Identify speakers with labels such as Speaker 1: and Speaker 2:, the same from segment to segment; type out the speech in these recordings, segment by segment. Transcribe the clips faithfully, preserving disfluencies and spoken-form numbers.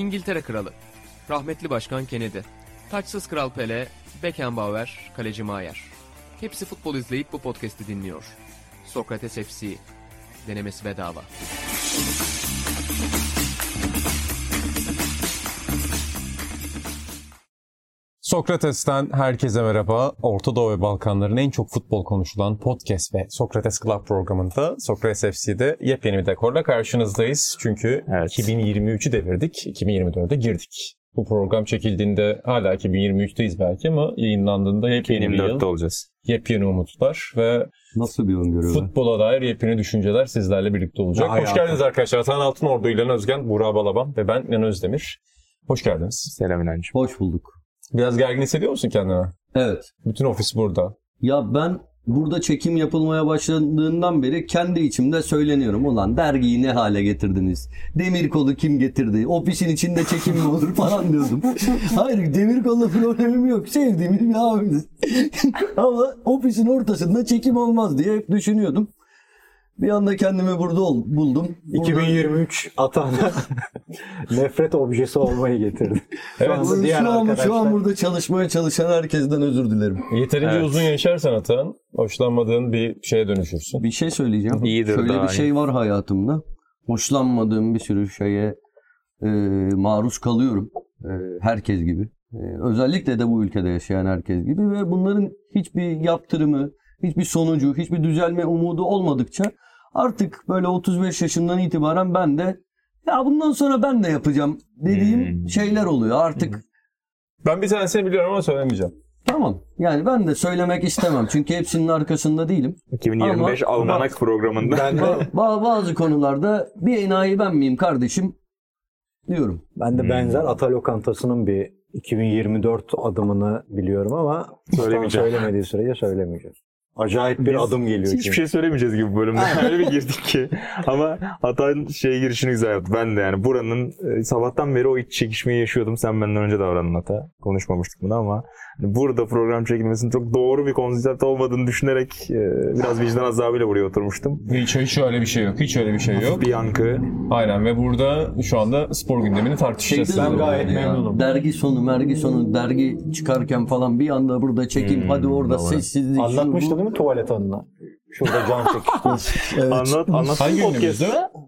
Speaker 1: İngiltere Kralı, rahmetli Başkan Kennedy, taçsız Kral Pele, Beckenbauer, Kaleci Maier. Hepsi futbol izleyip bu podcast'i dinliyor. Sokrates F C, denemesi bedava.
Speaker 2: Sokrates'ten herkese merhaba. Orta Doğu ve Balkanların en çok futbol konuşulan podcast ve Sokrates Club programında Sokrates F C'de yepyeni bir dekorla karşınızdayız. Çünkü evet. iki bin yirmi üçü devirdik, iki bin yirmi dörde girdik. Bu program çekildiğinde hala iki bin yirmi üçteyiz belki ama yayınlandığında yepyeni bir yıl,
Speaker 3: olacağız.
Speaker 2: Yepyeni umutlar ve
Speaker 4: nasıl bir öngörü?
Speaker 2: Futbola dair yepyeni düşünceler sizlerle birlikte olacak. Ya, Hoş hayatım. geldiniz arkadaşlar. Atan Altınordu, İlhan Özgen, Burak Balaban ve ben İlhan Özdemir. Hoş geldiniz.
Speaker 3: Selam İlhan'cığım.
Speaker 4: Hoş bulduk.
Speaker 2: Biraz gergin hissediyor musun kendine?
Speaker 4: Evet.
Speaker 2: Bütün ofis burada.
Speaker 4: Ya ben burada çekim yapılmaya başladığından beri kendi içimde söyleniyorum. Ulan dergiyi ne hale getirdiniz? Demirkol'u kim getirdi? Ofisin içinde çekim mi olur falan diyordum. Hayır, Demirkol'la problemim yok. Sevdiğimiz bir abimiz. Ama ofisin ortasında çekim olmaz diye hep düşünüyordum. Bir anda kendimi burada ol, buldum.
Speaker 5: Burada... iki bin yirmi üç Atan'a nefret objesi olmayı getirdi.
Speaker 4: Evet. Şu, an, diğer şu, an, şu an burada çalışmaya çalışan herkesten özür dilerim.
Speaker 2: Yeterince evet. uzun yaşarsan Atan, hoşlanmadığın bir şeye dönüşürsün.
Speaker 4: Bir şey söyleyeceğim.
Speaker 3: İyidir
Speaker 4: Şöyle
Speaker 3: daha
Speaker 4: bir şey
Speaker 3: iyi.
Speaker 4: var hayatımda. Hoşlanmadığım bir sürü şeye e, maruz kalıyorum. E, herkes gibi. E, özellikle de bu ülkede yaşayan herkes gibi. Ve bunların hiçbir yaptırımı, hiçbir sonucu, hiçbir düzelme umudu olmadıkça artık böyle otuz beş yaşından itibaren ben de ya bundan sonra ben de yapacağım dediğim hmm. şeyler oluyor artık.
Speaker 2: Ben bir tanesini biliyorum ama söylemeyeceğim.
Speaker 4: Tamam. Yani ben de söylemek istemem. Çünkü hepsinin arkasında değilim.
Speaker 3: iki bin yirmi beş ama Almanak programında.
Speaker 4: Ben de bazı konularda bir enayi ben miyim kardeşim diyorum.
Speaker 5: Ben de hmm. benzer Ata Lokantası'nın bir iki bin yirmi dört adımını biliyorum ama söylemediği sürece söylemeyeceğim. Acayip bir Biz adım geliyor.
Speaker 3: Hiçbir şey söylemeyeceğiz gibi bu bölümde. Öyle bir girdik ki. Ama Atay'ın şey girişini güzel yaptı. Ben de yani buranın e, sabahtan beri o iç çekişmeyi yaşıyordum. Sen benden önce davrandın Ata. Konuşmamıştık bunu ama hani burada program çekilmesinin çok doğru bir konsept olmadığını düşünerek e, biraz vicdan azabıyla buraya oturmuştum.
Speaker 2: Hiç, hiç öyle bir şey yok. Hiç öyle bir şey yok.
Speaker 3: Bir yankı.
Speaker 2: Aynen ve burada şu anda spor gündemini tartışacağız.
Speaker 5: Ben gayet memnunum.
Speaker 4: Dergi sonu, mergi sonu, dergi çıkarken falan bir anda burada çekim. Hmm, hadi orada doğru. Sessizlik.
Speaker 5: Anlatmıştı değil mi tuvalet anına? Şurada can çekişti.
Speaker 3: Evet. Anlat, anlat.
Speaker 2: Hangi ünlümüzdü?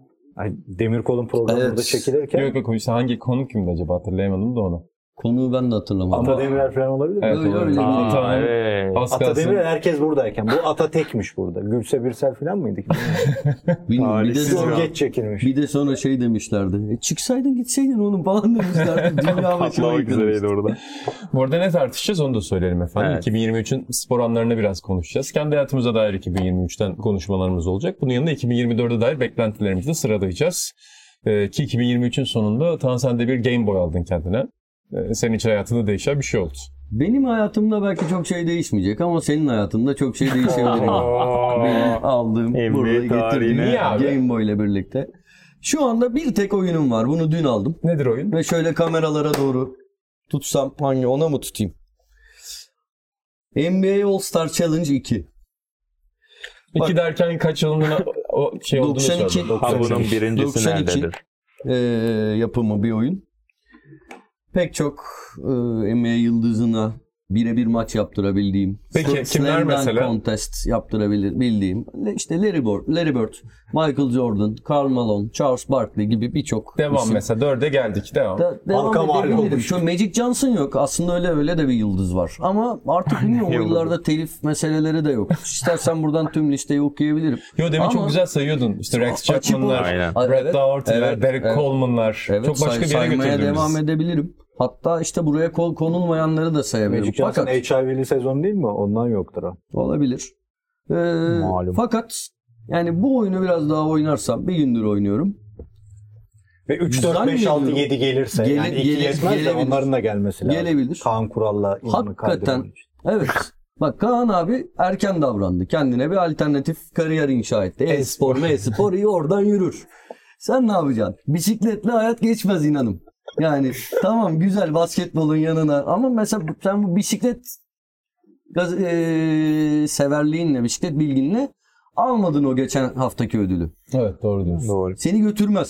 Speaker 5: Demirkol'un programı evet. burada çekilirken.
Speaker 2: Yok yok, işte hangi konu kimdi acaba, hatırlayamadım da onu.
Speaker 4: Konuyu ben de hatırlamadım.
Speaker 5: Ata Demirer falan olabilir mi?
Speaker 2: Evet,
Speaker 4: öyle öyle.
Speaker 2: Aa, evet.
Speaker 5: Ata Demirer herkes buradayken. Bu Ata tekmiş burada. Gülse Birsel falan mıydı?
Speaker 4: Bilmiyorum. Bir de sonra
Speaker 5: geç çekilmiş.
Speaker 4: Bir de sonra şey demişlerdi. E, çıksaydın gitseydin onun falan demişlerdi. Dünya
Speaker 3: patlamak üzereydi orada.
Speaker 2: Bu arada ne tartışacağız onu da söyleyelim efendim. Evet. iki bin yirmi üçün spor anlarını biraz konuşacağız. Kendi hayatımıza dair iki bin yirmi üçten konuşmalarımız olacak. Bunun yanında iki bin yirmi dörde dair beklentilerimizi de sıralayacağız. Ee, ki iki bin yirmi üçün sonunda Tan sen de bir Game Boy aldın kendine. Senin için hayatında değişen bir şey oldu.
Speaker 4: Benim hayatımda belki çok şey değişmeyecek ama senin hayatında çok şey değişebilir. Benim aldığım, buraya getirdiğim Game Boy ile birlikte. Şu anda bir tek oyunum var. Bunu dün aldım.
Speaker 2: Nedir oyun?
Speaker 4: Ve şöyle kameralara doğru tutsam, hangi ona mı tutayım? N B A All Star Challenge iki.
Speaker 2: İki Bak, derken kaç yılında o şey olduğunu
Speaker 4: doksan iki.
Speaker 3: Ha, bunun birincisi nerededir?
Speaker 4: E, yapımı bir oyun. Pek çok e, N B A yıldızına birebir maç yaptırabildiğim.
Speaker 2: Peki kimler mesela?
Speaker 4: Contest yaptırabildiğim. İşte Larry Bird, Larry Bird, Michael Jordan, Karl Malone, Charles Barkley gibi birçok
Speaker 2: Devam
Speaker 4: isim.
Speaker 2: Mesela dörde geldik. Devam.
Speaker 4: Da, devam edebilirim. Şu Magic Johnson yok. Aslında öyle öyle de bir yıldız var. Ama artık bilmiyorum o yıllarda telif meseleleri de yok. İstersen buradan tüm listeyi okuyabilirim.
Speaker 2: Yo demin Ama, çok güzel sayıyordun. İşte Rex Chapman'lar, Red Daugherty'ler, evet, Derek evet, Coleman'lar. Evet, çok başka say, bir yere götürdünüz.
Speaker 4: Devam edebilirim. Hatta işte buraya kol konulmayanları da sayabilirim.
Speaker 5: Magic Johnson H I V'li sezon değil mi? Ondan yoktur o.
Speaker 4: Olabilir. Ee, Malum. Fakat yani bu oyunu biraz daha oynarsam, bir gündür oynuyorum.
Speaker 5: Ve üç, dört, beş, altı, yedi gelirse Gele, yani iki gele, yetmez de onların da gelmesi lazım.
Speaker 4: Gelebilir.
Speaker 5: Kaan Kural'la İnan'ı
Speaker 4: hakikaten. Evet. Bak Kaan abi erken davrandı. Kendine bir alternatif kariyer inşa etti. E-spor, e-spor iyi oradan yürür. Sen ne yapacaksın? Bisikletle hayat geçmez inanım. Yani tamam güzel basketbolun yanına ama mesela sen bu bisiklet gaz, e, severliğinle, bisiklet bilginle almadın o geçen haftaki ödülü.
Speaker 2: Evet doğru diyorsun.
Speaker 3: Doğru.
Speaker 4: Seni götürmez.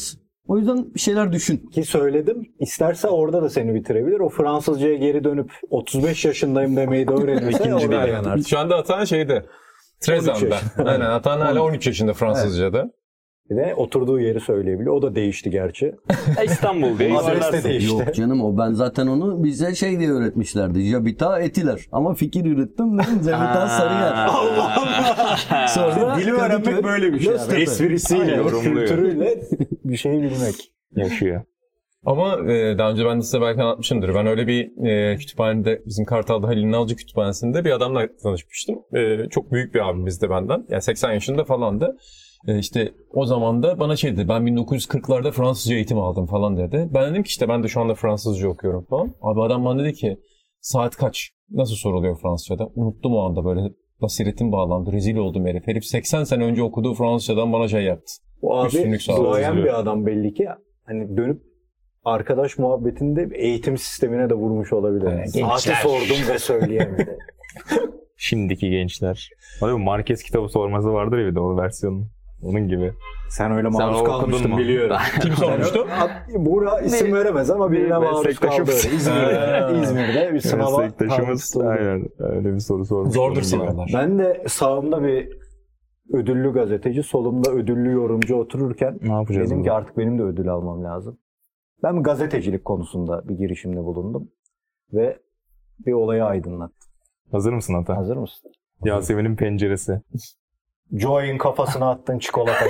Speaker 4: O yüzden bir şeyler düşün.
Speaker 5: Ki söyledim. İsterse orada da seni bitirebilir. O Fransızcaya geri dönüp otuz beş yaşındayım demeyi de öğrenirse orada da yanar.
Speaker 2: Şu anda Atan şeyde. Trezan'da. Aynen, Atan hala on üç yaşında Fransızca'da. Evet.
Speaker 5: Bir de oturduğu yeri söyleyebiliyor. O da değişti gerçi.
Speaker 3: İstanbul diye
Speaker 5: Adres de değişti.
Speaker 4: Yok canım, o ben zaten onu bize şey diye öğretmişlerdi. Jabita Etiler. Ama fikir yürüttüm dedim. Jabita Sarıyer.
Speaker 5: Allah Allah. Sonra dili öğrenmek böyle bir şey. Abi. Esprisiyle, kültürüyle bir şey bilmek.
Speaker 3: Yaşıyor.
Speaker 2: Ama e, daha önce ben de size belki anlatmışımdır. Ben öyle bir e, kütüphanede, bizim Kartal'da Halil Nalcı kütüphanesinde bir adamla tanışmıştım. E, çok büyük bir abimizdi benden. Yani seksen yaşında falandı. E, işte o zaman da bana şey dedi, ben bin dokuz yüz kırklarda Fransızca eğitim aldım falan dedi. Ben dedim ki işte ben de şu anda Fransızca okuyorum falan. Abi adam bana dedi ki saat kaç? Nasıl soruluyor Fransızca'da? Unuttum o anda, böyle basiretim bağlandı. Rezil oldum herif. Herif seksen sene önce okuduğu Fransızcadan bana şey yaptı.
Speaker 5: O abi duayen bir adam belli ki. Hani dönüp arkadaş muhabbetinde eğitim sistemine de vurmuş olabilir. Yani. Saati sordum ve söyleyemedi.
Speaker 3: Şimdiki gençler. Abi Marquez kitabı sorması vardır ya bir de o versiyonun. Onun gibi.
Speaker 5: Sen öyle maruz Sen kalmıştın biliyorum.
Speaker 2: Kim sormuştu?
Speaker 5: Buğra isim veremez ama birine maruz kaldı. İzmir'de, İzmir'de bir sınava.
Speaker 3: Meslektaşımız aynen öyle bir soru sormuş.
Speaker 2: Zordur sınavlar.
Speaker 5: Ben de sağımda bir ödüllü gazeteci, solumda ödüllü yorumcu otururken
Speaker 3: ne yapacağız
Speaker 5: dedim
Speaker 3: bunu?
Speaker 5: ki artık benim de ödül almam lazım. Ben gazetecilik konusunda bir girişimde bulundum ve bir olayı aydınlattım.
Speaker 3: Hazır mısın Ata?
Speaker 5: Hazır mısın?
Speaker 3: Yasemin'in penceresi.
Speaker 5: Joy'un kafasına attığın çikolatayı.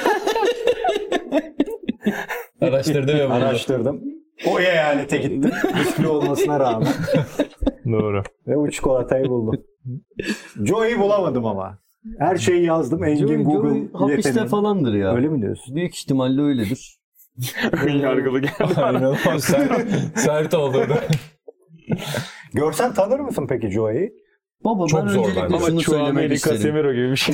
Speaker 2: Araştırdı ve buldu.
Speaker 5: Araştırdım. O eyalete gittim. Riskli olmasına rağmen.
Speaker 3: Doğru.
Speaker 5: Ve o çikolatayı buldum. Joy'u bulamadım ama. Her şeyi yazdım. Engin
Speaker 4: Joy,
Speaker 5: Google
Speaker 4: Joy hapiste
Speaker 5: yeteneği.
Speaker 4: falandır ya.
Speaker 5: Öyle mi diyorsun?
Speaker 4: Büyük ihtimalle öyledir.
Speaker 3: Ön yargılı geldi.
Speaker 2: Sert, sert oldu.
Speaker 5: Görsen tanır mısın peki Joy'u?
Speaker 4: Baba
Speaker 2: çok
Speaker 4: ben
Speaker 2: zor
Speaker 4: öncelikle
Speaker 2: bence.
Speaker 4: şunu söylemek isterim.
Speaker 3: Casemiro gibi bir şey.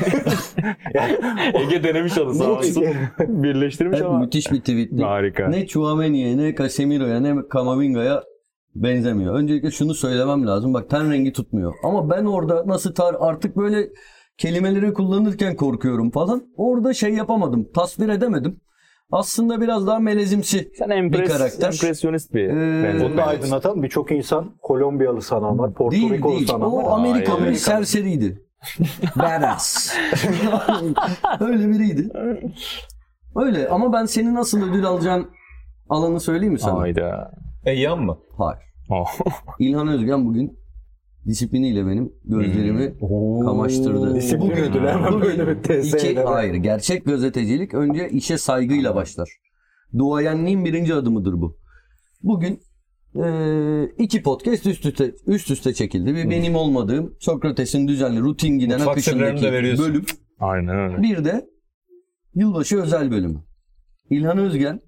Speaker 3: Ege denemiş oldu sağ olsun. Birleştirmiş
Speaker 4: Evet,
Speaker 3: ama.
Speaker 4: müthiş bir tweetti.
Speaker 3: Harika.
Speaker 4: Ne Tchouaméni'ye, ne Casemiro'ya, ne Kamavinga'ya benzemiyor. Öncelikle şunu söylemem lazım. Bak ten rengi tutmuyor. Ama ben orada nasıl tar artık böyle kelimeleri kullanırken korkuyorum falan. Orada şey yapamadım. Tasvir edemedim. Aslında biraz daha melezimsi
Speaker 3: Sen
Speaker 4: bir karakter.
Speaker 3: Empresyonist bir.
Speaker 4: Ee,
Speaker 5: Bunu da aydınlatan birçok insan Kolombiyalı sanan var, Porto
Speaker 4: değil
Speaker 5: Rikolu
Speaker 4: değil.
Speaker 5: sanan var.
Speaker 4: O Amerikalı bir
Speaker 5: Aa,
Speaker 4: serseriydi. Badass. Öyle biriydi. Öyle ama ben senin nasıl ödül alacağın alanı söyleyeyim mi sana?
Speaker 3: Hayda.
Speaker 2: Eyyam mı?
Speaker 4: Hayır.
Speaker 3: Oh.
Speaker 4: İlhan Özgen bugün disipliniyle benim gözlerimi
Speaker 2: Hmm.
Speaker 4: kamaştırdı.
Speaker 5: Disiplin
Speaker 4: Bugün-
Speaker 5: ödülü ama
Speaker 4: bugün
Speaker 5: böyle bir teze
Speaker 4: iki,
Speaker 5: edemem.
Speaker 4: hayır. Gerçek gazetecilik önce işe saygıyla başlar. Duayenliğin birinci adımıdır bu. Bugün eee, iki podcast üst üste üst üste çekildi ve benim olmadığım Sokrates'in düzenli rutin giden
Speaker 2: Mutfak sırlarını da
Speaker 4: akışındaki
Speaker 2: veriyorsun.
Speaker 4: bölüm.
Speaker 3: Aynen öyle.
Speaker 4: Bir de yılbaşı özel bölümü. İlhan Özgen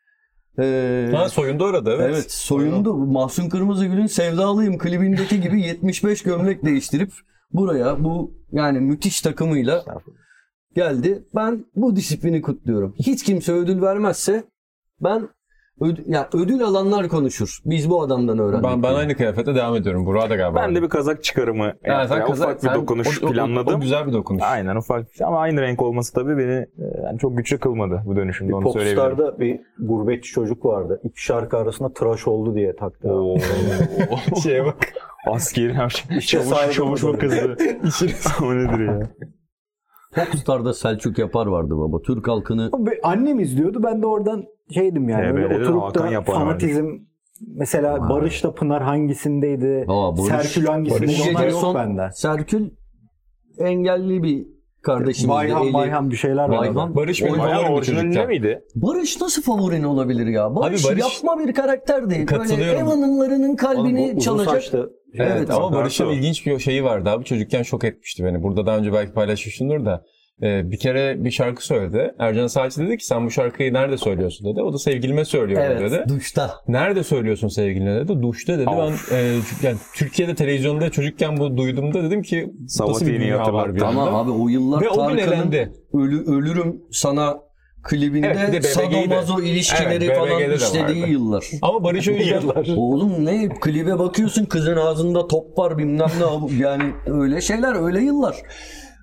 Speaker 4: eee,
Speaker 2: Ha, soyundu orada, evet.
Speaker 4: evet soyundu. Mahsun Kırmızıgül'ün Sevdalıyım klibindeki gibi yetmiş beş gömlek değiştirip buraya bu yani müthiş takımıyla geldi. Ben bu disiplini kutluyorum. Hiç kimse ödül vermezse ben ödül, yani ödül alanlar konuşur. Biz bu adamdan öğrendik.
Speaker 2: Ben, ben aynı kıyafete devam ediyorum. Burak'a da galiba.
Speaker 3: Ben de bir kazak çıkarımı
Speaker 2: Yani
Speaker 3: yaptım.
Speaker 2: sen
Speaker 3: Ya,
Speaker 2: kazak-
Speaker 3: ufak bir
Speaker 2: sen-
Speaker 3: dokunuş
Speaker 2: o, o,
Speaker 3: planladım.
Speaker 2: O güzel bir dokunuş.
Speaker 3: Aynen ufak bir şey ama aynı renk olması tabii beni e, yani çok güçlü kılmadı bu dönüşümde,
Speaker 5: Bir
Speaker 3: onu söyleyebilirim.
Speaker 5: Popstar'da bir gurbetçi çocuk vardı. İki şarkı arasında tıraş oldu diye taktı.
Speaker 3: Oo.
Speaker 2: Şeye bak.
Speaker 3: Askeri her şey. Çavuş,
Speaker 5: saygı
Speaker 3: çavuş
Speaker 5: olur.
Speaker 3: mu kızdı? O nedir ya?
Speaker 4: Popstar'da Selçuk Yapar vardı baba. Türk halkını
Speaker 5: Ama Annem izliyordu. Ben de oradan şeydim yani.
Speaker 3: T V L'de
Speaker 5: Öyle
Speaker 3: de
Speaker 5: oturup
Speaker 3: Hakan
Speaker 5: da
Speaker 3: Yapar
Speaker 5: fanatizm. Mesela
Speaker 4: Vay.
Speaker 5: Barış'la Pınar hangisindeydi?
Speaker 4: Aa, Barış-
Speaker 5: Serkül hangisindeydi?
Speaker 4: Barış-
Speaker 5: Onlar yok
Speaker 4: Son-
Speaker 5: bende.
Speaker 4: Serkül engelli bir kardeşimizdi.
Speaker 5: Bayhan
Speaker 4: Eli-
Speaker 5: Bayhan bir şeyler var.
Speaker 4: Bayhan.
Speaker 2: Barış benim
Speaker 3: Bayağı
Speaker 2: favorim bu
Speaker 3: orijinalinde
Speaker 2: çocukken.
Speaker 3: miydi?
Speaker 4: Barış nasıl favorin olabilir ya? Barış,
Speaker 2: Abi Barış-
Speaker 4: yapma bir karakterdi. Böyle
Speaker 2: Katılıyorum.
Speaker 4: ev hanımlarının
Speaker 5: Oğlum,
Speaker 4: kalbini
Speaker 5: bu uzun
Speaker 4: çalacak.
Speaker 5: saçlı.
Speaker 2: Evet,
Speaker 4: Evet,
Speaker 2: ama
Speaker 3: bak,
Speaker 2: Barış'ın
Speaker 3: haklı.
Speaker 2: ilginç bir şeyi vardı abi. Çocukken şok etmişti beni. Burada daha önce belki paylaşmışımdır da. Ee, bir kere bir şarkı söyledi. Ercan Saatçi dedi ki sen bu şarkıyı nerede söylüyorsun dedi. O da sevgilime söylüyorum
Speaker 4: Evet,
Speaker 2: dedi.
Speaker 4: duşta.
Speaker 2: Nerede söylüyorsun sevgiline dedi. Duşta dedi.
Speaker 3: Of.
Speaker 2: Ben e, yani Türkiye'de televizyonda çocukken bu duyduğumda dedim ki nasıl bir
Speaker 3: Sabatini'yi
Speaker 2: dünya var
Speaker 3: hatırlattı.
Speaker 2: bir anda.
Speaker 4: Tamam abi o yıllar
Speaker 2: Ve o gün
Speaker 4: Tarkan'ın
Speaker 2: elendi.
Speaker 4: ölü, ölürüm sana klibinde
Speaker 2: Evet, bir de B B G'yi de.
Speaker 4: sadomazo ilişkileri
Speaker 2: Evet, B B G'de
Speaker 4: falan
Speaker 2: de
Speaker 4: işlediği
Speaker 2: vardı.
Speaker 4: yıllar.
Speaker 2: Ama Barış o yüzden
Speaker 4: Oğlum ne klibe bakıyorsun kızın ağzında top var bilmem ne yani öyle şeyler öyle yıllar.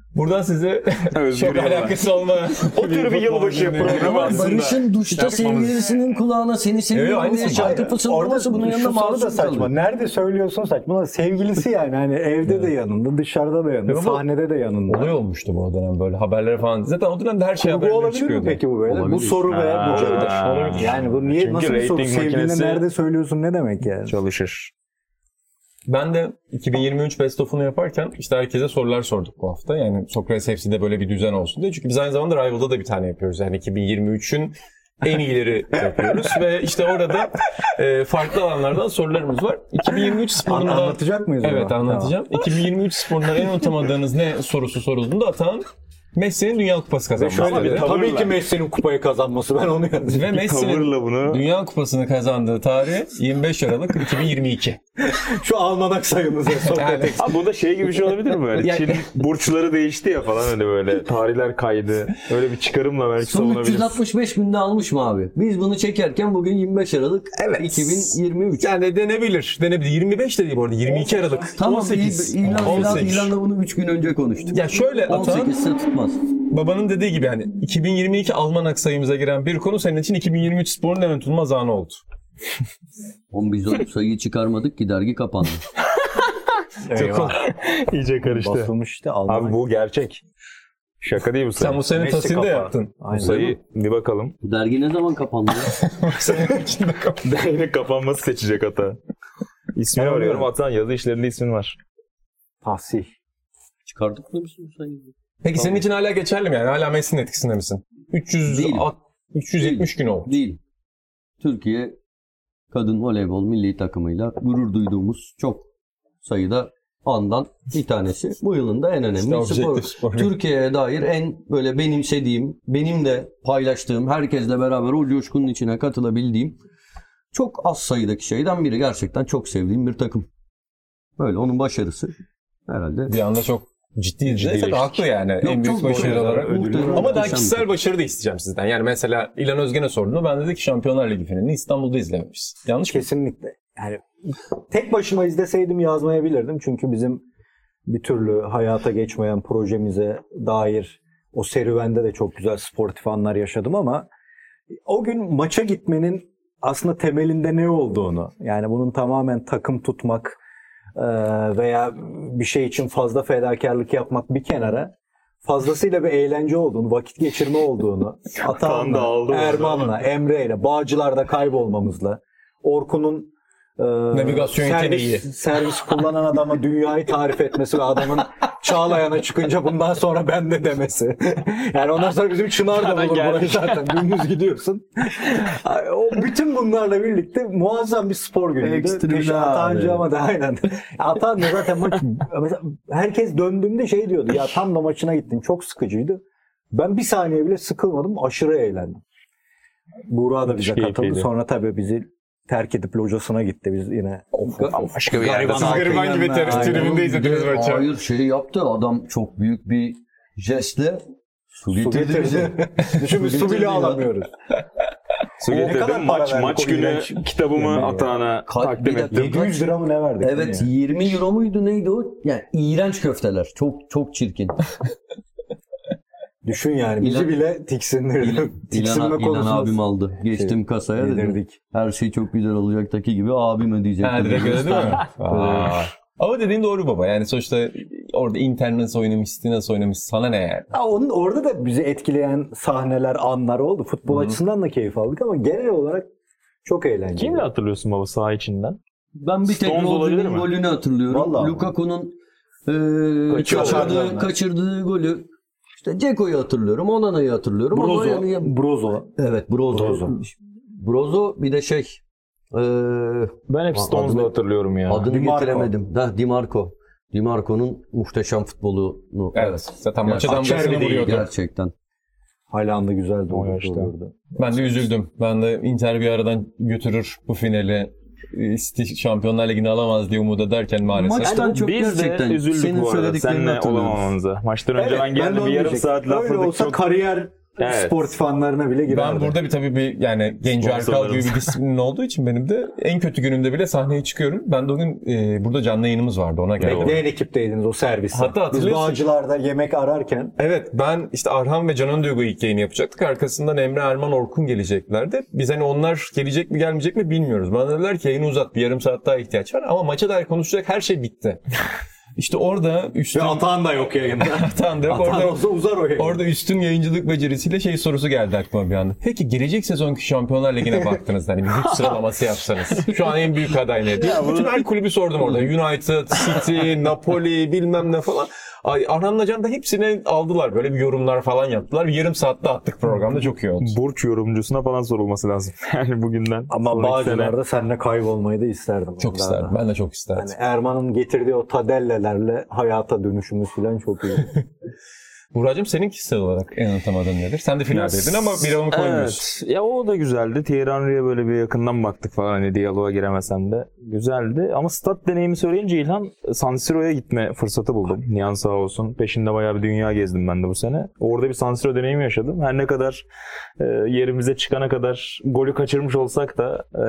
Speaker 2: Buradan size
Speaker 3: Özgür
Speaker 2: çok
Speaker 3: yıllar.
Speaker 2: alakası olmayan
Speaker 3: O tür bir yılbaşı programı aslında.
Speaker 4: Barış'ın duşta sevgilisinin kulağına seni seviyorum
Speaker 2: Evet,
Speaker 4: diye
Speaker 2: aynısı.
Speaker 4: şarkı fısıldaması bunun yanında
Speaker 5: şu soru da
Speaker 4: masum
Speaker 5: saçma.
Speaker 4: kalıyor.
Speaker 5: Nerede söylüyorsun saçma. Sevgilisi yani. Hani evde de yanında, dışarıda da yanında,
Speaker 2: Evet, bu-
Speaker 5: sahnede de yanında.
Speaker 2: olay olmuştu bu o dönem böyle haberlere falan. Zaten o dönemde her şey
Speaker 5: Bu
Speaker 2: haberlere
Speaker 5: olabilir mi
Speaker 2: çıkıyordu.
Speaker 5: peki bu böyle? Bu
Speaker 4: Olabilir.
Speaker 5: soru ve bu
Speaker 3: Ha,
Speaker 5: cevap.
Speaker 3: olabilir.
Speaker 5: Yani bu niye
Speaker 3: Çünkü
Speaker 5: nasıl bir soru?
Speaker 3: rating
Speaker 5: Sevgiline
Speaker 3: makinesi-
Speaker 5: nerede söylüyorsun ne demek yani?
Speaker 3: Çalışır.
Speaker 2: Ben de iki bin yirmi üç Best of'unu yaparken işte herkese sorular sorduk bu hafta. Yani Sokrates F C'de böyle bir düzen olsun diye. Çünkü biz aynı zamanda Rival'da da bir tane yapıyoruz. Yani iki bin yirmi üçün en iyileri yapıyoruz. Ve işte orada e, farklı alanlardan sorularımız var. iki bin yirmi üç sporunda...
Speaker 5: Anlatacak mıyız?
Speaker 2: Evet,
Speaker 5: onu?
Speaker 2: anlatacağım. iki bin yirmi üç sporunda en unutamadığınız ne sorusu sorulduğunda Atahan Messi'nin Dünya Kupası
Speaker 5: Tamam.
Speaker 2: kazanması.
Speaker 5: Şöyle
Speaker 2: dedi.
Speaker 5: bir, tabii ki Messi'nin kupayı kazanması. Ben onu yazdım.
Speaker 2: Ve Messi'nin
Speaker 3: Tavırla bunu
Speaker 2: Dünya Kupası'nı kazandığı tarih yirmi beş Aralık iki bin yirmi iki.
Speaker 5: Şu almanak sayımızı.
Speaker 2: Yani,
Speaker 3: Abi bu da şey gibi bir şey olabilir mi böyle?
Speaker 2: Yani-
Speaker 3: Çin burçları değişti ya falan hani böyle tarihler kaydı. Öyle bir çıkarımla belki
Speaker 4: Son üç
Speaker 3: savunabilir.
Speaker 4: yüz altmış beş günde almış mı abi? Biz bunu çekerken bugün yirmi beş Aralık
Speaker 2: Evet.
Speaker 4: iki bin yirmi üç.
Speaker 2: yani denebilir. Denebilir. yirmi beş de değil bu arada. yirmi iki Aralık.
Speaker 4: Tamam,
Speaker 2: on sekiz.
Speaker 4: il- ilan,
Speaker 2: on
Speaker 4: ilan,
Speaker 2: sekiz.
Speaker 4: ilanla bunu üç gün önce konuştuk.
Speaker 2: Ya şöyle
Speaker 4: on
Speaker 2: Atahan,
Speaker 4: sekiz ise tutmaz.
Speaker 2: babanın dediği gibi yani iki bin yirmi iki Almanak sayımıza giren bir konu senin için iki bin yirmi üç sporun en unutulmaz anı oldu.
Speaker 4: On biz o sayıyı çıkarmadık ki dergi kapandı.
Speaker 5: Eyvah.
Speaker 3: İyice karıştı.
Speaker 5: Basılmış işte almanak.
Speaker 3: Abi bu gerçek. Şaka değil bu sayı.
Speaker 2: Sen bu sene
Speaker 5: Messi
Speaker 2: tasını da
Speaker 5: kapağı.
Speaker 2: yaptın.
Speaker 3: Bu
Speaker 5: Aynen.
Speaker 3: sayı bir bakalım.
Speaker 4: Bu dergi ne zaman kapandı?
Speaker 2: Senin içinde kap-
Speaker 3: Yine kapanması seçecek hata. İsmini
Speaker 5: Ben
Speaker 3: arıyorum.
Speaker 5: alıyorum.
Speaker 3: Atan yazı işlerinde ismin var.
Speaker 5: Tahsih.
Speaker 4: Çıkardık mı biz bu sayıyı?
Speaker 2: Peki senin için hala geçerli mi yani? Hala Messi'nin etkisinde misin? üç yüz
Speaker 4: Değil.
Speaker 2: üç yüz yetmiş gün oldu.
Speaker 4: Değil. Türkiye kadın voleybol milli takımıyla gurur duyduğumuz çok sayıda andan bir tanesi. Bu yılın da en önemli
Speaker 2: İşte
Speaker 4: spor.
Speaker 2: objektif spor.
Speaker 4: Türkiye'ye dair en böyle benimsediğim, benim de paylaştığım, herkesle beraber o coşkunun içine katılabildiğim çok az sayıdaki şeyden biri. Gerçekten çok sevdiğim bir takım. Böyle onun başarısı herhalde.
Speaker 2: Bir anda çok ciddi ciddi.
Speaker 3: Ciddileştik.
Speaker 2: Haklı yani.
Speaker 4: Yok,
Speaker 2: en büyük
Speaker 4: çok
Speaker 2: başarı
Speaker 4: doğru.
Speaker 2: olarak.
Speaker 4: Muhtemelen
Speaker 2: Ama daha
Speaker 4: muhteşem
Speaker 2: kişisel
Speaker 4: bir-
Speaker 2: başarı da isteyeceğim sizden. Yani mesela İlhan Özgen'e sorduğunu ben dedi ki Şampiyonlar Ligi finalini İstanbul'da izlememiş. Yanlış mı?
Speaker 5: Kesinlikle. Yani tek başıma izleseydim yazmayabilirdim. Çünkü bizim bir türlü hayata geçmeyen projemize dair o serüvende de çok güzel sportif anlar yaşadım ama o gün maça gitmenin aslında temelinde ne olduğunu, yani bunun tamamen takım tutmak e, veya bir şey için fazla fedakarlık yapmak bir kenara, fazlasıyla bir eğlence olduğunu, vakit geçirme olduğunu,
Speaker 3: Kan da aldı
Speaker 5: Atahan'la,
Speaker 3: orada.
Speaker 5: Erman'la, Emre'yle, Bağcılar'da kaybolmamızla, Orkun'un e,
Speaker 2: Navigasyon yeteneği.
Speaker 5: servis, servis kullanan adama dünyayı tarif etmesi ve adamın Çağlayan'a çıkınca bundan sonra ben de demesi. Yani ondan sonra bizim Çınar da olur burayı zaten. Dümdüz gidiyorsun. O bütün bunlarla birlikte muazzam bir spor günüydü.
Speaker 4: Ekstrem
Speaker 5: Teşekkür
Speaker 4: abi.
Speaker 5: ama da aynen. Atahan da zaten maç, mesela herkes döndüğünde şey diyordu. Ya tam da maçına gittin. Çok sıkıcıydı. Ben bir saniye bile sıkılmadım. Aşırı eğlendim. Buğra da bize
Speaker 3: Müthiş
Speaker 5: katıldı.
Speaker 3: keyifliydi.
Speaker 5: Sonra tabii bizi terk edip locasına gitti. Biz yine
Speaker 3: Başka bir
Speaker 5: Gariban
Speaker 3: yerde.
Speaker 2: Siz
Speaker 5: halkın
Speaker 2: gariban gibi
Speaker 5: yanına-
Speaker 2: ter-
Speaker 5: Aynen.
Speaker 2: tribünde izlediniz maçı.
Speaker 4: Hayır şey yaptı adam çok büyük bir jestle su
Speaker 5: su
Speaker 4: getirdi bize.
Speaker 5: getirdi. Düşün biz
Speaker 4: Su
Speaker 5: su
Speaker 4: getirdi
Speaker 5: bile
Speaker 4: ya.
Speaker 5: alamıyoruz.
Speaker 3: Su
Speaker 5: Ne
Speaker 3: getirdim.
Speaker 5: kadar
Speaker 3: Maç,
Speaker 5: para
Speaker 3: maç
Speaker 5: verdik o
Speaker 3: günü
Speaker 5: iğrenç
Speaker 3: kitabımı
Speaker 5: yemeğe ya?
Speaker 3: Atağan'a
Speaker 4: Ka-
Speaker 3: takdim
Speaker 4: bir dakika,
Speaker 3: ettim.
Speaker 5: yedi yüz lira mı ne verdik?
Speaker 4: Evet
Speaker 5: değil mi?
Speaker 4: yirmi euro muydu neydi o? Yani iğrenç köfteler. Çok çok çirkin.
Speaker 5: Düşün yani bizi
Speaker 4: İlan-
Speaker 5: bile tiksindirdi.
Speaker 4: İlan,
Speaker 5: Tiksinme
Speaker 4: İlan, İlan
Speaker 5: konusunda
Speaker 4: abim aldı. Geçtim kasaya dedim.
Speaker 5: yedirdik.
Speaker 4: Her şey çok güzel olacaktaki gibi abim ödeyecek.
Speaker 2: Ha direkt öyle değil mi?
Speaker 4: Aa.
Speaker 2: Ama dediğin doğru baba. Yani sonuçta orada Inter nasıl oynamış, City nasıl oynamış sana ne yani?
Speaker 5: Ha, onun orada da bizi etkileyen sahneler, anlar oldu. Futbol açısından da keyif aldık ama genel olarak çok eğlenceli.
Speaker 3: Kimle hatırlıyorsun baba saha içinden?
Speaker 4: Ben bir tek
Speaker 3: Stones olabilir
Speaker 4: Rodri'nin
Speaker 3: mi?
Speaker 4: golünü hatırlıyorum.
Speaker 5: Vallahi.
Speaker 4: Lukaku'nun e,
Speaker 5: Kaçırdığı
Speaker 4: kaçırdığı,
Speaker 5: gollerden.
Speaker 4: kaçırdığı golü. İşte Ceko'yu hatırlıyorum. Onana'yı hatırlıyorum. Ama
Speaker 5: Brozo.
Speaker 4: yani-
Speaker 5: Brozo.
Speaker 4: Evet Brozo.
Speaker 5: Brozo.
Speaker 4: Brozo bir de şey e,
Speaker 3: Ben hep
Speaker 4: Aa,
Speaker 3: Stones'u
Speaker 4: adını-
Speaker 3: hatırlıyorum ya.
Speaker 4: adını
Speaker 5: Di Marco.
Speaker 4: getiremedim. Da, Di Marco. Di Marco'nun muhteşem futbolunu.
Speaker 2: Evet. Zaten maça
Speaker 4: Gerçekten-
Speaker 2: damgasını vuruyordu.
Speaker 4: Gerçekten.
Speaker 5: Hala da güzel
Speaker 3: O
Speaker 5: durdu.
Speaker 3: yaşta.
Speaker 5: durdu.
Speaker 2: Ben de üzüldüm. Ben de Inter bir aradan götürür bu finali. City Şampiyonlar Ligi'ni alamaz diye umut ederken maalesef.
Speaker 4: Maçtan çok
Speaker 3: Biz de
Speaker 4: gerçekten
Speaker 3: üzüldük
Speaker 4: senin
Speaker 3: bu arada
Speaker 4: söylediklerini
Speaker 3: seninle
Speaker 4: hatırlıyoruz.
Speaker 3: olamamanıza. Maçtan önce
Speaker 5: Evet,
Speaker 3: ben geldim
Speaker 5: de onu
Speaker 3: bir yarım
Speaker 5: diyecektim.
Speaker 3: saat
Speaker 5: Öyle
Speaker 3: lafladık
Speaker 5: olsa
Speaker 3: çok.
Speaker 5: kariyer
Speaker 3: Evet.
Speaker 5: sportif anlarına bile girerdi.
Speaker 2: Ben burada bir tabii bir yani Genco Erkal gibi bir disiplinin olduğu için benim de en kötü günümde bile sahneye çıkıyorum. Ben de o gün e, burada canlı yayınımız vardı, ona geldim.
Speaker 5: Bekleyen ekipteydiniz o serviste.
Speaker 2: Hatta
Speaker 5: Biz
Speaker 2: hatırlıyorsun.
Speaker 5: Bağcılar'da yemek ararken.
Speaker 2: Evet, ben işte Arhan ve Canan Duygu ilk yayını yapacaktık. Arkasından Emre, Erman, Orkun geleceklerdi. Biz hani onlar gelecek mi gelmeyecek mi bilmiyoruz. Bana dediler ki yayını uzat, bir yarım saat daha ihtiyaç var. Ama maça dair konuşacak her şey bitti. İşte orada üstün...
Speaker 5: Ve Atahan da yok yayında.
Speaker 2: Atahan da yok.
Speaker 5: Atahan
Speaker 2: Orada,
Speaker 5: olsa uzar o yayın.
Speaker 2: orada üstün yayıncılık becerisiyle şey sorusu geldi aklıma bir anda. Peki gelecek sezonki Şampiyonlar Ligi'ne baktığınızda hani bir güç sıralaması yapsanız. Şu an en büyük aday ne diye. Bütün her kulübü sordum orada. United, City, Napoli bilmem ne falan. Ay, Arhan'la Can da hepsini aldılar. Böyle bir yorumlar falan yaptılar. Bir yarım saatte attık programda. Çok iyi oldu.
Speaker 3: Burç yorumcusuna falan sorulması lazım. Yani bugünden.
Speaker 5: Ama Bağcılar'da seninle kaybolmayı da isterdim.
Speaker 2: Çok isterdim. Da. Ben de çok isterdim.
Speaker 5: Yani Erman'ın getirdiği o tadellelerle hayata dönüşümüz falan çok iyi.
Speaker 2: Buracığım, senin kişisel olarak en unutamadığın nedir? Sen de finaldeydin ama bir onu koymuyorsun.
Speaker 3: Evet. Ya o da güzeldi. Thierry Henry'e böyle bir yakından baktık falan. Hani diyaloğa giremesem de güzeldi. Ama stat deneyimi söyleyince İlhan, San Siro'ya gitme fırsatı buldum. Nihan sağ olsun. Peşinde bayağı bir dünya gezdim ben de bu sene. Orada bir San Siro deneyimi yaşadım. Her ne kadar e, yerimize çıkana kadar golü kaçırmış olsak da e,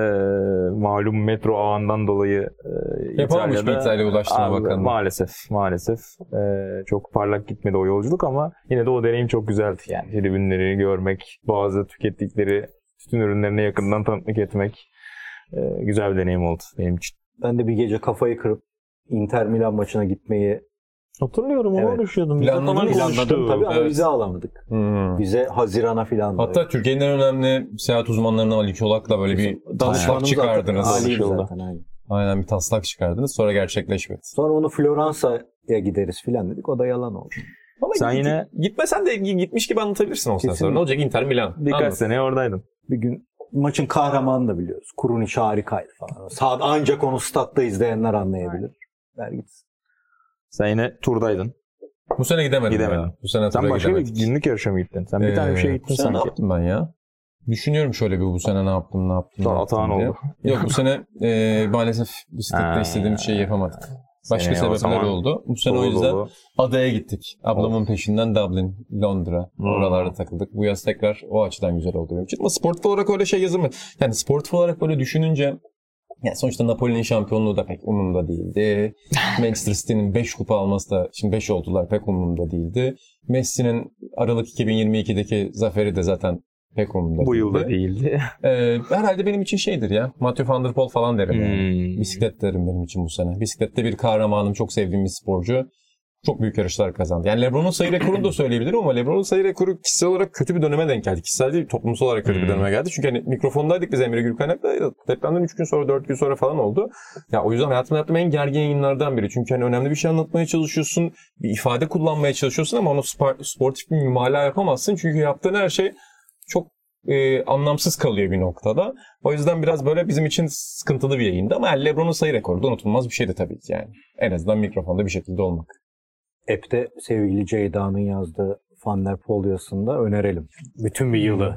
Speaker 3: malum metro ağından dolayı e,
Speaker 2: yapamamış mı İtalya'ya Ulaştırma Bakanlığı?
Speaker 3: Maalesef. Maalesef. E, çok parlak gitmedi o yolculuk ama yine de o deneyim çok güzeldi. Yani tribünleri görmek, bazı tükettikleri tütün ürünlerine yakından tanıklık etmek e, güzel bir deneyim oldu benim için.
Speaker 5: Ben de bir gece kafayı kırıp Inter Milan maçına gitmeyi
Speaker 3: hatırlıyorum, onu
Speaker 5: evet.
Speaker 3: düşünüyordum.
Speaker 5: Planladım, planladım tabii ama
Speaker 2: evet.
Speaker 5: vize alamadık. Hmm. Vize Haziran'a falan.
Speaker 2: Hatta evet. Türkiye'nin en önemli seyahat uzmanlarından Ali Çolak'la böyle bir taslak çıkardınız.
Speaker 5: Zaten, aynen.
Speaker 2: aynen bir taslak çıkardınız. Sonra gerçekleşmedi.
Speaker 5: Sonra onu Floransa'ya gideriz filan dedik. O da yalan oldu.
Speaker 2: Ama
Speaker 3: sen
Speaker 2: git,
Speaker 3: yine
Speaker 2: gitmesen de gitmiş gibi anlatabilirsin o sonra. Ne olacak, Inter Milan?
Speaker 3: Birkaç Anladım. sene oradaydın.
Speaker 5: Bir gün maçın kahramanını da biliyoruz. Kurunic harikaydı falan. Saat ancak onu statta izleyenler anlayabilir. Ver gitsin.
Speaker 3: Sen yine turdaydın.
Speaker 2: Bu sene gidemedim.
Speaker 3: Gidemedim.
Speaker 2: Ya. Bu sene
Speaker 3: sen başka
Speaker 2: gidemedik.
Speaker 3: bir günlük yarışa mı gittin? Sen bir ee, tane bir şey gittin
Speaker 2: sanki.
Speaker 3: Ne
Speaker 2: yaptım ben ya? Düşünüyorum şöyle bir bu sene ne yaptım ne yaptım.
Speaker 3: Daha Atahan oldu.
Speaker 2: Yok bu sene e, maalesef bisiklette istediğim şeyi yapamadık. Başka Seneye sebepler oldu. Bu sene o yüzden dolu. Adaya gittik. Ablamın of. peşinden Dublin, Londra. Hmm. Oralarda takıldık. Bu yaz tekrar o açıdan güzel oldu benim için. Ama sportif olarak öyle şey yazılmıyor. Yani sportif olarak böyle düşününce yani sonuçta Napoli'nin şampiyonluğu da pek umurumda değildi. Manchester City'nin beş kupa alması da, şimdi beş oldular, pek umurumda değildi. Messi'nin Aralık iki bin yirmi ikideki zaferi de zaten pek umurumda
Speaker 3: Bu
Speaker 2: değildi.
Speaker 3: yılda değildi.
Speaker 2: Ee, herhalde benim için şeydir ya. Mathieu van der Poel falan derim. Hmm. Yani. Bisiklet derim benim için bu sene. Bisiklette bir kahramanım, çok sevdiğim bir sporcu. Çok büyük yarışlar kazandı. Yani LeBron'un sayı rekorunu da söyleyebilirim ama LeBron'un sayı rekoru kişisel olarak kötü bir döneme denk geldi. Kişisel değil, toplumsal olarak kötü hmm. bir döneme geldi. Çünkü hani mikrofondaydık biz Emre Gülkaynak'la. Depremden üç gün sonra, dört gün sonra falan oldu. Ya o yüzden hayatımda yaptığım en gergin yayınlardan biri. Çünkü hani önemli bir şey anlatmaya çalışıyorsun. Bir ifade kullanmaya çalışıyorsun ama onu sportif bir mimala yapamazsın. Çünkü yaptığın her şey çok e, anlamsız kalıyor bir noktada. O yüzden biraz böyle bizim için sıkıntılı bir yayındı. Ama yani LeBron'un sayı rekoru da unutulmaz bir şeydi tabii ki yani. En azından mikrofonda bir şekilde olmak.
Speaker 5: App'te sevgili Ceyda'nın yazdığı Van der Poel yazısında önerelim. Bütün bir yılı.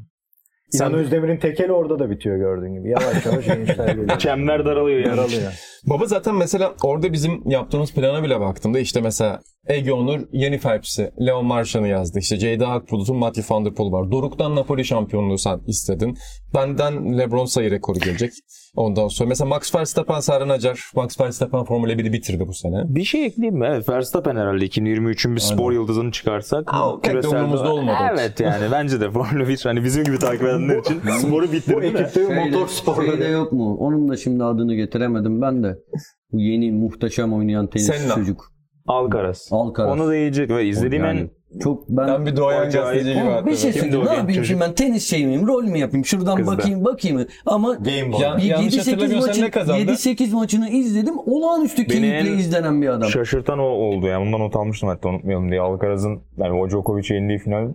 Speaker 5: İlhan Özdemir'in tekeli orada da bitiyor gördüğün gibi. Yavaş yavaş gençler geliyor.
Speaker 3: Çember daralıyor yani.
Speaker 5: Daralıyor.
Speaker 2: Baba zaten mesela orada bizim yaptığımız plana bile baktığımda işte mesela Ege Onur Yeni Phelps'i, Leon Marchand'ı yazdı. İşte Ceyda Akbulut'un Mathieu van der Poel var. Doruk'tan Napoli şampiyonluğu sen istedin. Benden LeBron sayı rekoru gelecek. Ondan sonra mesela Max Verstappen, Serhan Acar. Max Verstappen Formula biri bitirdi bu sene.
Speaker 3: Bir şey ekleyeyim mi? Evet, Verstappen herhalde iki bin yirmi üçün bir spor Aynen. yıldızını çıkarsak.
Speaker 2: Aa, pek de umurumuzda olmadı.
Speaker 3: Evet yani bence de Formula bir hani bizim gibi takip edenler için sporu bitirdi.
Speaker 5: Bu ekipte motor sporları.
Speaker 4: Şeyde yok mu? Onun da şimdi adını getiremedim ben de. Bu yeni muhteşem oynayan tenis çocuk.
Speaker 3: Alcaraz.
Speaker 4: Alcaraz.
Speaker 3: Onu da yiyecek ve izlediğim yani, en
Speaker 4: çok ben,
Speaker 2: ben bir doğayan gazeteci gibi
Speaker 4: bir şey söyleyeyim. Ne yapayım şimdi ben tenis şey miyim? Rol mü yapayım? Şuradan
Speaker 3: Kızda.
Speaker 4: bakayım bakayım. Ama
Speaker 2: ya, yedi sekiz maçı,
Speaker 4: yedi sekiz maçını izledim. Olağanüstü keyifle izlenen bir adam.
Speaker 3: Şaşırtan o oldu yani. Bundan not almıştım hatta unutmayalım diye. Alcaraz'ın yani o Djokovic'e yendiği final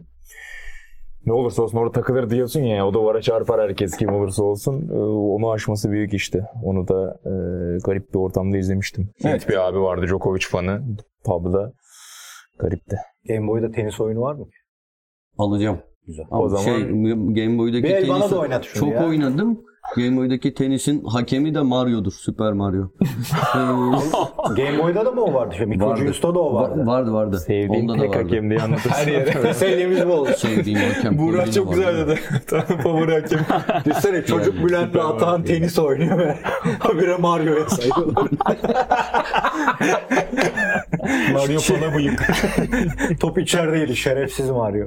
Speaker 3: ne olursa olsun orada takılır diyorsun ya. O duvara çarpar herkes kim olursa olsun. Onu aşması büyük işte. Onu da e, garip bir ortamda izlemiştim. Evet. Bir abi vardı Djokovic fanı. Pub'da. Garipti.
Speaker 5: Game Boy'da tenis oyunu var mı?
Speaker 4: Alacağım.
Speaker 5: Güzel.
Speaker 4: Ama
Speaker 3: o zaman
Speaker 4: şey, Game Boy'daki
Speaker 5: bir
Speaker 4: tenis
Speaker 5: bana da oynat şunu
Speaker 4: çok
Speaker 5: ya.
Speaker 4: oynadım. Game Boy'daki tenisin hakemi de Mario'dur. Super Mario.
Speaker 5: Game Boy'da da mı o vardı? Şey, Microjuice'da da o vardı.
Speaker 4: Va- vardı vardı.
Speaker 3: Sevdiğim
Speaker 4: Onda da
Speaker 3: tek
Speaker 4: vardı.
Speaker 3: hakem diye anlatırsın.
Speaker 2: Her yere.
Speaker 5: Sevdiğimiz bu oldu.
Speaker 4: Sevdiğim hakem.
Speaker 2: Burak
Speaker 4: Koyduğum
Speaker 2: çok
Speaker 4: var.
Speaker 2: güzel dedi. Tamam, favori hakem.
Speaker 5: Düşünsene çocuk
Speaker 4: Yani,
Speaker 5: Bülent'le Atahan tenis oynuyor ve habire Mario'ya sayıyorlar.
Speaker 2: Mario Pala bıyık.
Speaker 5: Top içerideydi. Şerefsiz Mario.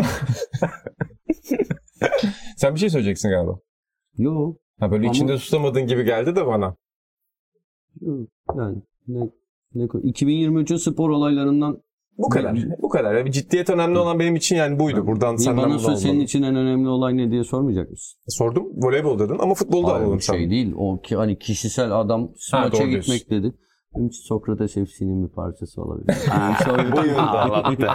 Speaker 2: Sen bir şey söyleyeceksin galiba.
Speaker 4: Yo.
Speaker 2: Ha böyle
Speaker 4: Ama-
Speaker 2: içinde tutamadığın gibi geldi de bana.
Speaker 4: yo. Yani ne, ne koy- iki bin yirmi üçün spor olaylarından
Speaker 2: Bu kadar. Bu kadar. Yani ciddiyet önemli olan benim için yani buydu. Buradan
Speaker 4: niye
Speaker 2: senden
Speaker 4: bana
Speaker 2: bunu
Speaker 4: sor, senin
Speaker 2: almadım.
Speaker 4: için en önemli olay ne diye sormayacak mısın?
Speaker 2: Sordum. Voleybol dedin ama futbolda
Speaker 4: Hayır,
Speaker 2: alalım
Speaker 4: şey
Speaker 2: sen.
Speaker 4: değil. O ki hani kişisel adam
Speaker 2: Ha,
Speaker 4: maça
Speaker 2: doğru
Speaker 4: gitmek
Speaker 2: diyorsun.
Speaker 4: dedi. Benim için Sokrates F C'nin bir parçası olabilir.
Speaker 5: Bu yılda.
Speaker 3: Ağlattı.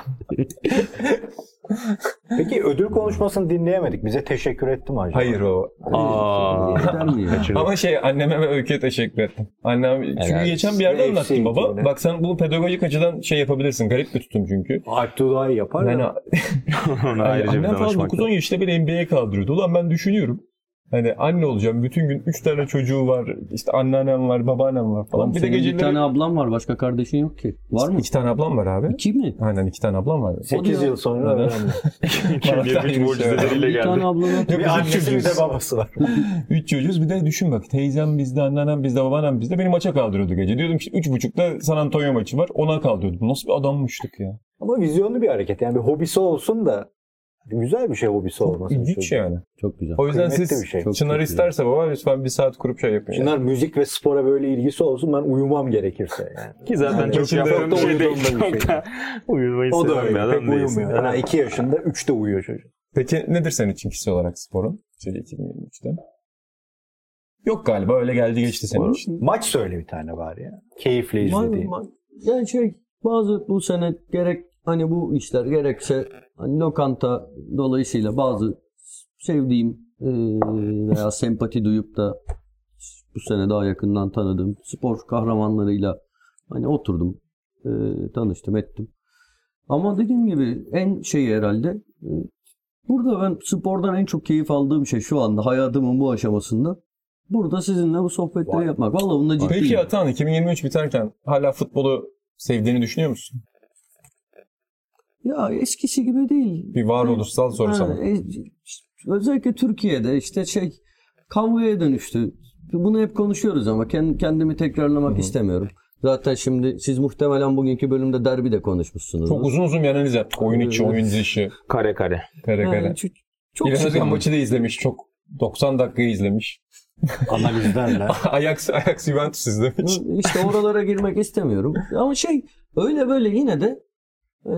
Speaker 5: Peki ödül konuşmasını dinleyemedik. Bize teşekkür etti mi acaba?
Speaker 2: Hayır o.
Speaker 3: Aa.
Speaker 4: Yeter mi ya?
Speaker 3: Kaçırdım.
Speaker 2: Ama şey anneme ve Öykü'ye teşekkür ettim. Annem çünkü
Speaker 3: Evet.
Speaker 2: geçen bir yerde
Speaker 5: Ve
Speaker 2: anlattım
Speaker 5: eksiği
Speaker 2: baba.
Speaker 5: yine.
Speaker 2: Bak sen bunu pedagojik açıdan şey yapabilirsin. Garip bir tutum çünkü.
Speaker 5: Alptu daha iyi yapar
Speaker 2: Yani,
Speaker 5: ya.
Speaker 3: Ona
Speaker 2: yani
Speaker 3: ayrıca bir
Speaker 2: annem falan
Speaker 3: danışmak
Speaker 2: dokuz on yaşında beni N B A'ye kaldırıyordu. Ulan ben düşünüyorum. Hani anne olacağım. Bütün gün üç tane çocuğu var. İşte anneannem var, babaannem var falan.
Speaker 4: Oğlum,
Speaker 2: bir de
Speaker 4: senin
Speaker 2: geceleri...
Speaker 4: bir tane ablam var. Başka kardeşin yok ki. Var mı?
Speaker 2: İki tane ablam var abi.
Speaker 4: İki mi?
Speaker 2: Aynen iki tane ablam var.
Speaker 5: sekiz yıl sonra
Speaker 2: Evet.
Speaker 5: öğrendim.
Speaker 3: iki bin yirmi üç mucizeleriyle
Speaker 4: Bir tane
Speaker 3: geldi.
Speaker 4: ablam var.
Speaker 2: Yok,
Speaker 5: Bir
Speaker 2: biz
Speaker 5: annesi
Speaker 2: üç
Speaker 5: bir de
Speaker 2: çocuğuz.
Speaker 5: babası var.
Speaker 2: Üç çocuğuz. Bir de düşün bak. Teyzem bizde, anneannem bizde, babaannem bizde. Beni maça kaldırıyordu gece. Diyordum ki üç buçukta San Antonio maçı var. Ona kaldırıyordum. Nasıl bir adammıştık ya.
Speaker 5: Ama vizyonlu bir hareket. Yani bir hobisi olsun da güzel bir şey hobisi olması.
Speaker 2: İlginç yani.
Speaker 4: Çok güzel.
Speaker 2: O yüzden
Speaker 5: Kıymetli
Speaker 2: siz
Speaker 5: bir şey.
Speaker 4: Çok
Speaker 2: Çınar
Speaker 4: çok
Speaker 2: isterse baba lütfen bir saat kurup şey yapın.
Speaker 5: Çınar müzik ve spora böyle ilgisi olsun. Ben uyumam gerekirse. Yani.
Speaker 3: Ki zaten
Speaker 5: Yani
Speaker 3: çok
Speaker 2: içinde
Speaker 3: yaptığım bir şey
Speaker 5: uyuduğum
Speaker 3: değil.
Speaker 5: da bir
Speaker 3: Çok
Speaker 5: şey.
Speaker 3: da uyumayı
Speaker 5: O da
Speaker 3: seven bir
Speaker 5: öyle.
Speaker 3: adam
Speaker 5: Pek
Speaker 3: değilsin.
Speaker 5: uyumuyor. Yani iki yaşında üçte uyuyor çocuk.
Speaker 2: Peki nedir senin için kişisel olarak sporun? Şey iki bin yirmi üçte. Yok galiba öyle geldi geçti senin için.
Speaker 5: Maç söyle bir tane bari ya. Keyifle izlediğin.
Speaker 4: Ma- ma- yani şey bazı bu sene gerek hani bu işler gerekse hani lokanta dolayısıyla bazı sevdiğim e, veya sempati duyup da bu sene daha yakından tanıdığım spor kahramanlarıyla hani oturdum, e, tanıştım, ettim. Ama dediğim gibi en şey herhalde e, burada ben spordan en çok keyif aldığım şey şu anda hayatımın bu aşamasında burada sizinle bu sohbetleri
Speaker 5: Vay.
Speaker 4: yapmak. Vallahi bunda ciddiyim.
Speaker 2: Peki Atan iki bin yirmi üç biterken hala futbolu sevdiğini düşünüyor musun?
Speaker 4: Ya eskisi gibi değil.
Speaker 2: Bir varoluşsal soru
Speaker 4: Ha,
Speaker 2: sana.
Speaker 4: e, özellikle Türkiye'de işte şey kavgaya dönüştü. Bunu hep konuşuyoruz ama kend- kendimi tekrarlamak
Speaker 2: Hı-hı.
Speaker 4: istemiyorum. Zaten şimdi siz muhtemelen bugünkü bölümde derbi de konuşmuşsunuz.
Speaker 2: Çok uzun uzun bir analiz yaptık. Oyun içi,
Speaker 4: Evet.
Speaker 2: oyun dışı,
Speaker 3: Kare kare.
Speaker 2: kare
Speaker 4: Yani
Speaker 2: kare.
Speaker 4: çok, çok
Speaker 2: İlhan Özgen
Speaker 4: sıkıldım.
Speaker 2: maçı da izlemiş. Çok doksan dakikayı izlemiş.
Speaker 5: Analizlerle.
Speaker 2: Ajax, Ajax Juventus izlemiş.
Speaker 4: İşte oralara girmek istemiyorum. Ama şey öyle böyle yine de e,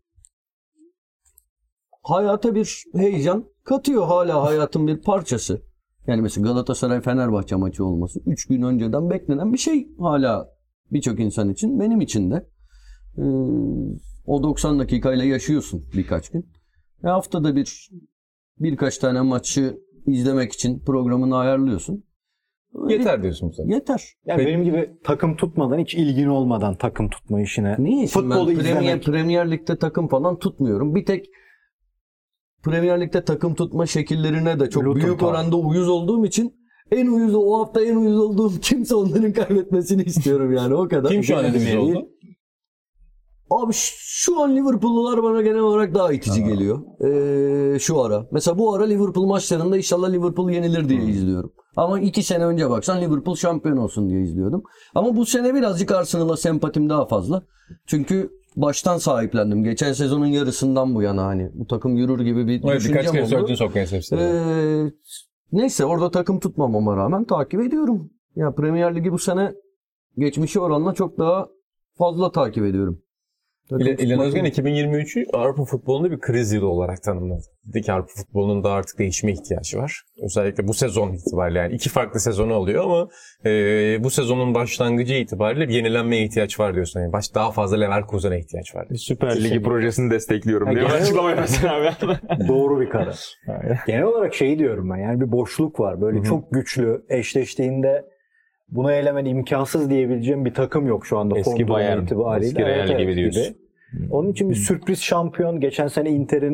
Speaker 4: hayata bir heyecan katıyor, hala hayatın bir parçası. Yani mesela Galatasaray-Fenerbahçe maçı olması üç gün önceden beklenen bir şey hala birçok insan için, benim için de. E, o doksan dakikayla yaşıyorsun birkaç gün. E, haftada bir birkaç tane maçı izlemek için programını ayarlıyorsun. Öyle-
Speaker 2: Yeter diyorsun sen.
Speaker 4: Yeter.
Speaker 5: Yani
Speaker 2: Peki.
Speaker 5: benim gibi takım tutmadan, hiç ilgin olmadan takım tutma işine.
Speaker 4: Niye? Şimdi
Speaker 5: Futbolu
Speaker 4: ben Premier,
Speaker 5: izlemek.
Speaker 4: Premier Lig'de takım falan tutmuyorum. Bir tek Premier Lig'de takım tutma şekillerine de çok
Speaker 5: Luton
Speaker 4: büyük
Speaker 5: Town.
Speaker 4: oranda uyuz olduğum için en uyuz o hafta en uyuz olduğum kimse onların kaybetmesini istiyorum yani o kadar.
Speaker 2: Kim şu an
Speaker 5: Benim
Speaker 2: en
Speaker 5: değil.
Speaker 2: oldu?
Speaker 4: Abi ş- şu an Liverpool'lular bana genel olarak daha itici geliyor. Ee, şu ara. Mesela bu ara Liverpool maçlarında inşallah Liverpool yenilir diye izliyorum. Ama iki sene önce baksan Liverpool şampiyon olsun diye izliyordum. Ama bu sene birazcık Arsenal'a sempatim daha fazla. Çünkü baştan sahiplendim. Geçen sezonun yarısından bu yana hani bu takım yürür gibi bir
Speaker 2: Evet, birkaç
Speaker 4: düşüncem
Speaker 2: kere
Speaker 4: oldu.
Speaker 2: söyledin Sokrates F C'de.
Speaker 4: Ee, neyse orada takım tutmamama rağmen takip ediyorum. Ya Premier Ligi bu sene geçmişi oranla çok daha fazla takip ediyorum. Takım
Speaker 2: İl- İlhan
Speaker 4: tutmak-
Speaker 2: Özgen iki bin yirmi üçü Avrupa futbolunda bir kriz yılı olarak tanımladı. Dedi ki Avrupa futbolunun da artık değişme ihtiyacı var. Özellikle bu sezon itibariyle yani iki farklı sezonu oluyor ama e, bu sezonun başlangıcı itibariyle bir yenilenmeye ihtiyaç var diyorsun. Yani baş, daha fazla Leverkusen'e ihtiyaç var diyorsun.
Speaker 3: Süper Ligi projesini destekliyorum
Speaker 5: Ha,
Speaker 3: diye
Speaker 5: genel-
Speaker 3: açıklama yapıyorsun abi.
Speaker 5: Doğru bir karar. Genel olarak şeyi diyorum ben. Yani bir boşluk var. Böyle
Speaker 2: Hı hı.
Speaker 5: çok güçlü eşleştiğinde bunu elemen imkansız diyebileceğim bir takım yok şu anda.
Speaker 3: Eski
Speaker 5: form durumu
Speaker 3: Bayern,
Speaker 5: itibariyle.
Speaker 3: eski Real
Speaker 5: Evet,
Speaker 3: gibi
Speaker 5: evet,
Speaker 3: diyorsun.
Speaker 5: Onun için bir sürpriz şampiyon. Geçen sene Inter'in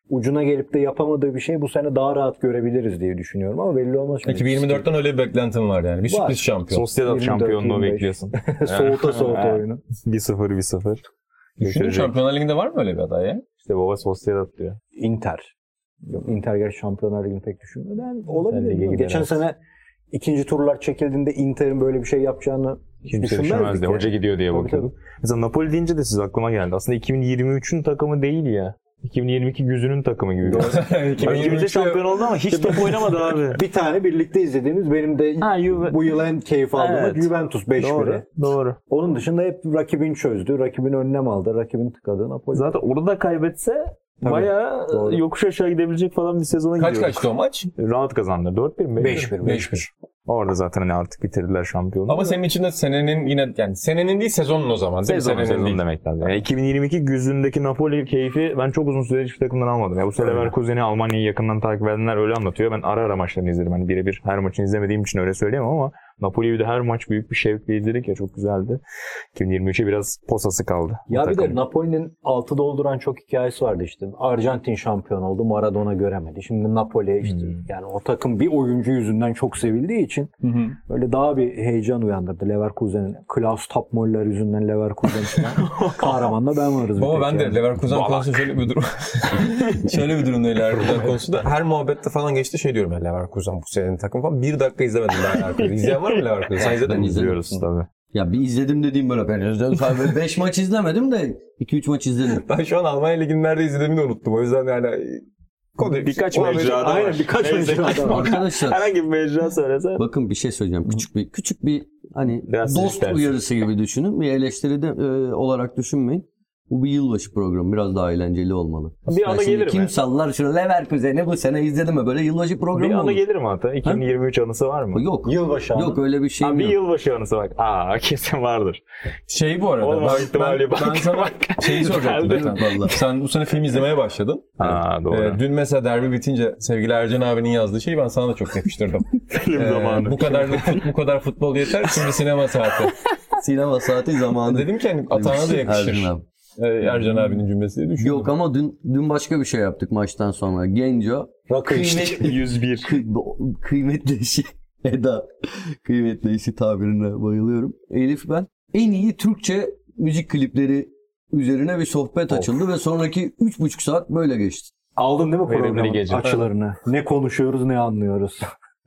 Speaker 5: ucuna gelip de yapamadığı bir şey bu sene daha rahat görebiliriz diye düşünüyorum ama belli olmaz.
Speaker 2: iki bin yirmi dörtten öyle bir beklentim var yani. Bir
Speaker 5: Var.
Speaker 2: sürpriz şampiyon.
Speaker 3: Sociedad şampiyonluğu bekliyorsun.
Speaker 5: soğuta soğuta oyunu.
Speaker 3: bir sıfır bir sıfır.
Speaker 2: Düşünün Şampiyonlar Ligi'nde var mı öyle bir aday ya?
Speaker 3: İşte baba Sociedad diyor.
Speaker 5: Inter. Yok, Inter gerçi Şampiyonlar Ligi'ni pek düşünmeden olabilir.
Speaker 3: Lige
Speaker 5: Geçen
Speaker 3: gider,
Speaker 5: sene ikinci turlar çekildiğinde Inter'in böyle bir şey yapacağını
Speaker 3: Kimse
Speaker 5: düşünmezdik
Speaker 3: düşünmezdi.
Speaker 5: yani.
Speaker 3: Hoca gidiyor diye
Speaker 5: Tabii,
Speaker 3: bakıyorduk. Mesela Napoli deyince de siz aklıma geldi. Aslında iki bin yirmi üçün takımı değil ya. iki bin yirmi iki güzünün takımı gibi. iki bin yirmi üçte şampiyon oldu ama hiç top oynamadı abi.
Speaker 5: Bir tane birlikte izlediğimiz benim de
Speaker 3: Ha, Juve-
Speaker 5: bu yıl en keyif aldığım
Speaker 3: Evet.
Speaker 5: Juventus beş bire.
Speaker 3: Doğru. Doğru.
Speaker 5: Onun dışında hep rakibin çözdü, rakibin önlem aldı, rakibin tıkadığı Napoli.
Speaker 3: Zaten orada da kaybetse
Speaker 5: Tabii,
Speaker 3: bayağı
Speaker 5: doğru.
Speaker 3: yokuş aşağı gidebilecek falan bir sezona
Speaker 2: Kaç
Speaker 3: gidiyoruz.
Speaker 2: kaçtı o maç?
Speaker 3: Rahat kazandı. dört bir mi?
Speaker 5: beş bir.
Speaker 2: beş bir.
Speaker 3: Orada zaten hani artık bitirdiler şampiyonluğu.
Speaker 2: Ama senin için de senenin yine yani senenin değil sezonun o zaman. Değil mi?
Speaker 3: Sezon,
Speaker 2: Senenin
Speaker 3: sezon
Speaker 2: değil.
Speaker 3: demek lazım. Yani iki bin yirmi iki güzündeki Napoli keyfi ben çok uzun süredir hiçbir takımdan almadım. Ya bu sene Leverkusen'i Almanya'yı yakından takip edenler öyle anlatıyor. Ben ara ara maçlarını izledim. Hani birebir her maçını izlemediğim için öyle söyleyemem ama Napoli'yi bir de her maç büyük bir şevkle izledik ya, çok güzeldi. iki bin yirmi üçe biraz posası kaldı.
Speaker 5: Ya bir de
Speaker 3: takım.
Speaker 5: Napoli'nin altı dolduran çok hikayesi vardı işte. Arjantin şampiyon oldu, Maradona göremedi. Şimdi Napoli işte
Speaker 3: Hmm.
Speaker 5: yani o takım bir oyuncu yüzünden çok sevildiği için
Speaker 2: Hı hı.
Speaker 5: böyle daha bir heyecan uyandırdı. Leverkusen'in Klaus Toppmöller yüzünden Leverkusen falan kahramanla ben varız.
Speaker 2: Baba
Speaker 5: bir
Speaker 2: ben
Speaker 5: tek
Speaker 2: de
Speaker 5: yani.
Speaker 2: Leverkusen
Speaker 3: Balak.
Speaker 2: konusunda şöyle bir durum. şöyle bir durumda Leverkusen konusunda. Her muhabbette falan geçti şey diyorum ya, Leverkusen bu senenin takım falan. Bir dakika izlemedim ben Leverkusen'i. İzleyen var mı Leverkusen? Sen izledin
Speaker 4: Ben
Speaker 2: mi?
Speaker 4: izledim.
Speaker 3: İzliyoruz tabii.
Speaker 4: Ya bir izledim dediğim böyle ben izledim. Sadece beş maç izlemedim de iki üç maç izledim.
Speaker 2: Ben şu an Almanya Ligi'nin nerede izlediğimi de unuttum. O yüzden yani konu
Speaker 3: Birkaç
Speaker 2: Ona
Speaker 3: mecrada
Speaker 2: böyle-
Speaker 3: var.
Speaker 5: Aynen birkaç
Speaker 3: Neyse.
Speaker 5: mecrada var.
Speaker 4: Arkadaşlar
Speaker 3: Herhangi bir mecra söylesen.
Speaker 4: bakın bir şey söyleyeceğim. Küçük bir küçük bir hani
Speaker 3: Biraz
Speaker 4: dost
Speaker 3: istersin.
Speaker 4: uyarısı gibi düşünün. Bir eleştiri de e, olarak düşünmeyin. Bu bir yılbaşı programı. Biraz daha eğlenceli olmalı.
Speaker 3: Bir
Speaker 4: Ya
Speaker 3: ana
Speaker 4: şimdi
Speaker 3: gelir mi?
Speaker 4: kim sallar şunu Leverkusen'i bu sene izledim mi? Böyle yılbaşı programı
Speaker 3: Bir
Speaker 4: mı
Speaker 3: anı
Speaker 4: olur?
Speaker 3: gelir mi hatta? iki bin yirmi üç anısı var mı?
Speaker 4: Yok.
Speaker 5: Yılbaşı anı.
Speaker 4: Yok öyle bir şey
Speaker 3: Ha, bir
Speaker 4: yok.
Speaker 3: yılbaşı anısı bak. Aa kesin vardır.
Speaker 2: Şey bu arada
Speaker 3: Olma
Speaker 2: ben,
Speaker 3: ihtimali
Speaker 2: ben,
Speaker 3: bak.
Speaker 2: ben sana şeyi soracaktım.
Speaker 3: Geldi.
Speaker 2: zaten.
Speaker 4: Vallahi.
Speaker 2: Sen bu sene film izlemeye başladın.
Speaker 3: Ha doğru.
Speaker 2: Ee, dün mesela derbi bitince sevgili Ercan abinin yazdığı şeyi ben sana da çok yakıştırdım.
Speaker 3: Film
Speaker 2: Ee,
Speaker 3: zamanı.
Speaker 2: bu kadar bu kadar futbol yeter, şimdi sinema saati.
Speaker 4: Sinema saati zamanı.
Speaker 2: Dedim ki hani atağına da yakışır.
Speaker 4: Ercan abi.
Speaker 2: Ee, Ercan abinin cümlesi diye düşündüm.
Speaker 4: Yok ama dün dün başka bir şey yaptık maçtan sonra. Genco
Speaker 5: Rakı içtik.
Speaker 4: kıymet,
Speaker 3: yüz bir.
Speaker 4: kı- kıymetli eşi Eda kıymetli eşi tabirine bayılıyorum. Elif ben en iyi Türkçe müzik klipleri üzerine bir sohbet açıldı ve sonraki üç buçuk saat böyle geçti.
Speaker 5: Aldın değil mi
Speaker 3: Verimli
Speaker 5: programın
Speaker 3: gece.
Speaker 5: açılarını? Ne konuşuyoruz ne anlıyoruz.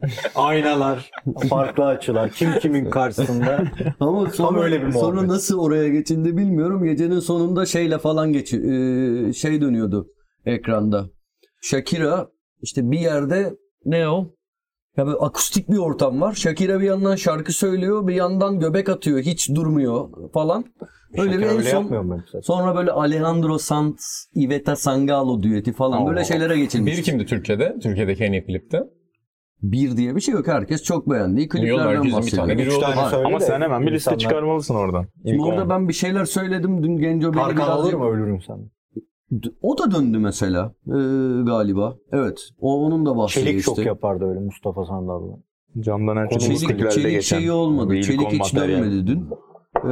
Speaker 5: Aynalar, farklı açılar, kim kimin karşısında.
Speaker 4: Ama sonra,
Speaker 5: öyle bir muhabbet.
Speaker 4: sonra nasıl oraya geçildi bilmiyorum. Gecenin sonunda şeyle falan geçi e, şey dönüyordu ekranda. Shakira işte bir yerde ne o? Ya böyle akustik bir ortam var. Shakira bir yandan şarkı söylüyor, bir yandan göbek atıyor, hiç durmuyor falan. Öyle bir en
Speaker 5: öyle
Speaker 4: son
Speaker 5: yapmıyorum ben mesela.
Speaker 4: sonra böyle Alejandro Sanz, Iveta Sangalo düeti falan böyle
Speaker 5: Aa.
Speaker 4: şeylere geçilmiş.
Speaker 2: Bir kimdi Türkiye'de? Türkiye'deki en iyi klipte.
Speaker 4: Bir diye bir şey yok. Herkes çok beğendiği
Speaker 2: Milyon
Speaker 4: kliplerden
Speaker 2: herkesin bir
Speaker 4: bahsediyor.
Speaker 2: tane biri
Speaker 5: Üç
Speaker 2: oldu.
Speaker 5: tane
Speaker 4: Var.
Speaker 5: söyle
Speaker 3: Ama
Speaker 5: de
Speaker 3: sen hemen bir liste
Speaker 5: insanlar-
Speaker 3: çıkarmalısın oradan.
Speaker 4: Şimdi
Speaker 3: İlk
Speaker 4: orada
Speaker 3: on.
Speaker 4: ben bir şeyler söyledim. Dün Genco beni
Speaker 5: Tarkan olur
Speaker 4: birazcık...
Speaker 5: mu ölürüm sen?
Speaker 4: O da döndü mesela ee, galiba. Evet. O, onun da bahsi
Speaker 5: Çelik
Speaker 4: geçti.
Speaker 5: çok yapardı öyle Mustafa Sandal'la.
Speaker 3: Camdan en çok
Speaker 4: Çelik,
Speaker 3: mustiklerde
Speaker 4: çelik
Speaker 3: geçen.
Speaker 4: şeyi olmadı.
Speaker 3: bir ilk
Speaker 4: Çelik
Speaker 3: on
Speaker 4: hiç
Speaker 3: materyal.
Speaker 4: dönmedi dün. Ee,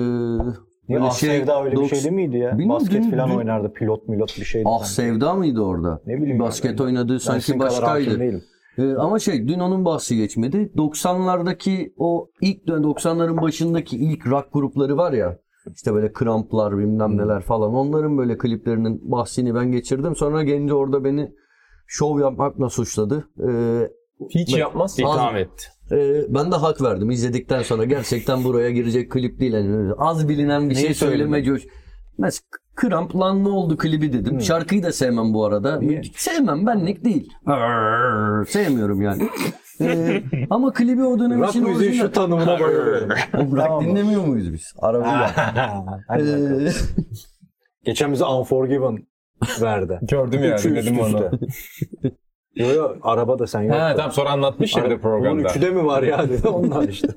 Speaker 5: Niye
Speaker 4: böyle
Speaker 5: Ah Sevda öyle bir
Speaker 4: doksan
Speaker 5: şey değil miydi ya?
Speaker 4: Bilmiyorum,
Speaker 5: Basket
Speaker 4: dün-
Speaker 5: falan
Speaker 4: dün-
Speaker 5: oynardı. Pilot milot bir şeydi.
Speaker 4: Ah
Speaker 5: sanki.
Speaker 4: Sevda mıydı orada?
Speaker 5: Ne bileyim.
Speaker 4: Basket
Speaker 5: ben.
Speaker 4: oynadığı
Speaker 5: Ben
Speaker 4: sanki
Speaker 5: sizin kadar hakim
Speaker 4: başkaydı.
Speaker 5: değilim.
Speaker 4: Ee, ama şey dün onun bahsi geçmedi. doksanlardaki o ilk dön doksanların başındaki ilk rock grupları var ya. İşte böyle Kramplar bilmem neler falan. Onların böyle kliplerinin bahsini ben geçirdim. Sonra Genco orada beni şov yapmakla suçladı. Ee,
Speaker 2: Hiç
Speaker 4: Ben-
Speaker 2: yapmaz.
Speaker 3: İtham etti.
Speaker 4: Ee, ben de hak verdim izledikten sonra. Gerçekten buraya girecek klip değil. Yani az bilinen bir
Speaker 5: Neyi
Speaker 4: şey söyleme
Speaker 5: söyledin?
Speaker 4: coş. Mesela Kramp lan ne oldu klibi dedim.
Speaker 5: Hmm.
Speaker 4: Şarkıyı da sevmem bu arada.
Speaker 5: Niye?
Speaker 4: Sevmem benlik değil. Arr, sevmiyorum yani. Ee, ama klibi o dönem
Speaker 5: Rock
Speaker 4: için
Speaker 5: müziğin şu
Speaker 4: orijinal.
Speaker 5: tanımına bayılıyorum.
Speaker 4: Rock
Speaker 5: Tamam.
Speaker 4: dinlemiyor muyuz biz? Arabıyla.
Speaker 5: Hadi bakalım.
Speaker 4: Ee,
Speaker 5: Geçen bize Unforgiven verdi.
Speaker 2: Gördüm yani,
Speaker 5: Üçü üst
Speaker 2: dedim onu.
Speaker 5: üste. Yo yo arabada sen yok.
Speaker 2: Ha tamam, sonra anlatmış ya bir de
Speaker 5: Bunun
Speaker 2: programda.
Speaker 5: üçü de mi var ya dedi. Onlar işte.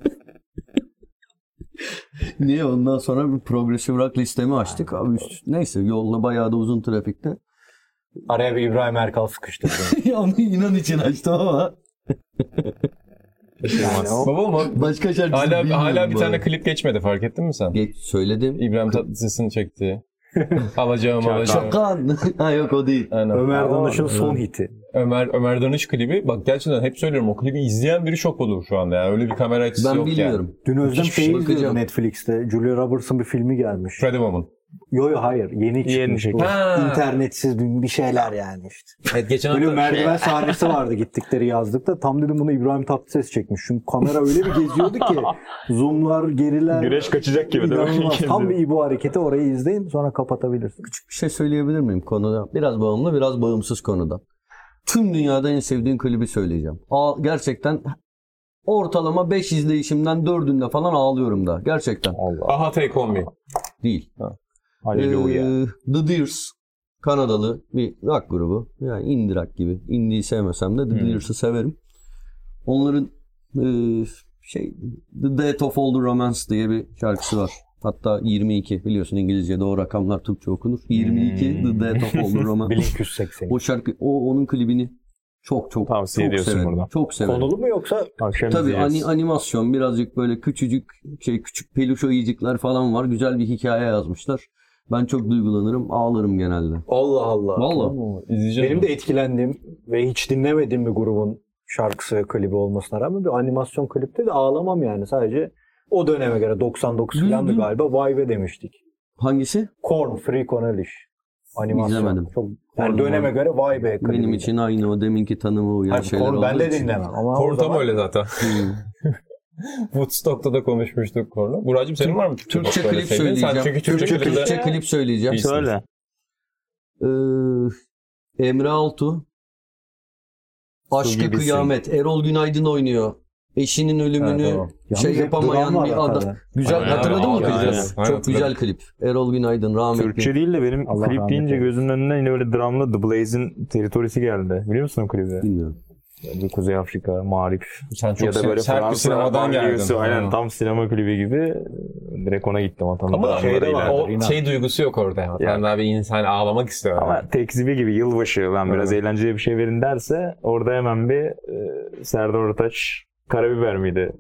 Speaker 4: Niye? Ondan sonra bir progressive rock listemi açtık. Abi üst, neyse yolda bayağı da uzun trafikte.
Speaker 5: Araya bir İbrahim Erkal sıkıştırdı.
Speaker 4: Ya onu inan için açtım ama.
Speaker 5: Yani o
Speaker 2: Baba ama
Speaker 4: Başka şarkısı
Speaker 2: hala
Speaker 4: bilmiyorum
Speaker 2: hala bir
Speaker 4: bu
Speaker 2: tane
Speaker 4: arada.
Speaker 2: klip geçmedi, fark ettin mi sen?
Speaker 4: Geç söyledim.
Speaker 2: İbrahim Tatlıses'in çektiği. Alacağım alacağım.
Speaker 4: Şakan. Ha yok o değil.
Speaker 2: Aynen.
Speaker 5: Ömer Danış'ın son hiti.
Speaker 2: Ömer Ömer Danış klibi. Bak gerçekten hep söylüyorum, o klibi izleyen biri şok olur şu anda. Yani öyle bir kamera açısı
Speaker 4: Ben
Speaker 2: yok
Speaker 4: bilmiyorum.
Speaker 5: Dün Özlem
Speaker 2: Hiçbir
Speaker 5: şeyi
Speaker 2: şey
Speaker 5: izliyordu
Speaker 4: bakacağım.
Speaker 5: Netflix'te. Julia Roberts'ın bir filmi gelmiş.
Speaker 2: Pretty Woman.
Speaker 5: Yo yo hayır. Yeni çıkmış
Speaker 3: Yeni
Speaker 5: bu.
Speaker 2: Ha.
Speaker 5: İnternetsiz bir şeyler yani işte.
Speaker 2: Evet, geçen
Speaker 5: Böyle
Speaker 2: hafta
Speaker 5: merdiven sahnesi vardı gittikleri yazlıkta. Tam dedim bunu İbrahim Tatlıses çekmiş. Çünkü kamera öyle bir geziyordu ki. Zoomlar, geriler.
Speaker 3: Güneş kaçacak gibi değil mi?
Speaker 5: İnanılmaz.
Speaker 3: İkimiz
Speaker 5: Tam
Speaker 3: de.
Speaker 5: bir İbo hareketi, orayı izleyin sonra kapatabilirsiniz.
Speaker 4: Küçük bir şey söyleyebilir miyim konuda? Biraz bağımlı, biraz bağımsız konuda. Tüm dünyada en sevdiğim klibi söyleyeceğim. Aa, gerçekten ortalama beş izleyişimden dördünde falan ağlıyorum da. Gerçekten.
Speaker 3: Allah.
Speaker 2: Aha Take On Me.
Speaker 4: Değil.
Speaker 3: Hallelujah.
Speaker 4: Ee, The Deers. Kanadalı bir rock grubu. Yani indie rock gibi. Indie'yi sevmesem de The
Speaker 3: Hmm.
Speaker 4: Deers'ı severim. Onların e, şey The Death of All the Romance diye bir şarkısı var. Hatta yirmi iki, biliyorsun İngilizce'de o rakamlar Türkçe okunur. yirmi iki
Speaker 3: Hmm.
Speaker 4: The Death of All the Romance.
Speaker 5: Blink yüz seksen.
Speaker 4: O şarkı, o onun klibini çok çok
Speaker 3: Tavsiye
Speaker 4: çok
Speaker 3: ediyorsun
Speaker 4: severim.
Speaker 3: buradan.
Speaker 4: Çok severim.
Speaker 5: Konulu mu yoksa?
Speaker 3: Akşam
Speaker 4: Tabii
Speaker 3: izleyeceğiz.
Speaker 4: ani, animasyon, birazcık böyle küçücük şey küçük peluş ayıcıklar falan var. Güzel bir hikaye yazmışlar. Ben çok duygulanırım, ağlarım genelde.
Speaker 5: Allah Allah.
Speaker 4: Vallahi.
Speaker 2: İzleyeceğim.
Speaker 5: Benim de etkilendiğim ve hiç dinlemediğim bir grubun şarkısı ve klibi olmasına rağmen bir animasyon klipte de ağlamam yani. Sadece o döneme göre doksan dokuz falandı galiba. Vay be demiştik.
Speaker 4: Hangisi?
Speaker 5: Korn, Freak on a Leash. Animasyon.
Speaker 4: İzlemedim.
Speaker 5: Çok, yani
Speaker 4: Korn
Speaker 5: döneme
Speaker 4: var.
Speaker 5: göre vay be klibi.
Speaker 4: Benim için aynı o deminki tanıma uyan
Speaker 5: Hayır,
Speaker 4: şeyler
Speaker 5: Korn
Speaker 4: olduğu
Speaker 5: ben de
Speaker 4: için.
Speaker 5: dinlemem. Ama o
Speaker 2: Korn tam
Speaker 5: zaman
Speaker 2: öyle zaten.
Speaker 4: Hmm.
Speaker 2: Woodstock'ta da konuşmuştuk Korn'u. Buracığım senin var mı?
Speaker 4: Türkçe
Speaker 2: böyle
Speaker 4: klip
Speaker 2: sevdiğin?
Speaker 4: söyleyeceğim.
Speaker 2: Sen çünkü Türkçe,
Speaker 4: Türkçe,
Speaker 2: klipte...
Speaker 4: Türkçe klip söyleyeceğim.
Speaker 2: İyisin.
Speaker 3: Söyle.
Speaker 4: Ee, Emre Altuğ, Aşkı
Speaker 3: gibisin.
Speaker 4: Kıyamet. Erol Günaydın oynuyor. Eşinin ölümünü
Speaker 2: Ha, tamam.
Speaker 5: Yalnız
Speaker 4: şey
Speaker 5: hep
Speaker 4: yapamayan
Speaker 5: dram var
Speaker 4: bir
Speaker 5: hakikaten.
Speaker 4: adam. Güzel,
Speaker 3: Aynen,
Speaker 4: hatırladın mı
Speaker 3: aynen,
Speaker 4: klibi?
Speaker 3: aynen.
Speaker 2: Aynen,
Speaker 4: Çok güzel klip. Erol Günaydın rahmetli.
Speaker 3: Türkçe değil de benim
Speaker 5: Allah
Speaker 3: klip
Speaker 5: rahmet
Speaker 3: deyince
Speaker 5: eylesin.
Speaker 3: gözümün önüne yine öyle dramlı The Blaze'in Territory'si geldi. Biliyor musun o klibi?
Speaker 4: Bilmiyorum.
Speaker 3: Bir Kuzey Afrika, Mağrip.
Speaker 2: Sen çok
Speaker 3: Ya da böyle
Speaker 2: sert bir
Speaker 3: Fransa
Speaker 2: sinemadan geldin.
Speaker 3: banliyosu, aynen
Speaker 2: Ha.
Speaker 3: tam sinema klibi gibi. Direkt ona gittim atamda.
Speaker 2: Ama
Speaker 5: şeyde var,
Speaker 2: o
Speaker 5: inan.
Speaker 2: şey duygusu yok orada ya.
Speaker 3: Ya.
Speaker 2: Yani abi insan ağlamak istiyor.
Speaker 3: Ama
Speaker 2: yani.
Speaker 3: tekzibi gibi yılbaşı ben biraz
Speaker 2: Evet.
Speaker 3: eğlenceli bir şey verin derse orada hemen bir e, Serdar Ortaç karabiber miydi?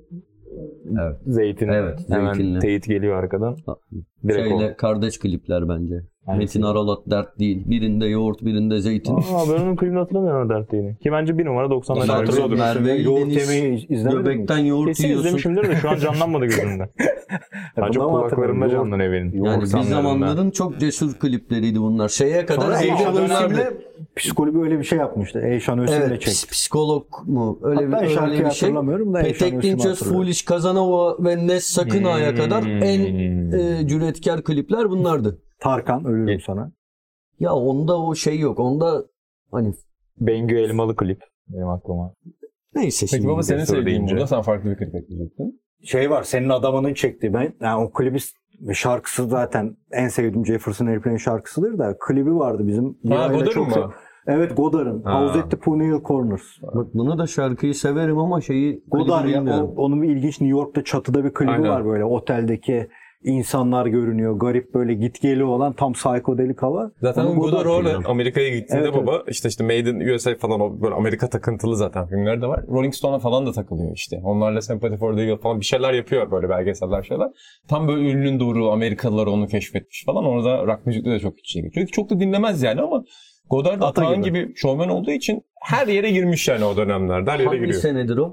Speaker 4: Evet.
Speaker 3: Zeytin.
Speaker 4: Evet,
Speaker 3: Hemen
Speaker 4: zeytinli.
Speaker 3: teyit geliyor arkadan. Direkt
Speaker 4: Şeyle kardeş klipler bence.
Speaker 3: Hangisi?
Speaker 4: Metin Aralat dert değil. Birinde yoğurt, birinde zeytin.
Speaker 3: Aa, ben onun klibini hatırlamıyorum o dertliğini. Ki bence bir numara doksanlar
Speaker 4: Merve-
Speaker 3: şarkısı odur.
Speaker 4: Merve
Speaker 5: Yoğurt
Speaker 4: İldeniz
Speaker 5: yemeği izlemedin mi?
Speaker 4: göbekten yoğurt
Speaker 3: Kesin
Speaker 4: yiyorsun.
Speaker 3: izlemişimdir de şu an canlanmadı gözümde. Daha çok
Speaker 5: Bundan mı
Speaker 3: kulaklarımda
Speaker 5: hatırlıyorum?
Speaker 3: canlanıyor benim.
Speaker 4: Yani bir
Speaker 3: doksanlarında.
Speaker 4: zamanların çok cesur klipleriydi bunlar. Şeye kadar
Speaker 5: Sonra Eyşan
Speaker 4: Eyşan Özlem'le
Speaker 5: Özlem'le psikoloji öyle bir şey yapmıştı. Eyşan Özlem'le
Speaker 4: evet,
Speaker 5: çekti.
Speaker 4: ps- psikolog mu? Öyle
Speaker 5: Hatta
Speaker 4: bir,
Speaker 5: şarkıyı
Speaker 4: öyle bir şey.
Speaker 5: hatırlamıyorum da Eyşan
Speaker 4: Petek
Speaker 5: Özlem'i
Speaker 4: Dinçöz,
Speaker 5: hatırlıyorum.
Speaker 4: Foolish Kazanova ve Nes Sakınağ'a kadar en e, cüretkar klipler bunlardı.
Speaker 5: Tarkan ölürüm sana.
Speaker 4: Ya onda o şey yok. Onda hani
Speaker 3: Bengü Elmalı klip benim aklıma.
Speaker 4: neyse
Speaker 2: Peki
Speaker 4: şimdi.
Speaker 2: baba senin
Speaker 3: Destur
Speaker 2: sevdiğin
Speaker 3: deyince.
Speaker 2: burada, sen farklı bir klip ekleyecektin.
Speaker 5: Şey var, senin adamının çektiği, ben yani o klibi ve şarkısı zaten en sevdiğim Jefferson Airplane şarkısıdır da klibi vardı bizim.
Speaker 2: Ha,
Speaker 5: Miray'la
Speaker 2: Godard'ın
Speaker 5: çok
Speaker 2: mı?
Speaker 5: sev- Evet, Godard'ın.
Speaker 2: Ha.
Speaker 5: House at the Puneal Corners.
Speaker 4: Bak bunu da şarkıyı severim ama şeyi
Speaker 5: Godard
Speaker 4: klibi
Speaker 5: ya,
Speaker 4: bilmiyorum.
Speaker 5: o- onun bir ilginç New York'ta çatıda bir klibi
Speaker 2: Aynen.
Speaker 5: var böyle. Oteldeki insanlar görünüyor. Garip böyle git geli olan tam psikodelik hava.
Speaker 2: Zaten
Speaker 5: Onu
Speaker 2: Godard
Speaker 5: Godard
Speaker 2: öyle
Speaker 5: filmi.
Speaker 2: Amerika'ya gittiğinde
Speaker 5: Evet,
Speaker 2: baba işte işte Made in U S A falan, o böyle Amerika takıntılı zaten filmler de var. Rolling Stone'a falan da takılıyor işte. Onlarla Sympathy for the Eagle falan bir şeyler yapıyor, böyle belgeseller şeyler. Tam böyle ünlünün doğru Amerikalılar onu keşfetmiş falan. Orada rock müzikte de çok içine geçiyor. Çok da dinlemez yani ama Godard
Speaker 5: Ata
Speaker 2: Atahan
Speaker 5: gibi.
Speaker 2: gibi şovmen olduğu için her yere girmiş yani o dönemlerde. Her yere
Speaker 4: Hangi
Speaker 2: giriyor.
Speaker 4: senedir o?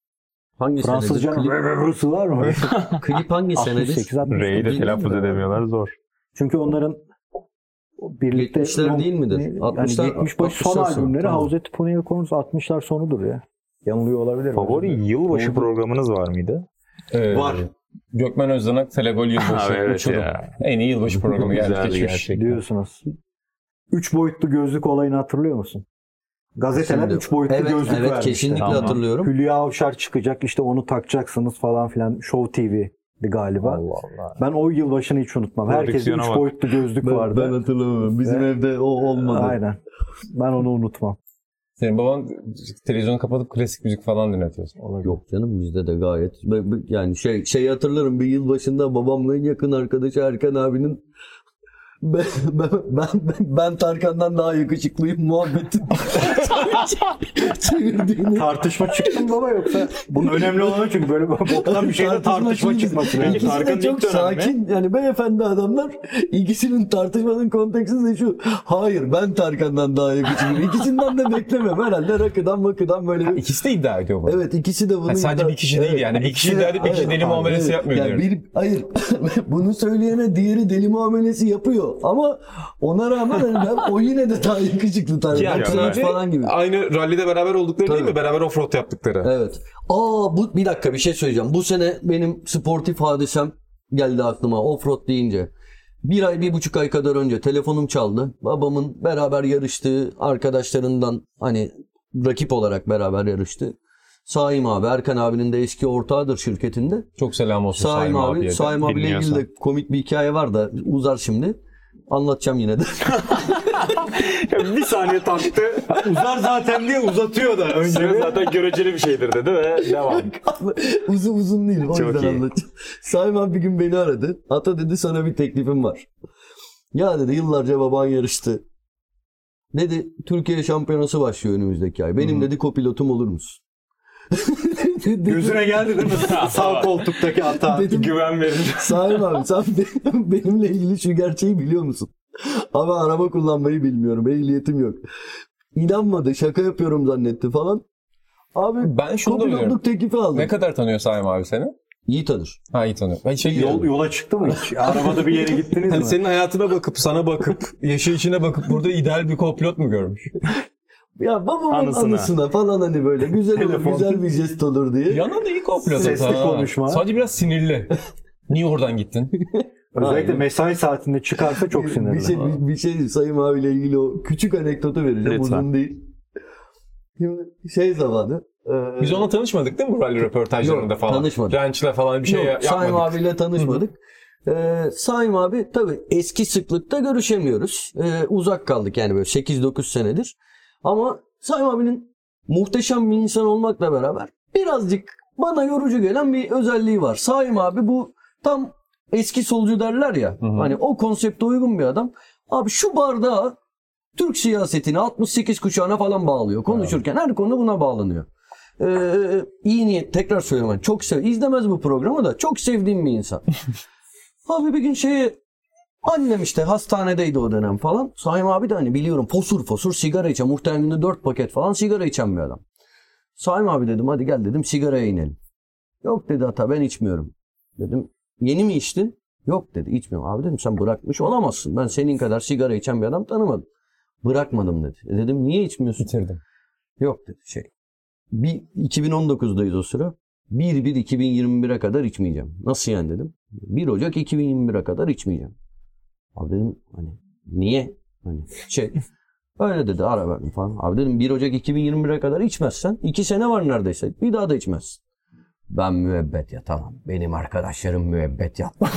Speaker 4: Hangi
Speaker 5: Fransızcanın
Speaker 4: senedir?
Speaker 5: rırırısı var mı?
Speaker 4: Klip, klip hangi
Speaker 5: altmış
Speaker 4: senedir?
Speaker 5: sekiz altmış dokuz
Speaker 3: R'yi de telaffuz
Speaker 5: değil mi?
Speaker 3: edemiyorlar zor.
Speaker 5: Çünkü onların birlikte
Speaker 4: yetmişler değil midir?
Speaker 5: Yani
Speaker 4: altmışlar,
Speaker 5: yetmiş başı son
Speaker 4: altmışlar sonu.
Speaker 5: albümleri
Speaker 4: Tamam.
Speaker 5: House at the Puneal Corners altmışlar sonudur ya. Yanılıyor olabilir.
Speaker 3: Favori yılbaşı programınız var mıydı?
Speaker 2: Ee,
Speaker 5: Var.
Speaker 2: Gökmen Özdanak Telegol Yılbaşı
Speaker 3: Abi evet
Speaker 2: uçurum.
Speaker 3: ya.
Speaker 2: En iyi yılbaşı programı geldi
Speaker 3: Güzeldi
Speaker 2: geçmiş.
Speaker 3: gerçekten.
Speaker 5: diyorsunuz. Üç boyutlu gözlük olayını hatırlıyor musun? Gazeteler
Speaker 4: Şimdi-
Speaker 5: üç boyutlu
Speaker 4: evet,
Speaker 5: gözlük
Speaker 4: evet,
Speaker 5: vermişti.
Speaker 4: kesinlikle
Speaker 3: Tamam.
Speaker 4: hatırlıyorum.
Speaker 5: Hülya Avşar çıkacak, işte onu takacaksınız falan filan. Show T V'di galiba.
Speaker 3: Allah Allah.
Speaker 5: Ben o yılbaşını hiç unutmam. Herkeste
Speaker 3: Prodüksiyona
Speaker 5: üç
Speaker 3: bak.
Speaker 5: boyutlu gözlük vardı.
Speaker 4: Ben hatırlamıyorum. Bizim
Speaker 5: Evet.
Speaker 4: evde o olmadı.
Speaker 5: Aynen. Ben onu unutmam.
Speaker 2: Senin baban televizyonu kapatıp klasik müzik falan dinletiyorsun.
Speaker 4: Yok canım, bizde de gayet. Ben- ben- Yani şey şey hatırlarım, bir yıl başında babamla en yakın arkadaşı Erkan abinin ben, ben, ben, ben Tarkan'dan daha yakışıklıyım muhabbeti çevirdiğini.
Speaker 5: Tartışma çıktı mı baba yoksa? Bunun önemli olanı çünkü böyle boktan bir şeyde tartışma
Speaker 4: şimdi-
Speaker 5: çıkması.
Speaker 3: Peki,
Speaker 4: İkisi
Speaker 3: Tarkan'ın
Speaker 4: de çok
Speaker 3: ilk dönemi mi?
Speaker 4: sakin. Yani beyefendi adamlar, ikisinin tartışmanın konteksti de şu. Hayır, ben Tarkan'dan daha yakışıklıyım. İkisinden de beklemem. Herhalde rakıdan makıdan böyle bir...
Speaker 2: İkisi de iddia ediyor bunu.
Speaker 4: Evet, ikisi de bunu...
Speaker 2: Ha, sadece bir kişi değil yani. Bir kişi iddia edip bir kişi deli muamelesi yapmıyor
Speaker 4: Yani
Speaker 2: diyorum.
Speaker 4: bir, hayır. Bunu söyleyene diğeri deli muamelesi yapıyor. Ama ona rağmen hani ben, o yine de daha yakışıklı Tarkan.
Speaker 2: Yani
Speaker 4: Kılıç falan gibi.
Speaker 2: Aynı rallide beraber oldukları değil
Speaker 4: Tabii.
Speaker 2: mi? Beraber offroad yaptıkları.
Speaker 4: Evet. Aa bu bir dakika bir şey söyleyeceğim. Bu sene benim sportif hadisem geldi aklıma offroad deyince. Bir ay, bir buçuk ay kadar önce telefonum çaldı. Babamın beraber yarıştığı arkadaşlarından, hani rakip olarak beraber yarıştı. Saim abi, Erkan abinin de eski ortağıdır şirketinde.
Speaker 2: Çok selam olsun
Speaker 4: Saim
Speaker 2: Saim
Speaker 4: abi,
Speaker 2: abiye de.
Speaker 4: Saim abiyle ilgili
Speaker 2: Dinliyorsan.
Speaker 4: de komik bir hikaye var da uzar şimdi. Anlatacağım yine de.
Speaker 3: Bir saniye taktı.
Speaker 5: Uzar zaten diye uzatıyor da önce.
Speaker 3: Önce zaten göreceli bir şeydir dedi ve devam.
Speaker 4: uzun uzun değil. O
Speaker 3: Çok
Speaker 4: yüzden
Speaker 3: iyi.
Speaker 4: anlatacağım. Saim abi bir gün beni aradı. Ata dedi, sana bir teklifim var. Ya dedi, yıllarca baban yarıştı. Dedi, Türkiye şampiyonası başlıyor önümüzdeki ay. Benim dedi kopilotum olur musun? Dedim,
Speaker 5: Gözüne geldi değil mi? Sağ koltuktaki hata.
Speaker 4: dedim,
Speaker 3: Güven verici.
Speaker 4: Saim abi sen benim- benimle ilgili şu gerçeği biliyor musun? Ama araba kullanmayı bilmiyorum. Ehliyetim yok. İnanmadı. Şaka yapıyorum zannetti falan. Abi
Speaker 2: Ben şunu da biliyorum.
Speaker 4: kopilotluk teklifi aldım.
Speaker 2: Ne kadar tanıyor Saim abi seni?
Speaker 4: İyi tanır.
Speaker 2: Ha, iyi tanıyor. Ben şey
Speaker 5: Yol, yola çıktı mı hiç? Arabada bir yere gittiniz
Speaker 2: Hani
Speaker 5: mi?
Speaker 2: senin hayatına bakıp, sana bakıp, yaşı içine bakıp burada ideal bir kompilot mu görmüş?
Speaker 4: Ya babamın
Speaker 3: Anısına.
Speaker 4: anısına, falan hani böyle güzel olur,
Speaker 5: Telefon.
Speaker 4: güzel bir jest olur diye.
Speaker 2: Yanında iyi kompilot.
Speaker 5: Sesli
Speaker 2: ha.
Speaker 5: konuşma.
Speaker 2: Sadece biraz sinirli. Niye oradan gittin?
Speaker 5: Özellikle
Speaker 4: Aynen.
Speaker 5: mesai saatinde çıkarsa çok
Speaker 4: bir,
Speaker 5: sinirli.
Speaker 4: bir şey, bir, bir şey Sayın abiyle ilgili o küçük anekdotu vereceğim.
Speaker 3: Lütfen.
Speaker 4: Uzun değil. Şimdi şey zamanı. e,
Speaker 2: Biz onunla tanışmadık değil mi bu rally röportajlarında
Speaker 4: Yok,
Speaker 2: falan?
Speaker 4: tanışmadık.
Speaker 2: Ranch'la falan bir şey
Speaker 4: Yok,
Speaker 2: ya-
Speaker 4: Saim
Speaker 2: yapmadık.
Speaker 4: abiyle tanışmadık. Ee, Saim abi tabii eski sıklıkta görüşemiyoruz. Ee, uzak kaldık yani böyle sekiz dokuz senedir. Ama Saim abinin muhteşem bir insan olmakla beraber birazcık bana yorucu gelen bir özelliği var. Saim abi bu tam eski solcu derler ya.
Speaker 2: Hı hı.
Speaker 4: Hani o konsepte uygun bir adam. Abi şu bardağı Türk siyasetini altmış sekiz kuşağına falan bağlıyor. Konuşurken her konu buna bağlanıyor. Ee, iyi niyet, tekrar söylüyorum. Çok sev, izlemez bu programı da çok sevdiğim bir insan. Abi bir gün şeye, annem işte hastanedeydi o dönem falan. Saim abi de hani biliyorum fosur fosur sigara içen, muhtemelen günde dört paket falan sigara içen bir adam. Saim abi dedim, hadi gel dedim, sigaraya inelim. Yok dedi, hata ben içmiyorum. Dedim, yeni mi içtin? Yok dedi, içmiyorum. Abi dedim, sen bırakmış olamazsın. Ben senin kadar sigara içen bir adam tanımadım. Bırakmadım dedi. E dedim, niye içmiyorsun?
Speaker 2: Bitirdim.
Speaker 4: Yok dedi şey. Bir, iki bin on dokuzdayız o sıra. bir bir iki bin yirmi bire kadar içmeyeceğim. Nasıl yani dedim. bir Ocak iki bin yirmi bire kadar içmeyeceğim. Abi dedim hani niye? Hani şey öyle dedi, ara verdim falan. Abi dedim bir Ocak iki bin yirmi bire kadar içmezsen iki sene var neredeyse. Bir daha da içmezsin. Ben müebbet yatamam. Benim arkadaşlarım müebbet yatmaz.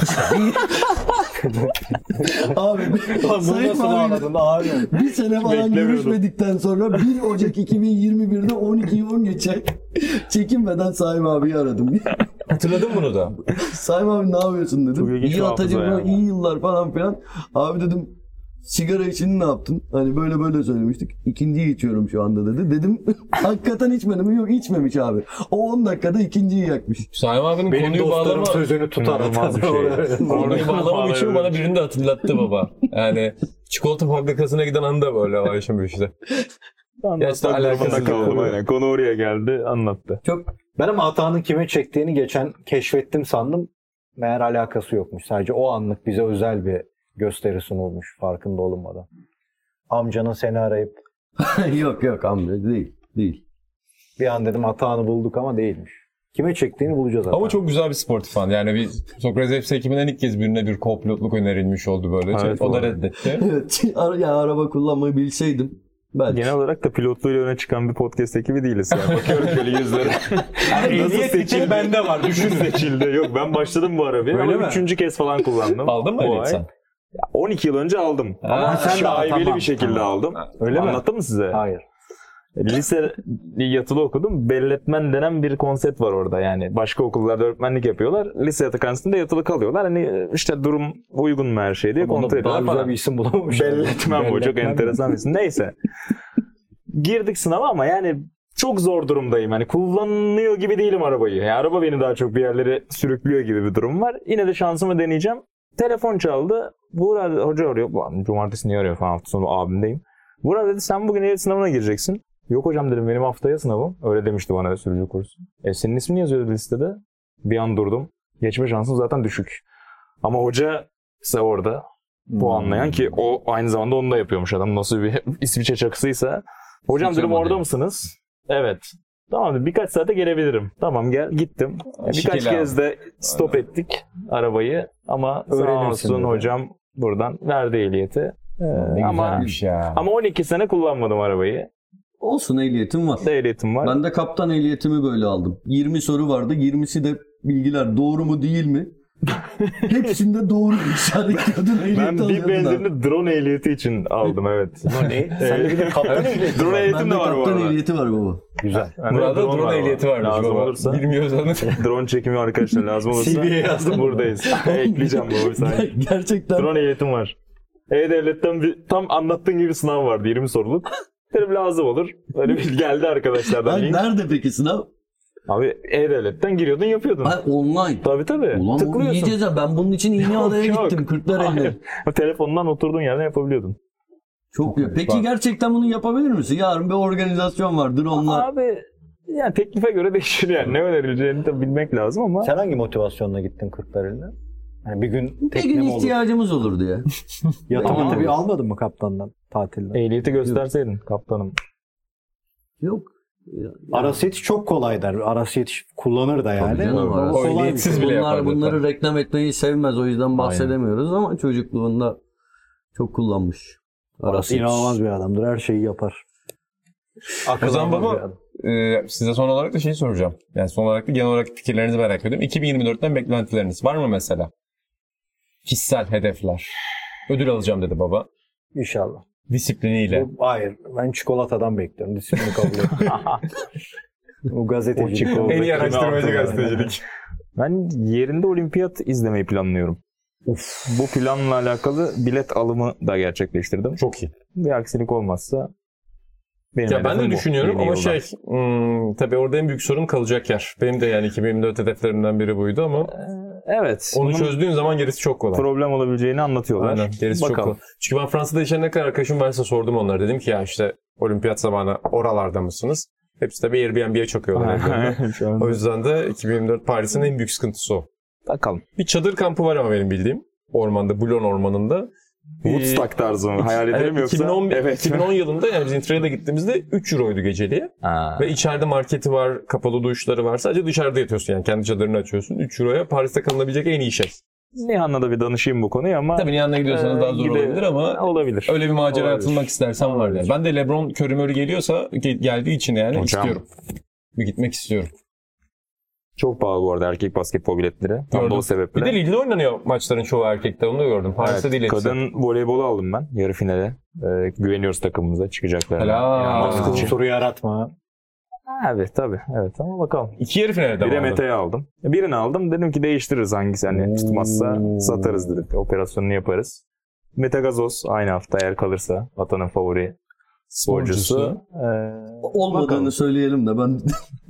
Speaker 4: Abi
Speaker 5: Bunu
Speaker 4: Sayın
Speaker 5: nasıl
Speaker 4: abi,
Speaker 5: bağladın abi?
Speaker 4: bir sene falan
Speaker 3: Beklemiyordum.
Speaker 4: görüşmedikten sonra bir Ocak iki bin yirmi birde on ikiyi on geçe çekinmeden Saim abiyi aradım.
Speaker 2: Hatırladın bunu da.
Speaker 4: Saim abi ne yapıyorsun
Speaker 3: Çok
Speaker 4: dedim.
Speaker 3: ilginç
Speaker 4: İyi
Speaker 3: bir hafıza
Speaker 4: atacım,
Speaker 3: ya.
Speaker 4: iyi yıllar falan filan. Abi dedim, sigara için ne yaptın? Hani böyle böyle söylemiştik. İkinciyi içiyorum şu anda dedi. Dedim hakikaten içmedim mi? Yok, içmemiş abi. O on dakikada ikinciyi yakmış.
Speaker 2: Saim abinin
Speaker 5: Benim
Speaker 2: konuyu
Speaker 5: dostlarım
Speaker 2: bağlama...
Speaker 5: sözünü tutar.
Speaker 3: İnanılmaz bir şey.
Speaker 2: Konuyu bağlamam için bana birini de hatırlattı baba. Yani çikolata fabrikasına giden anda böyle var şimdi işte.
Speaker 3: Gerçekten
Speaker 2: alakasız
Speaker 3: alakasız kaldım.
Speaker 2: oldu.
Speaker 3: Aynen. Konu oraya geldi, anlattı.
Speaker 4: Çok
Speaker 5: Ben ama hatanın kime çektiğini geçen keşfettim sandım. Meğer alakası yokmuş. Sadece o anlık bize özel bir gösteri sunulmuş farkında olunmadan. Amcanın seni arayıp
Speaker 4: yok yok amca değil. Değil.
Speaker 5: bir an dedim hatanı bulduk ama değilmiş. Kime çektiğini bulacağız hatanı.
Speaker 2: Ama çok güzel bir sportif an. Yani bir Sokrates F C ekibinden ilk kez birine bir co-pilotluk önerilmiş oldu böylece.
Speaker 3: Evet,
Speaker 2: o da
Speaker 3: doğru.
Speaker 2: reddetti.
Speaker 4: Evet. Ara- Ya araba kullanmayı bilseydim belki.
Speaker 3: Genel olarak da pilotluğuyla öne çıkan bir podcast ekibi değiliz. Yani. Bakıyorum şöyle yüzlere. Nasıl seçildi?
Speaker 5: bende var.
Speaker 3: Düşün seçildi. Yok, ben başladım bu arabaya
Speaker 5: Öyle
Speaker 3: ama
Speaker 5: mi?
Speaker 3: üçüncü kez falan kullandım.
Speaker 2: Aldın mı
Speaker 3: Bu
Speaker 2: öyle
Speaker 3: ay.
Speaker 2: sen?
Speaker 3: on iki yıl önce aldım.
Speaker 2: Ha,
Speaker 3: Ama
Speaker 2: sen
Speaker 5: de-
Speaker 3: şaibeli
Speaker 5: tamam,
Speaker 3: bir şekilde
Speaker 5: tamam.
Speaker 3: aldım.
Speaker 5: Öyle mi?
Speaker 3: Anlattım mı size?
Speaker 5: Hayır.
Speaker 3: Lise yatılı okudum. Belletmen denen bir konsept var orada. Yani başka okullarda öğretmenlik yapıyorlar. Lise yatıkhanesinde yatılı kalıyorlar. Hani işte durum uygun mu her şey diye
Speaker 5: Ama
Speaker 3: kontrol
Speaker 5: daha
Speaker 3: ediyorlar
Speaker 5: güzel
Speaker 3: falan.
Speaker 5: bir isim bulamamış.
Speaker 3: Belletmen bu. Çok
Speaker 5: Belletmen mi?
Speaker 3: enteresan bir isim. Neyse. girdik sınava ama yani çok zor durumdayım. Yani kullanıyor gibi değilim arabayı. Yani araba beni daha çok bir yerlere sürüklüyor gibi bir durum var. Yine de şansımı deneyeceğim. Telefon çaldı. Buğra hoca arıyor. Cumartesi niye arıyor falan, hafta sonu abimdeyim. Buğra dedi sen bugün ehliyet sınavına gireceksin. Yok hocam dedim, benim haftaya sınavım. Öyle demişti bana da sürücü kursu. E senin ismin yazıyordu listede. Bir an durdum. Geçme şansım zaten düşük. Ama hoca ise orada puanlayan, ki o aynı zamanda onu da yapıyormuş adam. Nasıl bir İsviçre çakısıysa. Hocam
Speaker 4: Hiç
Speaker 3: dedim
Speaker 4: ama
Speaker 3: orada
Speaker 4: değil.
Speaker 3: mısınız? Evet. Tamam dedim, birkaç saate gelebilirim. Tamam gel, gittim. Birkaç
Speaker 2: Şikeli
Speaker 3: kez
Speaker 2: abi.
Speaker 3: de stop ettik arabayı. Ama sağ
Speaker 5: Öğrenirsin
Speaker 3: olsun
Speaker 5: dedi.
Speaker 3: hocam buradan verdi ehliyeti. Ee,
Speaker 2: Ne
Speaker 3: ama
Speaker 2: güzelmiş ya.
Speaker 3: ama on iki sene kullanmadım arabayı.
Speaker 4: Olsun, ehliyetim var.
Speaker 3: Ehliyetim var.
Speaker 4: Ben de kaptan ehliyetimi böyle aldım. yirmi soru vardı. yirmisi de bilgiler doğru mu değil mi? Hepsinde doğru işaretliyordun.
Speaker 3: Ben
Speaker 4: ehliyet
Speaker 3: bir
Speaker 4: alıyordun abi.
Speaker 3: benzerini drone ehliyeti için aldım, evet.
Speaker 5: Ne? Sen de bir de kaptan ehliyeti.
Speaker 3: Drone ehliyetim
Speaker 4: Bende
Speaker 3: de var bu
Speaker 4: kaptan
Speaker 3: arada.
Speaker 4: ehliyeti var baba.
Speaker 5: Güzel.
Speaker 3: Yani
Speaker 2: Burada drone,
Speaker 3: var
Speaker 2: ehliyeti
Speaker 3: ama.
Speaker 2: varmış
Speaker 3: Lazım
Speaker 2: baba.
Speaker 3: olursa.
Speaker 2: Bilmiyorsanız.
Speaker 3: Drone çekimi arkadaşlar lazım olursa.
Speaker 5: C V'ye yazdım.
Speaker 3: Buradayız. Ekleyeceğim bu bir saniye.
Speaker 4: Gerçekten.
Speaker 3: Drone ehliyetim var. E-Devlet'ten bir, tam anlattığın gibi sınav vardı, yirmi soruluk. Dedim lazım olur. Öyle bir geldi arkadaşlardan
Speaker 4: Ben
Speaker 3: link.
Speaker 4: nerede peki sınav?
Speaker 3: Abi E-Devlet'ten giriyordun yapıyordun.
Speaker 4: Ha, online.
Speaker 3: Tabii tabii.
Speaker 4: Ulan o
Speaker 3: Tıklıyorsun.
Speaker 4: iyice de ben bunun için İğneada'ya
Speaker 3: Yok,
Speaker 4: gittim.
Speaker 3: yok.
Speaker 4: Kırklareli'ne.
Speaker 3: Hayır. Telefondan oturduğun yerden yapabiliyordun.
Speaker 4: Çok iyi. Peki
Speaker 2: Bak.
Speaker 4: gerçekten bunu yapabilir misin? Yarın bir organizasyon vardır onlar.
Speaker 3: Abi yani teklife göre değişir yani. Ne önerileceğini de bilmek lazım ama.
Speaker 5: Sen hangi motivasyonla gittin Kırklareli'ne? Yani bir gün
Speaker 4: Bir
Speaker 5: tekne
Speaker 4: gün
Speaker 5: mi olur?
Speaker 4: ihtiyacımız olurdu ya.
Speaker 5: Yatağını
Speaker 3: Tamam.
Speaker 5: bir almadın mı kaptandan tatilde?
Speaker 3: Ehliyeti gösterseydin kaptanım.
Speaker 4: Yok.
Speaker 5: Arası yetiş çok kolay der. Arası yetiş kullanır da yani.
Speaker 4: Tabii canım,
Speaker 5: O
Speaker 4: arası-
Speaker 5: kolay bir
Speaker 2: ehliyetsiz
Speaker 5: şey.
Speaker 2: bile
Speaker 4: Bunlar
Speaker 2: yapardı
Speaker 4: bunları
Speaker 2: tabii.
Speaker 4: reklam etmeyi sevmez. O yüzden bahsedemiyoruz ama çocukluğunda çok kullanmış.
Speaker 5: Arası inanılmaz bir adamdır. Her şeyi yapar.
Speaker 2: O zaman
Speaker 5: almaz
Speaker 2: baba,
Speaker 5: bir adam.
Speaker 2: Ee, size son olarak da şeyi soracağım. Yani son olarak da genel olarak fikirlerinizi merak ediyorum. iki bin yirmi dörtten beklentileriniz var mı mesela? Kişisel hedefler. Ödül alacağım dedi baba.
Speaker 5: İnşallah.
Speaker 2: Disipliniyle.
Speaker 5: Bu- Hayır. Ben çikolatadan bekliyorum. Disiplini kabul etmiyorum. Bu gazetecilik.
Speaker 3: O
Speaker 2: En iyi
Speaker 3: çikolata
Speaker 2: araştırmacı
Speaker 3: kimi attı
Speaker 2: gazetecilik.
Speaker 3: Ben yerinde olimpiyat izlemeyi planlıyorum. Uf. Bu planla alakalı bilet alımı da gerçekleştirdim.
Speaker 2: Çok iyi.
Speaker 3: Bir aksilik olmazsa benim
Speaker 2: Ya ben
Speaker 3: hedefim
Speaker 2: de
Speaker 3: bu.
Speaker 2: düşünüyorum
Speaker 3: Yeni
Speaker 2: ama
Speaker 3: yıldan.
Speaker 2: şey, hmm, tabii orada en büyük sorun kalacak yer. Benim de yani iki bin yirmi dört hedeflerimden biri buydu ama
Speaker 3: Evet.
Speaker 2: onu
Speaker 3: bunun
Speaker 2: çözdüğün zaman gerisi çok kolay.
Speaker 3: problem olabileceğini anlatıyorlar.
Speaker 2: Aynen, gerisi çok
Speaker 3: Bakalım.
Speaker 2: kolay. Çünkü ben Fransa'da yaşayan ne kadar arkadaşım varsa sordum onlara. Dedim ki ya işte olimpiyat zamanı oralarda mısınız? Hepsi de bir Airbnb'ye çakıyorlar evlerine.
Speaker 3: Şu anda-
Speaker 2: O yüzden de iki bin yirmi dört Paris'in en büyük sıkıntısı o.
Speaker 3: Bakalım.
Speaker 2: Bir çadır kampı var ama benim bildiğim. Ormanda, Boulogne ormanında.
Speaker 3: Woodstock tarzı mı? Hayal edelim
Speaker 2: Evet,
Speaker 3: yoksa?
Speaker 2: iki bin on,
Speaker 3: Evet.
Speaker 2: iki bin on yılında yani biz Interrail'e gittiğimizde üç euroydu geceliğe.
Speaker 3: Ha.
Speaker 2: Ve içeride marketi var, kapalı duşları var. Sadece dışarıda yatıyorsun yani kendi çadırını açıyorsun. üç euroya Paris'te kalınabilecek en iyi şey.
Speaker 3: Nihan'la da bir danışayım bu konuyu ama
Speaker 2: Tabii Nihan'la gidiyorsanız
Speaker 3: Ee,
Speaker 2: daha zor
Speaker 3: gide-
Speaker 2: olabilir ama
Speaker 3: olabilir.
Speaker 2: öyle bir macera
Speaker 3: Olabilir.
Speaker 2: atılmak istersen var yani. Ben de LeBron Curry Murray geliyorsa ge- geldiği için yani
Speaker 3: Hocam.
Speaker 2: istiyorum. Bir gitmek istiyorum.
Speaker 3: Çok pahalı bu arada erkek basketbol biletleri. Tam da
Speaker 2: Gördüm.
Speaker 3: o sebeple.
Speaker 2: Bir de Lille'de oynanıyor maçların çoğu erkekte. Onu da gördüm. Paris'te
Speaker 3: Evet,
Speaker 2: değil hepsi.
Speaker 3: kadın voleybolu aldım ben yarı finale. Ee, güveniyoruz takımımıza çıkacaklar.
Speaker 2: Helal.
Speaker 3: İnanılmaz
Speaker 2: Aa.
Speaker 3: için.
Speaker 5: Soru yaratma.
Speaker 3: Evet tabii. Evet ama bakalım.
Speaker 2: İki yarı finalde
Speaker 3: Bir de
Speaker 2: mi aldın?
Speaker 3: Mete'yi aldım. Birini aldım. Dedim ki değiştiririz hangisi hani tutmazsa satarız dedik. Operasyonunu yaparız. Mete Gazoz aynı hafta eğer kalırsa vatanın favori sporcusu.
Speaker 2: Sporcusu.
Speaker 3: Ee,
Speaker 4: Olmadığını
Speaker 3: bakalım.
Speaker 4: söyleyelim de ben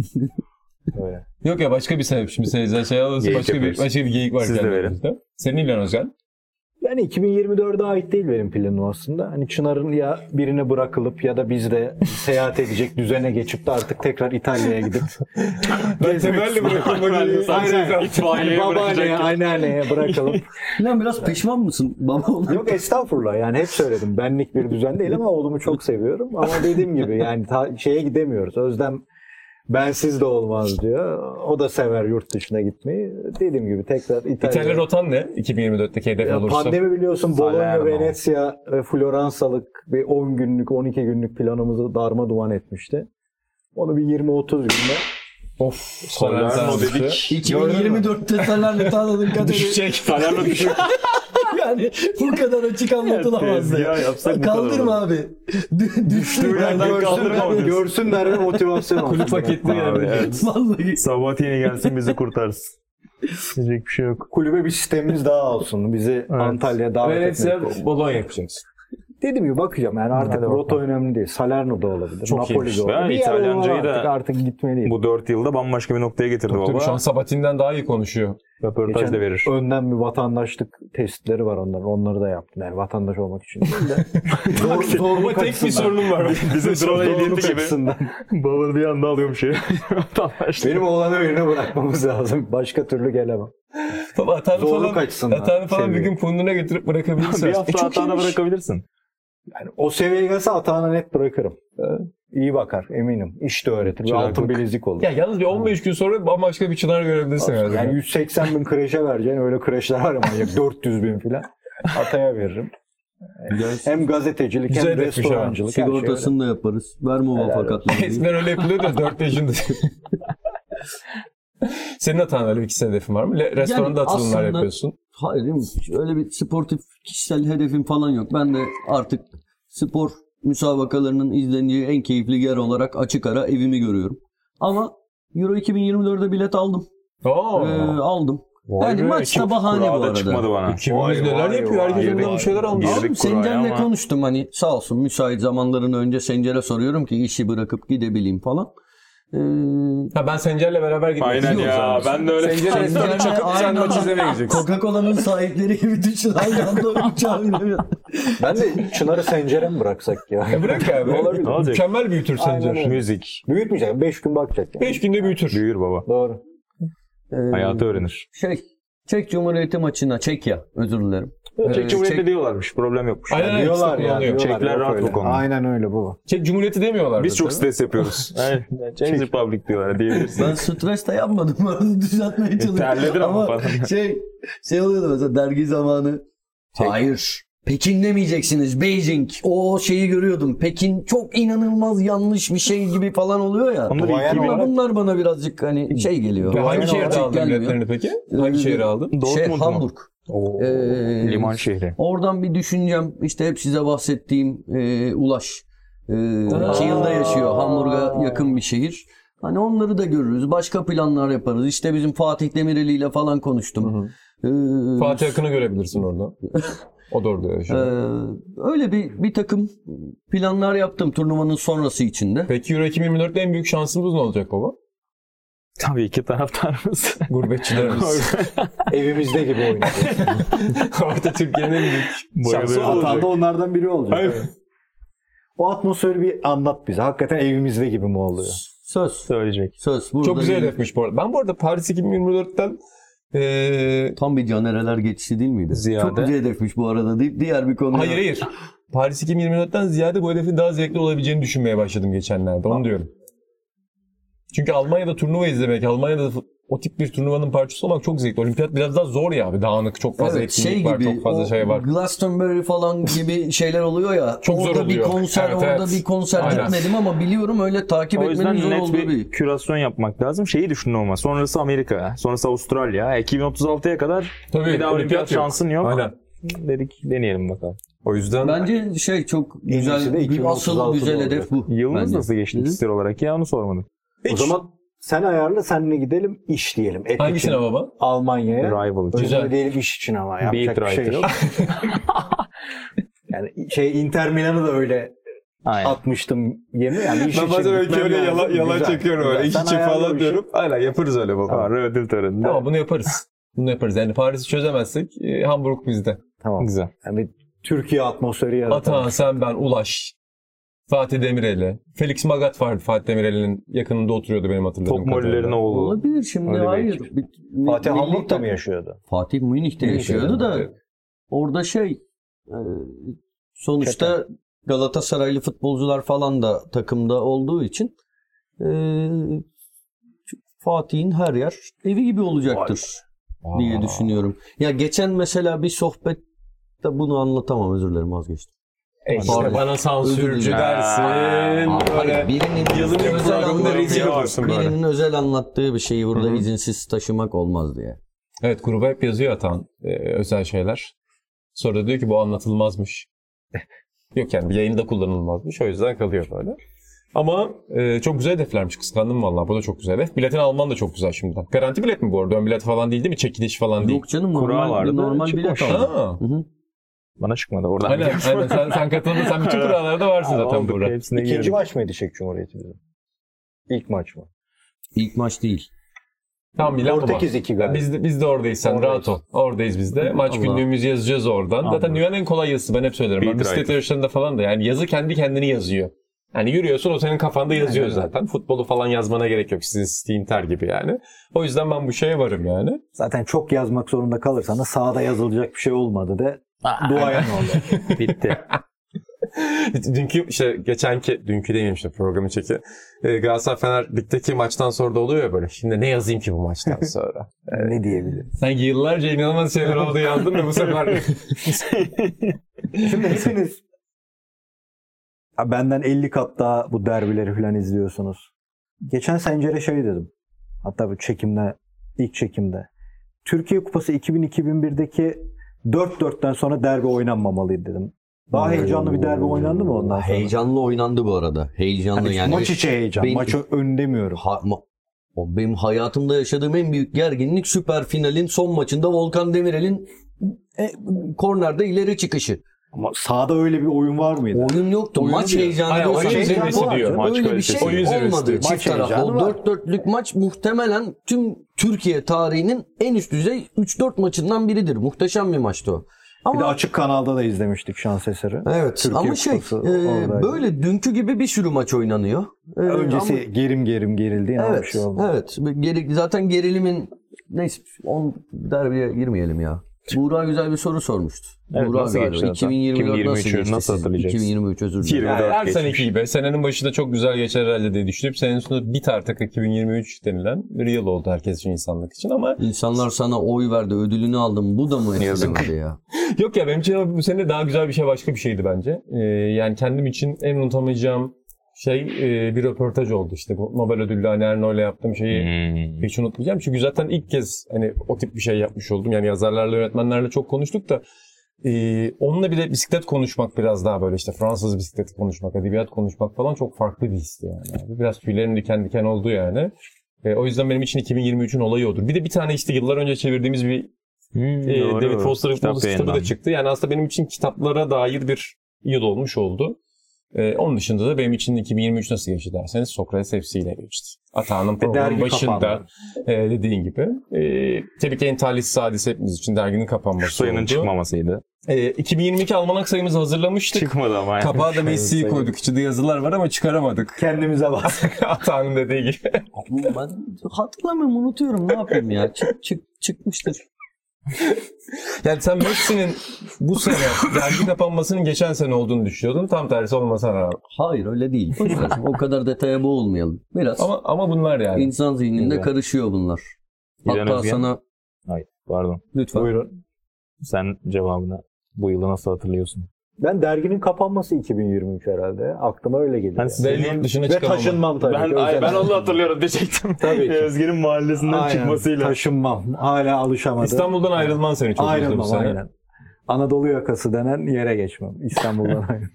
Speaker 3: Öyle.
Speaker 2: Yok ya başka bir sebep. Şimdi seyirciler şey alırsa
Speaker 3: Geyik
Speaker 2: başka bir,
Speaker 3: yapıyoruz.
Speaker 2: başka bir geyik var.
Speaker 3: Siz de
Speaker 2: kendi
Speaker 3: verin.
Speaker 2: aranızda. Senin İlhan Özgen.
Speaker 5: Yani iki bin yirmi dörde ait değil benim planım aslında. Hani Çınar'ın ya birine bırakılıp ya da biz de seyahat edecek düzene geçip de artık tekrar İtalya'ya gidip
Speaker 2: Ben temelli bırakılma geliyor.
Speaker 5: Aynen.
Speaker 3: İtfaiyeye
Speaker 5: Hani babaanneye,
Speaker 3: bırakacak.
Speaker 5: anneanneye bırakılıp.
Speaker 4: Lan biraz pişman mısın baba ona?
Speaker 5: Yok estağfurullah yani hep söyledim. Benlik bir düzen değil ama oğlumu çok seviyorum. Ama dediğim gibi yani ta- şeye gidemiyoruz. Özlem bensiz de olmaz diyor. O da sever yurt dışına gitmeyi. Dediğim gibi tekrar İtalya.
Speaker 2: İtalya rotan ne? iki bin yirmi dörtteki hedef
Speaker 5: Ya
Speaker 2: olursa.
Speaker 5: pandemi biliyorsun Bologna,
Speaker 3: Salerno.
Speaker 5: Venezia ve Floransalık bir on günlük, on iki günlük planımızı darma duman etmişti. Onu bir yirmi otuz günde
Speaker 2: Of.
Speaker 3: Salerno
Speaker 2: Salerno
Speaker 3: dedik.
Speaker 4: iki bin yirmi dörtte Salerno tanıdığın kadarıyla.
Speaker 2: Düşecek.
Speaker 3: Salerno düşecek.
Speaker 4: Yani bu kadar açık anlatılamaz.
Speaker 3: Tezgah yapsak bu kadar
Speaker 4: Kaldırma
Speaker 3: olur.
Speaker 4: abi. D- Düştüğü yerden
Speaker 3: kaldırma
Speaker 4: görsünler.
Speaker 3: diyorsun.
Speaker 5: görsünler ve motivasyon olsun.
Speaker 2: Kulüp paketli
Speaker 3: Abi,
Speaker 2: yani.
Speaker 3: evet.
Speaker 4: Vallahi.
Speaker 3: Sabatini gelsin bizi kurtarsın. Diyecek bir şey yok.
Speaker 5: Kulübe bir sistemimiz daha olsun. Bizi Antalya'ya davet etmek
Speaker 2: Venezia,
Speaker 5: olsun.
Speaker 2: Bologna yapacaksın.
Speaker 5: Dediğim gibi bakacağım. Yani artık
Speaker 2: Hadi
Speaker 5: rota
Speaker 2: bakalım.
Speaker 5: önemli değil. Salerno da olabilir.
Speaker 2: Çok
Speaker 5: Napoli
Speaker 2: iyiymiş.
Speaker 5: de olabilir.
Speaker 3: Ben
Speaker 5: Bir yer
Speaker 3: İtalyancayı
Speaker 5: olmalı
Speaker 3: da-
Speaker 5: artık, artık gitmeliyim.
Speaker 3: Bu dört yılda bambaşka bir noktaya getirdi
Speaker 2: Tabii,
Speaker 3: baba.
Speaker 2: tabii, şu an Sabatin'den daha iyi konuşuyor.
Speaker 3: Röportaj
Speaker 5: Geçen
Speaker 3: da verir.
Speaker 5: önden bir vatandaşlık testleri var onların. Onları da yaptım. Yani vatandaş olmak için değil de. Zor, zorluk
Speaker 2: Ama tek bir
Speaker 5: açısından.
Speaker 2: sorunum var.
Speaker 3: Bizim drone
Speaker 5: Zorluk
Speaker 3: ehliyeti gibi.
Speaker 5: açısından.
Speaker 3: Babanı bir anda alıyorum şey. Vatandaşlık.
Speaker 5: Benim oğlanı birine bırakmamız lazım. Başka türlü gelemem.
Speaker 2: Baba hatanı
Speaker 5: Zorluk
Speaker 2: falan,
Speaker 5: açısından
Speaker 2: hatanı falan bir
Speaker 5: seviyorum.
Speaker 2: gün punduna getirip bırakabilirsin.
Speaker 3: Bir hafta
Speaker 2: E, çok
Speaker 3: hatana
Speaker 2: iyiymiş.
Speaker 3: bırakabilirsin.
Speaker 5: Yani o seviyeye gelse Atahan'a net bırakırım. İyi bakar eminim. İş de öğretir. Bir
Speaker 3: Çıraklık.
Speaker 5: altın bilezik olur.
Speaker 2: Ya yalnız bir on beş gün sonra bambaşka bir çınar görebilirsin herhalde.
Speaker 5: Yani yüz seksen bin kreşe vereceksin. Öyle kreşler var ya manyak. dört yüz bin falan. Ataya veririm. Hem gazetecilik
Speaker 2: Güzel
Speaker 5: hem
Speaker 2: hedefmiş
Speaker 5: restorancılık. her şey öyle.
Speaker 4: Sigortasını da yaparız. Ver muvaffakat.
Speaker 2: Eskiden öyle yapılıyor da dört yaşında. Senin hatan öyle bir kişisel hedefin var mı? Le- Restoranda
Speaker 4: Yani
Speaker 2: atılımlar
Speaker 4: aslında-
Speaker 2: yapıyorsun.
Speaker 4: Hayır değil mi? Öyle bir sportif kişisel hedefim falan yok. Ben de artık spor müsabakalarının izleneceği en keyifli yer olarak açık ara evimi görüyorum. Ama Euro iki bin yirmi dörde bilet aldım.
Speaker 2: Oo.
Speaker 4: Ee, aldım.
Speaker 3: Vay
Speaker 4: Yani
Speaker 3: be,
Speaker 4: maçta
Speaker 3: hiç
Speaker 4: bahane
Speaker 3: kura
Speaker 4: bu
Speaker 3: da
Speaker 4: arada.
Speaker 3: çıkmadı bana.
Speaker 2: Kimimiz
Speaker 5: Vay,
Speaker 2: neler
Speaker 5: vay,
Speaker 2: yapıyor?
Speaker 5: vay,
Speaker 2: Herkes
Speaker 5: vay.
Speaker 2: ondan bir şeyler almış.
Speaker 3: Girdik
Speaker 4: Abi
Speaker 3: kuraya
Speaker 4: Sencer'le
Speaker 3: ama-
Speaker 4: konuştum hani sağ olsun müsait zamanların önce Sencer'e soruyorum ki işi bırakıp gidebileyim falan. Ee,
Speaker 2: Ha ben Sencer'le beraber gitmek
Speaker 3: Aynen
Speaker 2: istiyorum
Speaker 3: ya.
Speaker 2: zaten.
Speaker 3: Ben de öyle.
Speaker 2: Sencer'le restoranı çakıp sen
Speaker 4: Aynen.
Speaker 2: maç izlemeye gideceksin.
Speaker 4: Coca-Cola'nın sahipleri gibi düşün. Aynı anda uçağa binemiyor.
Speaker 5: Ben de Çınar'ı Sencer'e mi bıraksak ya?
Speaker 2: E bırak abi.
Speaker 5: Olabilir.
Speaker 3: Ne olacak?
Speaker 2: Mükemmel büyütür
Speaker 5: Aynen
Speaker 2: Sencer.
Speaker 5: öyle.
Speaker 3: Müzik.
Speaker 5: Büyütmeyecek. beş gün bakacak yani.
Speaker 2: beş günde büyütür.
Speaker 3: Büyür baba.
Speaker 5: Doğru.
Speaker 4: Ee,
Speaker 3: Hayatı öğrenir.
Speaker 4: Şey, Çek Cumhuriyeti maçına, Çekya özür dilerim.
Speaker 3: Çek
Speaker 4: Ee,
Speaker 3: Cumhuriyeti
Speaker 4: Çek-
Speaker 3: diyorlarmış. Problem yokmuş.
Speaker 2: Aynen öyle.
Speaker 5: Diyorlar
Speaker 2: ikisi de
Speaker 5: ya.
Speaker 2: kullanıyor.
Speaker 5: Diyorlar,
Speaker 3: Çekler
Speaker 5: yok
Speaker 3: rahat
Speaker 5: öyle.
Speaker 3: bu konuda.
Speaker 5: Aynen öyle baba.
Speaker 2: Çek Cumhuriyeti demiyorlar.
Speaker 3: Biz çok
Speaker 2: tabii.
Speaker 3: stres yapıyoruz. Czech Republic diyorlar diyebilirsin.
Speaker 4: Ben stres de yapmadım. Bu arada düzeltmeye çalışıyorum.
Speaker 3: Terledin ama
Speaker 4: ama
Speaker 3: falan.
Speaker 4: şey, şey oluyordu mesela dergi zamanı.
Speaker 3: Çek.
Speaker 4: Hayır. Pekin demeyeceksiniz. Beijing. O şeyi görüyordum. Pekin çok inanılmaz yanlış bir şey gibi falan oluyor ya.
Speaker 3: Onları
Speaker 5: Duayen
Speaker 3: iki bin-
Speaker 5: olarak-
Speaker 4: Bunlar bana birazcık hani şey geliyor.
Speaker 2: Ve hangi
Speaker 5: Aynen
Speaker 2: şehirde
Speaker 5: olarak
Speaker 2: aldın
Speaker 4: gelmiyor.
Speaker 2: biletlerini peki? Hangi
Speaker 4: Ee,
Speaker 2: şehri aldın?
Speaker 4: Şey
Speaker 3: Dortmund mu?
Speaker 4: Hamburg.
Speaker 3: Oo,
Speaker 4: Ee,
Speaker 3: liman şehri.
Speaker 4: Oradan bir düşüncem işte hep size bahsettiğim e, Ulaş. E, Kiel'da yaşıyor. Hamburg'a yakın bir şehir. Hani onları da görürüz. Başka planlar yaparız. İşte bizim Fatih Demireli ile falan konuştum. Ee,
Speaker 2: Fatih Akın'ı görebilirsin orada. O da orada
Speaker 4: e,
Speaker 2: yaşıyor.
Speaker 4: öyle bir bir takım planlar yaptım turnuvanın sonrası içinde.
Speaker 2: Peki Euro iki bin yirmi dörtte en büyük şansımız ne olacak baba?
Speaker 3: Tabii ki taraftarımız.
Speaker 2: Gurbetçilerimiz.
Speaker 5: Evimizde gibi oynayacağız.
Speaker 2: Orada Türkiye'nin en büyük şansı
Speaker 3: Bayılıyor.
Speaker 2: olacak.
Speaker 5: Atan da onlardan biri olacak.
Speaker 3: Hayır.
Speaker 5: O atmosferi bir anlat bize. Hakikaten evimizde gibi mi oluyor?
Speaker 4: Söz.
Speaker 3: Söyleyecek.
Speaker 4: Söz. Burada
Speaker 2: Çok güzel
Speaker 4: bir-
Speaker 2: hedefmiş bu arada. Ben bu arada Paris iki bin yirmi dörtten eee
Speaker 4: Tam bir canereler geçişi değil miydi?
Speaker 3: Ziyade.
Speaker 4: Çok güzel hedefmiş bu arada deyip diğer bir konuya.
Speaker 2: hayır hayır. Paris iki bin yirmi dörtten ziyade bu hedefin daha zevkli olabileceğini düşünmeye başladım geçenlerde. Onu diyorum. Çünkü Almanya'da turnuva izlemek, Almanya'da o tip bir turnuvanın parçası olmak çok zevkli. Olimpiyat biraz daha zor ya abi. Dağınık, çok fazla
Speaker 4: Evet,
Speaker 2: etkinlik
Speaker 4: şey
Speaker 2: var,
Speaker 4: gibi,
Speaker 2: çok fazla
Speaker 4: o
Speaker 2: şey var.
Speaker 4: Glastonbury falan gibi şeyler oluyor ya.
Speaker 2: Çok
Speaker 4: orada
Speaker 2: zor
Speaker 4: bir
Speaker 2: oluyor.
Speaker 4: konser,
Speaker 2: Evet,
Speaker 4: orada
Speaker 2: evet.
Speaker 4: bir konser
Speaker 2: Aynen.
Speaker 4: gitmedim ama biliyorum öyle takip
Speaker 3: O yüzden
Speaker 4: etmenin zor
Speaker 3: net
Speaker 4: olduğu
Speaker 3: bir
Speaker 4: bir.
Speaker 3: kürasyon yapmak lazım. Şeyi düşünün ama. Sonrası Amerika. Sonrası Avustralya. iki bin otuz altıya kadar
Speaker 2: Tabii,
Speaker 3: bir daha olimpiyat
Speaker 2: olimpiyat yok.
Speaker 3: şansın yok.
Speaker 2: Aynen.
Speaker 3: Dedik deneyelim bakalım.
Speaker 2: O yüzden
Speaker 4: Bence şey çok
Speaker 5: iyisi
Speaker 4: güzel,
Speaker 5: de iki bin otuz
Speaker 4: asıl
Speaker 5: altıda
Speaker 4: güzel
Speaker 5: olacak.
Speaker 4: hedef bu.
Speaker 3: Yılınız
Speaker 4: bence.
Speaker 3: nasıl geçti
Speaker 4: Hı?
Speaker 3: kişisel olarak ya onu sormadım.
Speaker 5: O zaman sen ayarla, senle gidelim, iş diyelim. Et
Speaker 2: hangisine
Speaker 5: için
Speaker 2: baba?
Speaker 5: Almanya'ya.
Speaker 3: Rival için.
Speaker 2: Güzel.
Speaker 5: Özür diyelim iş için ama
Speaker 3: Beat
Speaker 5: yapacak bir şey
Speaker 3: writer.
Speaker 5: yok. Yani şey Inter Milan'ı da öyle
Speaker 3: Aynen.
Speaker 5: atmıştım yemi. Yani iş
Speaker 2: Ben
Speaker 5: için
Speaker 2: bazen öyle,
Speaker 5: gitmem
Speaker 2: öyle
Speaker 5: lazım.
Speaker 2: yalan, yalan
Speaker 5: Güzel,
Speaker 2: çekiyorum öyle.
Speaker 5: güzel.
Speaker 2: İş
Speaker 5: Sen
Speaker 2: için
Speaker 5: ayarla o
Speaker 2: falan
Speaker 5: işi.
Speaker 2: diyorum. Aynen yaparız öyle baba.
Speaker 3: Tamam, ödül töreni.
Speaker 2: Ama bunu yaparız. Bunu yaparız. Yani Paris'i çözemezsek e, Hamburg bizde.
Speaker 5: Tamam.
Speaker 3: Güzel.
Speaker 5: Yani bir Türkiye atmosferi yaratalım.
Speaker 2: Atahan, sen, ben, Ulaş, Fatih Demireli. Felix Magath vardı. Fatih Demireli'nin yakınında oturuyordu benim hatırladığım
Speaker 3: Top mollerine
Speaker 2: kadarıyla.
Speaker 3: oğlu.
Speaker 4: Olabilir şimdi
Speaker 3: Öyle
Speaker 4: hayır.
Speaker 3: belki.
Speaker 4: Bir- mi-
Speaker 5: Fatih
Speaker 4: milli
Speaker 5: Hamburg'da
Speaker 4: takım-
Speaker 5: mı yaşıyordu?
Speaker 4: Fatih Münih'te
Speaker 5: Münih'te
Speaker 4: yaşıyordu da
Speaker 2: Evet.
Speaker 4: orada şey e, sonuçta Galatasaraylı futbolcular falan da takımda olduğu için e, Fatih'in her yer evi gibi olacaktır diye düşünüyorum. Ya geçen mesela bir sohbette bunu anlatamam, özür dilerim, vazgeçtim.
Speaker 2: E işte
Speaker 4: Pardon.
Speaker 2: bana
Speaker 4: Özür
Speaker 2: sansürcü
Speaker 4: dilerim.
Speaker 2: dersin.
Speaker 4: Aa, hayır,
Speaker 2: Böyle
Speaker 4: birinin
Speaker 2: yılın ilk
Speaker 4: özel
Speaker 2: programında
Speaker 4: anlattığı-
Speaker 2: rezil olursun böyle.
Speaker 4: birinin özel anlattığı bir şeyi burada
Speaker 2: Hı hı.
Speaker 4: izinsiz taşımak olmaz diye.
Speaker 2: Evet, gruba hep yazıyor Atahan e, özel şeyler. Sonra da diyor ki bu anlatılmazmış. Yok yani bir yayında kullanılmazmış. O yüzden kalıyor böyle. Ama e, çok güzel hedeflermiş. Kıskandım vallahi. Bu da çok güzel hedef. Biletini alman da çok güzel şimdiden. Garanti bilet mi bu arada? Ön bilet falan değil değil mi? Çekiliş falan değil.
Speaker 4: Yok canım,
Speaker 3: Kura
Speaker 4: normal,
Speaker 3: vardı,
Speaker 4: bir normal
Speaker 3: çıkmış.
Speaker 4: bilet aldım.
Speaker 2: Ha.
Speaker 4: Hı hı.
Speaker 3: Bana çıkmadı. Oradan
Speaker 2: Aynen, aynen. Sen, sen katıldın. Sen bütün kurallarda varsın zaten burada.
Speaker 5: İkinci maç mıydı Çek Cumhuriyeti bizim? İlk maç mı?
Speaker 4: İlk maç değil.
Speaker 2: Tamam Milan
Speaker 5: Portekiz iki galiba.
Speaker 2: Biz de, biz de oradayız sen
Speaker 5: Oradayız.
Speaker 2: rahat ol. Oradayız biz de. Maç
Speaker 5: Allah.
Speaker 2: günlüğümüzü yazacağız oradan.
Speaker 5: Allah.
Speaker 2: Zaten dünyanın en kolay yazısı ben hep söylerim. Ben
Speaker 3: Peter
Speaker 2: bisiklet
Speaker 3: Wright.
Speaker 2: yarışlarında falan da yani yazı kendi kendini yazıyor. Yani yürüyorsun o senin kafanda yazıyor
Speaker 5: Aynen.
Speaker 2: zaten. Futbolu falan yazmana gerek yok. Sizin Steam Ter gibi yani. O yüzden ben bu şeye varım yani.
Speaker 5: Zaten çok yazmak zorunda kalırsan da sahada yazılacak bir şey olmadı de duayen oldu.
Speaker 3: Bitti.
Speaker 2: Dünkü işte geçenki dünkü demeyeyim işte programı çeki. E, Galatasaray Fener Lig'deki maçtan sonra da oluyor ya böyle. Şimdi ne yazayım ki bu maçtan sonra?
Speaker 5: Ne diyebilirim?
Speaker 2: Sanki yıllarca inanılmaz şeyler oldu yazdın da bu sefer
Speaker 5: Şimdi hepiniz ya benden elli kat daha bu derbileri falan izliyorsunuz. Geçen Sencer'e şey dedim. Hatta bu çekimde, ilk çekimde. Türkiye Kupası iki bin iki bin birdeki dört dörtten sonra derbi oynanmamalıydı dedim. Daha heyecanlı bir derbi oynandı mı ondan sonra?
Speaker 4: Heyecanlı oynandı bu arada. Heyecanlı
Speaker 5: Hani
Speaker 4: yani.
Speaker 5: maç içi heyecan.
Speaker 4: Benim-
Speaker 5: Maçı ön demiyorum.
Speaker 4: Ha- ma- o benim hayatımda yaşadığım en büyük gerginlik süper finalin son maçında Volkan Demirel'in e, kornerde ileri çıkışı.
Speaker 5: Ama sahada öyle bir oyun var mıydı?
Speaker 4: Oyun yoktu.
Speaker 2: Oyun
Speaker 4: maç
Speaker 2: diyor.
Speaker 4: heyecanı
Speaker 2: Hayır,
Speaker 4: diyorsan
Speaker 2: oyun
Speaker 4: şey
Speaker 2: zirvesi
Speaker 4: var.
Speaker 2: diyor.
Speaker 3: Maç
Speaker 4: Öyle bir
Speaker 3: kalitesi.
Speaker 4: şey
Speaker 2: Oyun zirvesi
Speaker 4: olmadı.
Speaker 2: diyor.
Speaker 4: Çift
Speaker 5: Maç
Speaker 4: taraflı.
Speaker 5: heyecanı
Speaker 4: O
Speaker 5: var.
Speaker 4: dört dörtlük maç muhtemelen tüm Türkiye tarihinin en üst düzey üç dört maçından biridir. Muhteşem bir maçtı o.
Speaker 5: Bir de
Speaker 4: Ama
Speaker 5: açık kanalda da izlemiştik şans eseri.
Speaker 4: evet
Speaker 5: Türkiye
Speaker 4: ama şey
Speaker 5: Kupası
Speaker 4: e,
Speaker 5: oradaydı.
Speaker 4: böyle dünkü gibi bir sürü maç oynanıyor. E,
Speaker 5: Öncesi
Speaker 4: ama-
Speaker 5: gerim gerim gerildi. Ama bir
Speaker 4: Evet,
Speaker 5: şey oldu.
Speaker 4: evet. Geri, zaten gerilimin neyse on derbiye girmeyelim ya. Buğra güzel bir soru sormuştu.
Speaker 3: Evet,
Speaker 4: Buğra
Speaker 3: nasıl
Speaker 4: galiba.
Speaker 3: geçti
Speaker 4: iki bin yirmi dört
Speaker 3: zaten?
Speaker 4: nasıl
Speaker 3: iki bin yirmi üçü
Speaker 4: geçti?
Speaker 3: nasıl
Speaker 4: sizin?
Speaker 3: hatırlayacaksın?
Speaker 4: iki bin yirmi üç özür dilerim.
Speaker 3: yirmi
Speaker 2: Yani
Speaker 3: dört
Speaker 2: her
Speaker 3: geçmiş.
Speaker 2: seneki gibi senenin başında çok güzel geçer herhalde diye düşünüp senenin sonunda bit artık iki bin yirmi üç denilen bir yıl oldu herkes için, insanlık için ama
Speaker 4: İnsanlar sana oy verdi, ödülünü aldın. Bu da mı
Speaker 3: Yazık.
Speaker 4: etkilemedi ya?
Speaker 2: yok ya benim için bu sene daha güzel bir şey, başka bir şeydi bence. Ee, yani kendim için en unutamayacağım şey e, bir röportaj oldu işte. Bu Nobel ödüllü hani Erno'yla yaptığım şeyi
Speaker 3: Hmm.
Speaker 2: hiç unutmayacağım. Çünkü zaten ilk kez hani o tip bir şey yapmış oldum. Yani yazarlarla, yönetmenlerle çok konuştuk da e, onunla bile bisiklet konuşmak biraz daha böyle işte Fransız bisikleti konuşmak, edebiyat konuşmak falan çok farklı bir histi yani. Abi. Biraz tüylerim diken diken oldu yani. E, o yüzden benim için iki bin yirmi üçün olayı odur. Bir de bir tane işte yıllar önce çevirdiğimiz bir
Speaker 3: Hmm,
Speaker 2: e,
Speaker 3: doğru.
Speaker 2: David Foster'ın
Speaker 3: Kitap
Speaker 2: Wallace kitabı da
Speaker 3: yayınlandı.
Speaker 2: çıktı. Yani aslında benim için kitaplara dair bir yıl olmuş oldu. Ee, onun dışında da benim için iki bin yirmi üç nasıl geçti derseniz Sokrates F C ile geçti. Atağının programın
Speaker 5: dergi
Speaker 2: başında
Speaker 5: kapandı.
Speaker 2: e, dediğin gibi. E, tabii ki en talihsiz hadise hepimiz için derginin kapanması
Speaker 3: Şu sayının
Speaker 2: oldu.
Speaker 3: çıkmamasıydı.
Speaker 2: E, iki bin yirmi iki almanak sayımızı hazırlamıştık.
Speaker 3: Çıkmadı ama yani.
Speaker 2: Kapağa da Messi'yi koyduk. İçinde yazılar var ama çıkaramadık.
Speaker 5: Kendimize bas.
Speaker 2: Atağının dediği gibi.
Speaker 4: Ben hatırlamıyorum, unutuyorum. Ne yapayım ya? Çık, çık, çıkmıştır.
Speaker 2: Yani sen Messi'nin bu sene dergi kapanmasının geçen sene olduğunu düşünüyordun. Tam tersi olmasına rağmen.
Speaker 4: Hayır öyle değil. Boş ver. O kadar detaya boğulmayalım. Biraz
Speaker 2: Ama, ama bunlar yani.
Speaker 4: insan zihninde
Speaker 3: Güzel.
Speaker 4: karışıyor bunlar.
Speaker 3: İlhan
Speaker 4: Hatta
Speaker 3: Özgen.
Speaker 4: sana
Speaker 3: Hayır, pardon.
Speaker 4: lütfen.
Speaker 5: Buyurun.
Speaker 3: Sen cevabını bu yılı nasıl hatırlıyorsun?
Speaker 5: Ben derginin kapanması iki bin yirmi üç herhalde. Aklıma öyle geliyor.
Speaker 3: Ben
Speaker 2: Ve yurt dışına
Speaker 5: Ve
Speaker 2: çıkamama.
Speaker 5: taşınmam tabii
Speaker 3: Ben,
Speaker 5: ki.
Speaker 3: ay,
Speaker 5: Özel-
Speaker 3: ben onu hatırlıyorum diyecektim.
Speaker 5: Tabii ki.
Speaker 3: Özge'nin mahallesinden
Speaker 5: Aynen,
Speaker 3: çıkmasıyla.
Speaker 5: taşınmam. Hala alışamadım.
Speaker 2: İstanbul'dan ayrılman seni çok üzdü bu
Speaker 5: Ayrılmam
Speaker 2: sene.
Speaker 5: aynen. Anadolu yakası denen yere geçmem. İstanbul'dan ayrılmam.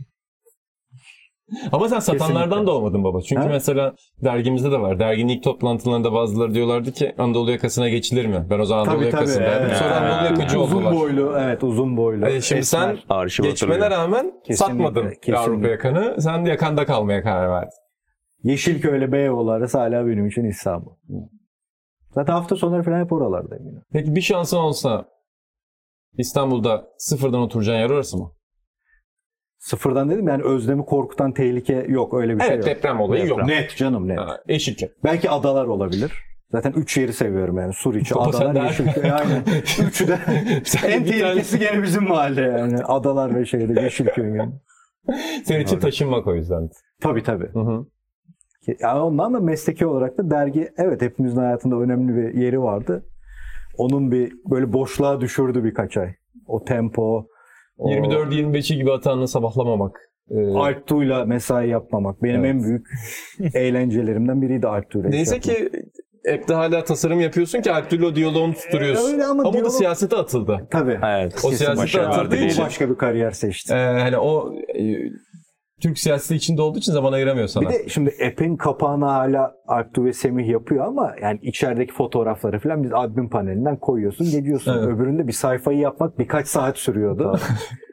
Speaker 2: Ama sen satanlardan
Speaker 5: Kesinlikle.
Speaker 2: da olmadın baba. Çünkü
Speaker 5: Ha?
Speaker 2: mesela dergimizde de var. Derginin ilk toplantılarında bazıları diyorlardı ki Anadolu yakasına geçilir mi? Ben o zaman Anadolu
Speaker 5: Tabii tabii.
Speaker 2: yakasındaydım.
Speaker 5: Evet.
Speaker 2: Sonra Anadolu yakacı
Speaker 5: Uzun
Speaker 2: oldular.
Speaker 5: boylu. Evet uzun boylu.
Speaker 2: E şimdi sen
Speaker 5: Esmer.
Speaker 3: Arşiv
Speaker 2: geçmene
Speaker 3: hatırlıyorum.
Speaker 2: rağmen
Speaker 5: Kesinlikle,
Speaker 2: satmadın
Speaker 5: kesinlikle.
Speaker 2: Avrupa yakanı. Sen de yakanda kalmaya karar verdin.
Speaker 5: Yeşilköy Beyoğlu arası hala benim için İstanbul. Zaten hafta sonları falan hep oralardayım yine.
Speaker 2: Peki bir şansın olsa İstanbul'da sıfırdan oturacağın yer orası mı?
Speaker 5: Sıfırdan dedim yani özlemi korkutan tehlike yok. Öyle bir şey
Speaker 2: Evet,
Speaker 5: yok.
Speaker 2: deprem olayı yok.
Speaker 5: Net canım net.
Speaker 2: Ha, Yeşilköy.
Speaker 5: Belki adalar olabilir. Zaten üç yeri seviyorum yani. Suriçi,
Speaker 2: Baba sen de-
Speaker 5: adalar, Yeşilköy. Aynen. Üçü de
Speaker 2: Sen
Speaker 5: en
Speaker 2: bir tane-
Speaker 5: tehlikesi gene bizim mahalle yani. Adalar ve şeyde Yeşilköy yani.
Speaker 2: Senin için taşınmak o yüzden.
Speaker 5: Tabii tabii.
Speaker 2: Hı hı.
Speaker 5: Yani ondan da mesleki olarak da dergi evet hepimizin hayatında önemli bir yeri vardı. Onun bir böyle boşluğa düşürdü birkaç ay. O tempo, o
Speaker 2: yirmi dört yirmi beşi gibi hatanla sabahlamamak. Ee,
Speaker 5: Alptuğ'la mesai yapmamak. Benim
Speaker 2: Evet.
Speaker 5: en büyük eğlencelerimden biriydi Alptuğ'la. iş
Speaker 2: Neyse
Speaker 5: yapmak.
Speaker 2: ki app'te hala tasarım yapıyorsun ki Alptür'le diyaloğunu tutturuyorsun.
Speaker 5: Öyle ama
Speaker 2: ama o da
Speaker 5: diyalog-
Speaker 2: siyasete atıldı.
Speaker 5: Tabii.
Speaker 3: Evet.
Speaker 2: O siyasete
Speaker 3: başarı
Speaker 2: atıldığı
Speaker 3: vardı
Speaker 2: için-
Speaker 3: diyelim.
Speaker 5: Başka bir kariyer seçti.
Speaker 2: Ee, hani o e, Türk siyaseti içinde olduğu için zaman ayıramıyor sana.
Speaker 5: Bir de şimdi app'in kapağını hala Alptuğ ve Semih yapıyor ama yani içerideki fotoğrafları falan biz admin panelinden koyuyorsun, gidiyorsun.
Speaker 2: Evet.
Speaker 5: Öbüründe bir sayfayı yapmak birkaç saat sürüyordu.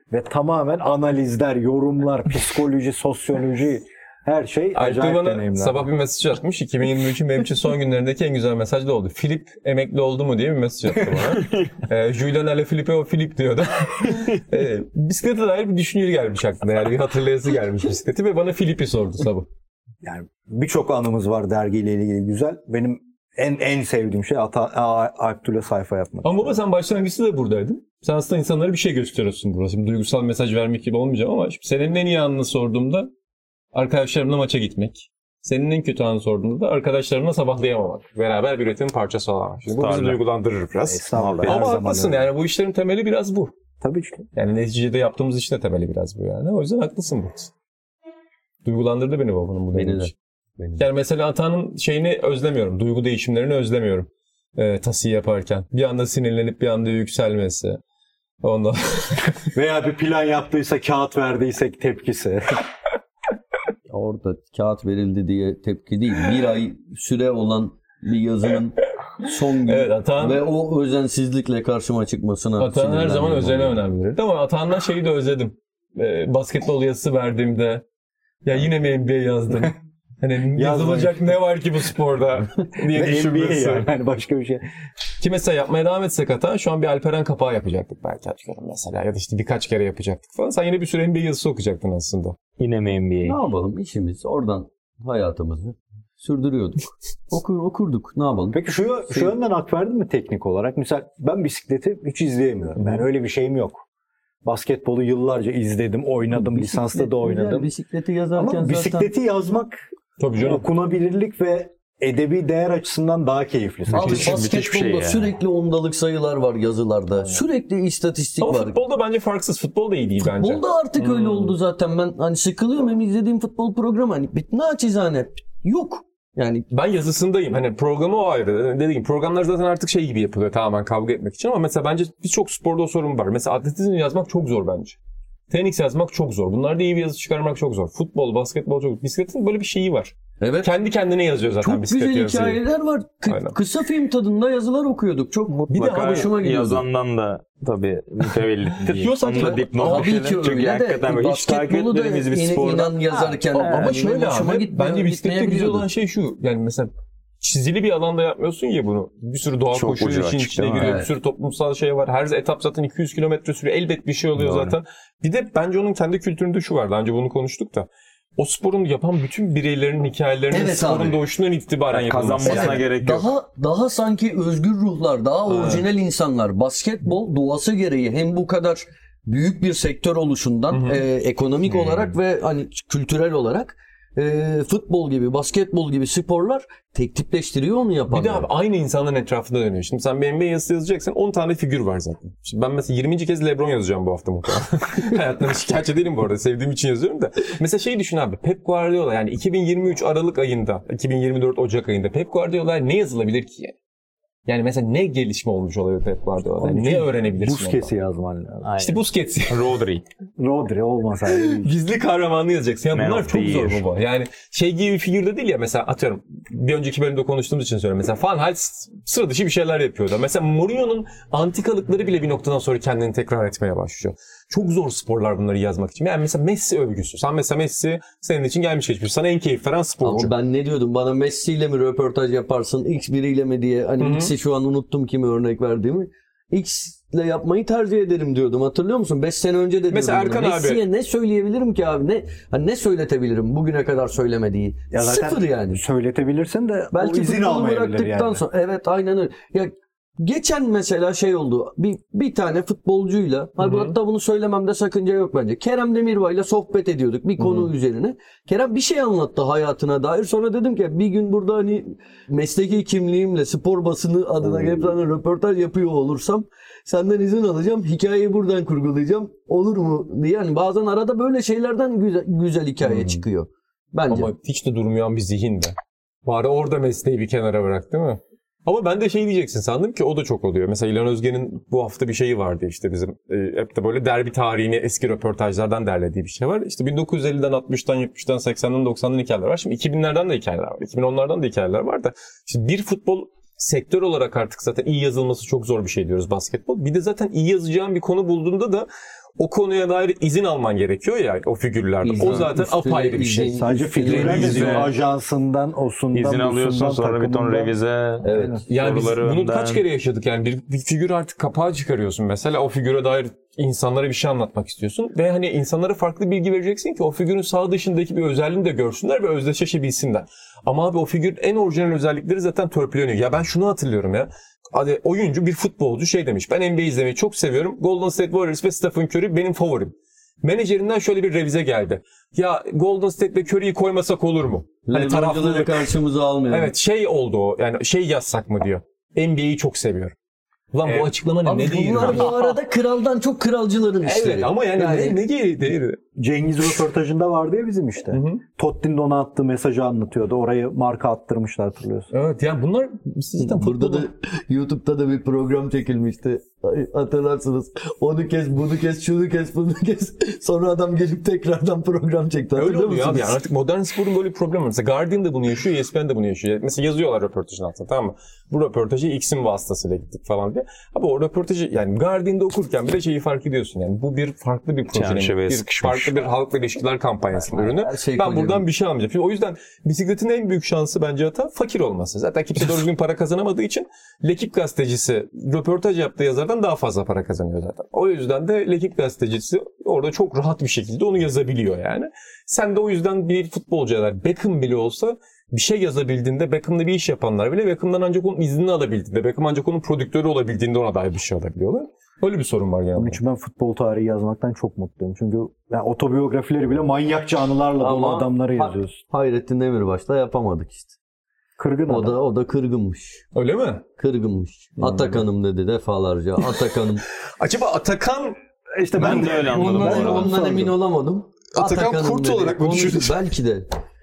Speaker 5: ve tamamen analizler, yorumlar, psikoloji, sosyoloji, her şey acayip
Speaker 2: bana
Speaker 5: deneyimler.
Speaker 2: Sabah bir mesaj atmış. iki bin yirmi üçün benim için son günlerindeki en güzel mesaj da oldu. Filip emekli oldu mu diye bir mesaj attı bana. e, Julian Alaphilippe o Filip diyordu. e, bisiklete dair bir düşünce gelmiş aklına. Yani bir hatırlayası gelmiş bisikleti ve bana Filip'i sordu sabah.
Speaker 5: Yani birçok anımız var dergiyle ilgili güzel. Benim en en sevdiğim şey Alptürk'le sayfa yapmak.
Speaker 2: Ama baba sen başlangıçta da buradaydın. Sen aslında insanlara bir şey gösteriyorsun burada. Şimdi duygusal mesaj vermek gibi olmayacağım ama senin en iyi anını sorduğumda arkadaşlarımla maça gitmek. Senin en kötü anı sorduğunda da arkadaşlarımla sabahlayamamak. Beraber bir üretimin parçası olamamak. Şimdi bu bizi duygulandırır biraz.
Speaker 5: Estağfurullah.
Speaker 2: Ama haklısın yani bu işlerin temeli biraz bu.
Speaker 5: Tabii ki.
Speaker 2: Yani neticede yaptığımız işin de temeli biraz bu yani. O yüzden haklısın bu. Duygulandırdı beni babanın bu
Speaker 4: Beni de.
Speaker 2: Beni de. Yani mesela Atan'ın şeyini özlemiyorum. Duygu değişimlerini özlemiyorum. E, tasiyi yaparken. Bir anda sinirlenip bir anda yükselmesi. Ondan
Speaker 5: Veya bir plan yaptıysa, kağıt verdiyse tepkisi.
Speaker 4: Orada kağıt verildi diye tepki değil. Bir ay süre olan bir yazının son gün
Speaker 2: evet, Atan,
Speaker 4: ve o özensizlikle karşıma çıkmasına
Speaker 2: Atan her zaman özene
Speaker 4: oldu.
Speaker 2: önem verirdi ama Atan'dan şeyi de özledim. Ee, basketbol yazısı verdiğimde ya yine mi N B A yazdım? Hani yazılacak ne var ki bu sporda diye düşünmesi.
Speaker 5: Yani. yani başka bir şey.
Speaker 2: Ki mesela yapmaya devam etsek Atan şu an bir Alperen kapağı yapacaktık belki atıyorum mesela ya da işte birkaç kere yapacaktık falan. Sen yine bir süre N B A yazısı okuyacaktın aslında.
Speaker 3: Yine mi N B A?
Speaker 4: Ne yapalım işimiz oradan hayatımızı sürdürüyorduk. Okur okurduk. Ne yapalım?
Speaker 5: Peki şu şu yönden hak verdin mi teknik olarak? Mesela ben bisikleti hiç izleyemiyorum. Yani öyle bir şeyim yok. Basketbolu yıllarca izledim, oynadım,
Speaker 4: Bisiklet,
Speaker 5: lisansta da oynadım.
Speaker 4: yani bisikleti yazarken
Speaker 5: ama bisikleti
Speaker 4: zaten...
Speaker 5: yazmak
Speaker 2: Tabii canım.
Speaker 5: okunabilirlik ve edebi değer açısından daha keyifli.
Speaker 4: Abi
Speaker 3: Müthiş- müthiş bir
Speaker 4: basketbolda
Speaker 3: şey ya.
Speaker 4: sürekli ondalık sayılar var yazılarda. Sürekli istatistik
Speaker 2: Ama
Speaker 4: var.
Speaker 2: futbolda bence farksız. Futbol da iyi değil bence.
Speaker 4: Futbolda artık öyle oldu zaten. Ben hani sıkılıyorum hem izlediğim futbol programı hani naçizane yok. Yani
Speaker 2: Ben yazısındayım. Hani programı o ayrı. Dediğim programlar zaten artık şey gibi yapılıyor tamamen kavga etmek için ama mesela bence birçok sporda o sorun var. Mesela atletizm yazmak çok zor bence. Tenis yazmak çok zor. Bunlarda iyi bir yazı çıkarmak çok zor. Futbol, basketbol çok zor. Bisikletin böyle bir şeyi var.
Speaker 4: evet.
Speaker 2: Kendi kendine yazıyor zaten
Speaker 4: Çok
Speaker 2: bisiklet
Speaker 4: güzel
Speaker 2: yazıyı.
Speaker 4: hikayeler var. Kı-
Speaker 2: Aynen.
Speaker 4: kısa film tadında yazılar okuyorduk. Çok bir de
Speaker 3: Mutlaka
Speaker 4: hoşuma gidiyordu.
Speaker 3: yazandan da tabii mütevellittir.
Speaker 2: Diyorsan
Speaker 3: Onu da
Speaker 2: tabii.
Speaker 3: dipnot
Speaker 4: Tabii
Speaker 3: bir
Speaker 4: ki
Speaker 3: şeyler. Çünkü
Speaker 4: öyle de
Speaker 3: hakikaten böyle hiç takip
Speaker 4: basketbolu da
Speaker 3: etmediğimiz bir
Speaker 4: in-
Speaker 3: sporda.
Speaker 4: inan yazarken.
Speaker 2: Ama, ama
Speaker 4: yani
Speaker 2: şöyle
Speaker 4: hoşuma
Speaker 2: abi,
Speaker 4: gitmiyor,
Speaker 2: bence bisiklette güzel
Speaker 4: gitmeyebiliyordu.
Speaker 2: olan şey şu. Yani mesela çizili bir alanda yapmıyorsun ya bunu. Bir sürü doğa
Speaker 3: Çok
Speaker 2: koşuyor,
Speaker 3: ucu
Speaker 2: işin
Speaker 3: açık,
Speaker 2: içine
Speaker 3: değil mi?
Speaker 2: giriyor.
Speaker 4: Evet.
Speaker 2: Bir sürü toplumsal şey var. Her etap zaten iki yüz kilometre sürüyor. Elbet bir şey oluyor
Speaker 3: Doğru.
Speaker 2: zaten. Bir de bence onun kendi kültüründe şu var. Daha önce bunu konuştuk da. O sporun yapan bütün bireylerin hikayelerinin
Speaker 4: Evet
Speaker 2: sporun
Speaker 4: abi.
Speaker 2: doğuşundan itibaren yapılması.
Speaker 3: Kazanmasına
Speaker 2: Yani.
Speaker 3: gerek yok.
Speaker 4: Daha daha sanki özgür ruhlar, daha
Speaker 2: Evet.
Speaker 4: orijinal insanlar. Basketbol doğası gereği hem bu kadar büyük bir sektör oluşundan
Speaker 2: Hı hı.
Speaker 4: e, ekonomik
Speaker 3: Hı.
Speaker 4: olarak ve hani kültürel olarak e, futbol gibi, basketbol gibi sporlar tek tipleştiriyor mu yapanlar?
Speaker 2: Bir de abi aynı insanların etrafında dönüyor. Şimdi sen bir N B A yazısı yazacaksın on tane figür var zaten. Şimdi ben mesela yirminci kez LeBron yazacağım bu hafta muhtemelen. Hayatımda şikayetçi değilim bu arada. Sevdiğim için yazıyorum da. Mesela şeyi düşün abi. Pep Guardiola yani iki bin yirmi üç Aralık ayında, iki bin yirmi dört Ocak ayında Pep Guardiola ne yazılabilir ki yani? Yani mesela ne gelişme olmuş olabilir Pep Guardiola'da? Yani ne öğrenebilirsin
Speaker 5: Busquets'i
Speaker 2: ondan?
Speaker 5: yazman lazım.
Speaker 2: İşte Busquets.
Speaker 3: Rodri.
Speaker 5: Rodri olmasaydı.
Speaker 2: Gizli kahramanını yazacaksın. Ya
Speaker 3: Man
Speaker 2: bunlar
Speaker 3: of
Speaker 2: çok
Speaker 3: the
Speaker 2: zor
Speaker 3: year.
Speaker 2: baba. Yani şey gibi bir figür de değil ya. Mesela atıyorum bir önceki bölümde konuştuğumuz için söylüyorum. Mesela Van Gaal sıra dışı bir şeyler yapıyordu. Mesela Mourinho'nun antikalıkları bile bir noktadan sonra kendini tekrar etmeye başlıyor. Çok zor sporlar bunları yazmak için. Yani mesela Messi övgüsü. Sen mesela Messi senin için gelmiş geçmiş. Sana en keyif veren sporcu.
Speaker 4: Ama ben ne diyordum? Bana Messi ile mi röportaj yaparsın? X biriyle mi diye. Hani
Speaker 2: Hı hı.
Speaker 4: X'i şu an unuttum kimi örnek verdiğimi. X ile yapmayı tercih ederim diyordum. Hatırlıyor musun? beş sene önce de diyordum.
Speaker 2: Mesela
Speaker 4: bunu.
Speaker 2: Erkan abi-
Speaker 4: Messi'ye ne söyleyebilirim ki abi? Ne hani ne söyletebilirim bugüne kadar söylemediği?
Speaker 5: Ya zaten
Speaker 4: Sıfır yani.
Speaker 5: Söyletebilirsin de
Speaker 4: Belki
Speaker 5: o izin
Speaker 4: futbolu
Speaker 5: almayabilir
Speaker 4: bıraktıktan
Speaker 5: yani.
Speaker 4: sonra. Evet aynen öyle. Ya geçen mesela şey oldu. Bir bir tane futbolcuyla, hani hatta bunu söylememde sakınca yok bence. Kerem Demirbay'la sohbet ediyorduk bir konu üzerine. Kerem bir şey anlattı hayatına dair. Sonra dedim ki bir gün burada hani mesleki kimliğimle spor basını adına hep sana röportaj yapıyor olursam senden izin alacağım. Hikayeyi buradan kurgulayacağım. Olur mu diye. Yani bazen arada böyle şeylerden güzel, güzel hikaye
Speaker 2: Hmm.
Speaker 4: çıkıyor. Bence.
Speaker 2: Ama hiç de durmayan bir zihin de. Bari orada mesleği bir kenara bırak değil mi? Ama ben de şey diyeceksin sandım ki o da çok oluyor. Mesela İlhan Özgen'in bu hafta bir şeyi vardı işte bizim. E, hep de böyle derbi tarihini eski röportajlardan derlediği bir şey var. İşte bin dokuz yüz elliden, altmıştan, yetmişten, seksenden, doksandan hikayeler var. Şimdi iki binlerden de hikayeler var. iki bin onlardan da hikayeler var da. Şimdi bir futbol sektör olarak artık zaten iyi yazılması çok zor bir şey diyoruz basketbol. Bir de zaten iyi yazacağın bir konu bulduğunda da o konuya dair izin alman gerekiyor ya o figürlerde.
Speaker 4: İzin,
Speaker 2: o zaten apayrı bir şey.
Speaker 4: izin,
Speaker 5: Sadece figürler
Speaker 3: izin-
Speaker 5: değil, ajansından, osundan,
Speaker 3: İzin alıyorsun,
Speaker 5: busundan,
Speaker 3: sonra bir ton
Speaker 5: takımından.
Speaker 3: revize.
Speaker 4: Evet.
Speaker 2: Yani biz
Speaker 3: soruları
Speaker 2: bunu
Speaker 3: önden.
Speaker 2: kaç kere yaşadık yani bir, bir figür artık kapağı çıkarıyorsun mesela o figüre dair insanlara bir şey anlatmak istiyorsun ve hani insanlara farklı bilgi vereceksin ki o figürün sağ dışındaki bir özelliğini de görsünler ve özdeşleşebilsinler. Ama abi o figür en orijinal özellikleri zaten törpüleniyor. Ya ben şunu hatırlıyorum ya. Hadi oyuncu bir futbolcu şey demiş. Ben N B A izlemeyi çok seviyorum. Golden State Warriors ve Stephen Curry benim favorim. Menajerinden şöyle bir revize geldi. Ya Golden State ve Curry'yi koymasak olur mu? Hani tarafları
Speaker 4: karşımıza almayalım.
Speaker 2: Evet şey oldu o. Yani şey yazsak mı diyor. N B A'yi çok seviyorum. Ulan
Speaker 3: Evet.
Speaker 2: bu açıklama ne?
Speaker 4: Abi
Speaker 2: Ne değil?
Speaker 4: bunlar bu arada kraldan çok kralcıların işleri.
Speaker 2: Evet ama yani,
Speaker 4: Yani-
Speaker 2: ne, ne gereği değil.
Speaker 5: Cengiz röportajında vardı ya bizim işte.
Speaker 2: Hı hı.
Speaker 5: Totti'nin ona attığı mesajı anlatıyordu. Orayı marka attırmışlar, hatırlıyorsun.
Speaker 2: Evet yani bunlar zaten
Speaker 4: Burada da
Speaker 2: futbolu-
Speaker 4: YouTube'da da bir program çekilmişti. Ay, hatırlarsınız. Onu kes, bunu kes, şunu kes, bunu kes. Sonra adam gelip tekrardan program çekti.
Speaker 2: Öyle
Speaker 4: Hatırlıyor
Speaker 2: oluyor abi.
Speaker 4: musunuz?
Speaker 2: Yani artık modern sporun böyle bir problemi var. Mesela Guardian da bunu yaşıyor, E S P N de bunu yaşıyor. Mesela yazıyorlar röportajın altına, tamam mı? Bu röportajı X'in vasıtasıyla gittik falan diye. Abi o röportajı yani Guardian'da okurken bile şeyi fark ediyorsun yani. Bu bir farklı bir projenin,
Speaker 3: Çerçeveye
Speaker 2: bir
Speaker 3: sıkışmış.
Speaker 2: farklı bir halkla ilişkiler kampanyasının ürünü.
Speaker 4: Her şey
Speaker 2: Ben
Speaker 4: koyuyorum.
Speaker 2: buradan bir şey almayacağım. Şimdi o yüzden bisikletin en büyük şansı bence hata fakir olması. Zaten kimse doğru düzgün para kazanamadığı için Lekip gazetecisi röportaj yaptığı yazardan daha fazla para kazanıyor zaten. O yüzden de Lekip gazetecisi orada çok rahat bir şekilde onu yazabiliyor yani. Sen de o yüzden bir futbolcular Beckham bile olsa bir şey yazabildiğinde, Beckham'da bir iş yapanlar bile Beckham'dan ancak onun iznini alabildiğinde, Beckham ancak onun prodüktörü olabildiğinde ona dair bir şey alabiliyorlar. Öyle bir sorun var yani.
Speaker 5: Onun için ben futbol tarihi yazmaktan çok mutluyum. Çünkü yani otobiyografileri bile manyakça anılarla dolu
Speaker 4: Ama-
Speaker 5: adamları yazıyorsun.
Speaker 4: Hayrettin Demirbaş'la yapamadık işte.
Speaker 5: Kırgın
Speaker 4: O
Speaker 5: adam.
Speaker 4: da o da kırgınmış.
Speaker 2: Öyle mi?
Speaker 4: Kırgınmış. Atakan'ım dedi defalarca. Atakan'ım.
Speaker 2: Acaba Atakan
Speaker 5: İşte
Speaker 3: Ben de öyle anladım bu
Speaker 4: ondan,
Speaker 3: arada.
Speaker 4: ondan emin olamadım.
Speaker 2: Atakan
Speaker 4: Atakan'ım
Speaker 2: Kurt
Speaker 4: dedi,
Speaker 2: olarak mı
Speaker 4: konuştu.
Speaker 2: düşündün?
Speaker 4: Belki de.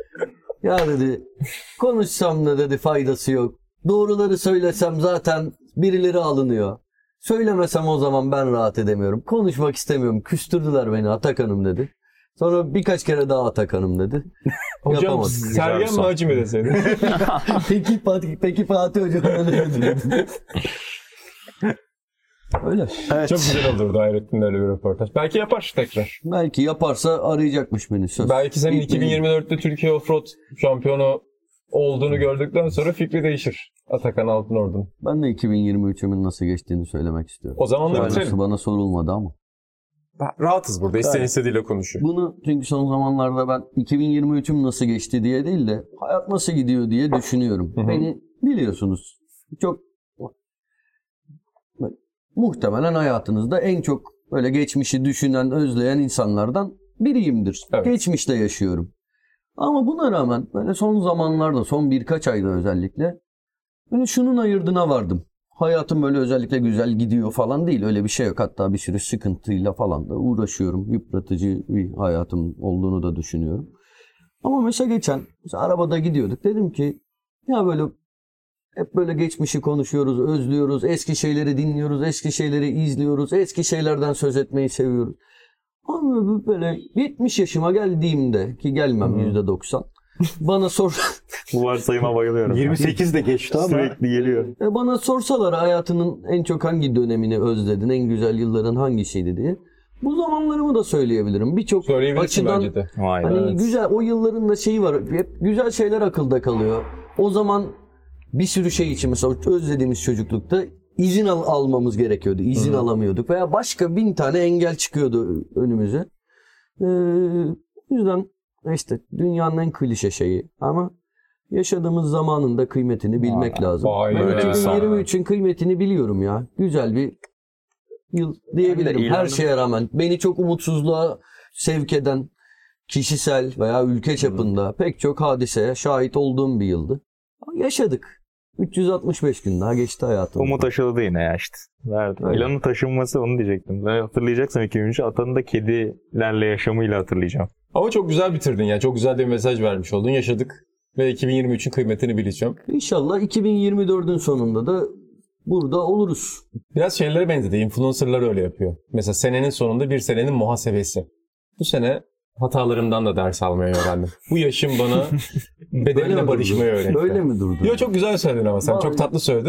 Speaker 4: Ya dedi konuşsam da dedi faydası yok. Doğruları söylesem zaten birileri alınıyor. Söylemesem o zaman ben rahat edemiyorum. Konuşmak istemiyorum. Küstürdüler beni Atakan'ım dedi. Sonra birkaç kere daha Atakan'ım dedi.
Speaker 2: Hocam
Speaker 4: Yapamadık.
Speaker 2: Sergen
Speaker 3: Güzel
Speaker 2: Maci mi deseydin?
Speaker 4: peki, Fatih, peki Fatih Hocam ne dedi? Öyle.
Speaker 5: Evet.
Speaker 2: Çok güzel olurdu Hayrettin'le öyle bir röportaj. Belki yapar tekrar.
Speaker 4: Belki yaparsa arayacakmış beni söz.
Speaker 2: Belki senin
Speaker 4: İlk
Speaker 2: iki bin yirmi dörtte Türkiye Offroad şampiyonu olduğunu gördükten sonra fikri değişir. Atakan Altınordu'nun.
Speaker 4: Ben de iki bin yirmi üçümün nasıl geçtiğini söylemek istiyorum.
Speaker 2: O zaman da
Speaker 4: Aynısı
Speaker 2: bitirelim.
Speaker 4: bana sorulmadı ama.
Speaker 2: Rahatız burada. İsteyen istediğiyle konuşuyor.
Speaker 4: Bunu çünkü son zamanlarda ben iki bin yirmi üçüm nasıl geçti diye değil de hayat nasıl gidiyor diye düşünüyorum.
Speaker 2: Hı hı.
Speaker 4: Beni biliyorsunuz çok muhtemelen hayatınızda en çok böyle geçmişi düşünen, özleyen insanlardan biriyimdir.
Speaker 2: Evet.
Speaker 4: Geçmişte yaşıyorum. Ama buna rağmen böyle son zamanlarda, son birkaç ayda özellikle böyle şunun ayırdına vardım. Hayatım böyle özellikle güzel gidiyor falan değil. Öyle bir şey yok. Hatta bir sürü sıkıntıyla falan da uğraşıyorum. Yıpratıcı bir hayatım olduğunu da düşünüyorum. Ama mesela geçen mesela arabada gidiyorduk. Dedim ki ya böyle hep böyle geçmişi konuşuyoruz, özlüyoruz. Eski şeyleri dinliyoruz, eski şeyleri izliyoruz. Eski şeylerden söz etmeyi seviyoruz. Ama böyle yetmiş yaşıma geldiğimde ki gelmem yüzde doksan. Bana sor
Speaker 3: Bu varsayıma bayılıyorum.
Speaker 5: yirmi sekiz de geçti ama
Speaker 3: Sürekli geliyor.
Speaker 4: E bana sorsalar hayatının en çok hangi dönemini özledin, en güzel yılların hangisiydi diye. Bu zamanlarımı da söyleyebilirim. Birçok
Speaker 2: Söyleyebilirsin
Speaker 4: açıdan
Speaker 2: bence de.
Speaker 3: Vay
Speaker 4: hani
Speaker 3: be.
Speaker 4: güzel o yılların da şeyi var. Hep güzel şeyler akılda kalıyor. O zaman bir sürü şey için mesela özlediğimiz çocuklukta izin al- almamız gerekiyordu. İzin
Speaker 2: Hı.
Speaker 4: alamıyorduk veya başka bin tane engel çıkıyordu önümüze. Ee, o yüzden işte dünyanın en klişe şeyi ama yaşadığımız zamanın da kıymetini bilmek lazım.
Speaker 2: vay
Speaker 4: Ben
Speaker 2: be.
Speaker 4: iki bin yirmi üçün kıymetini biliyorum ya. Güzel bir yıl diyebilirim.
Speaker 3: Ben de
Speaker 4: Her
Speaker 3: ilanım-
Speaker 4: şeye rağmen beni çok umutsuzluğa sevk eden kişisel veya ülke çapında pek çok hadiseye şahit olduğum bir yıldı. Ama yaşadık. üç yüz altmış beş gün daha geçti hayatım.
Speaker 3: Umut aşıladı yine ya işte. Verdi.
Speaker 4: Öyle.
Speaker 3: İlanın taşınması onu diyecektim. Ben hatırlayacaksam iki bin üç Atanın da kedilerle yaşamıyla hatırlayacağım.
Speaker 2: Ama çok güzel bitirdin ya. Çok güzel de bir mesaj vermiş oldun. Yaşadık. Ve iki bin yirmi üçün kıymetini bileceğim.
Speaker 4: İnşallah iki bin yirmi dördün sonunda da burada oluruz.
Speaker 2: Biraz şeylere benzedi. Influencerlar öyle yapıyor. Mesela senenin sonunda bir senenin muhasebesi. Bu sene hatalarımdan da ders almayı öğrendim. Bu yaşım bana
Speaker 4: Böyle
Speaker 2: bedenimle
Speaker 4: mi
Speaker 2: barışmayı
Speaker 4: durdu?
Speaker 2: öğretti.
Speaker 4: Böyle mi durdu?
Speaker 2: Yo, çok güzel söyledin ama sen.
Speaker 4: Vallahi-
Speaker 2: Çok tatlı söyledin.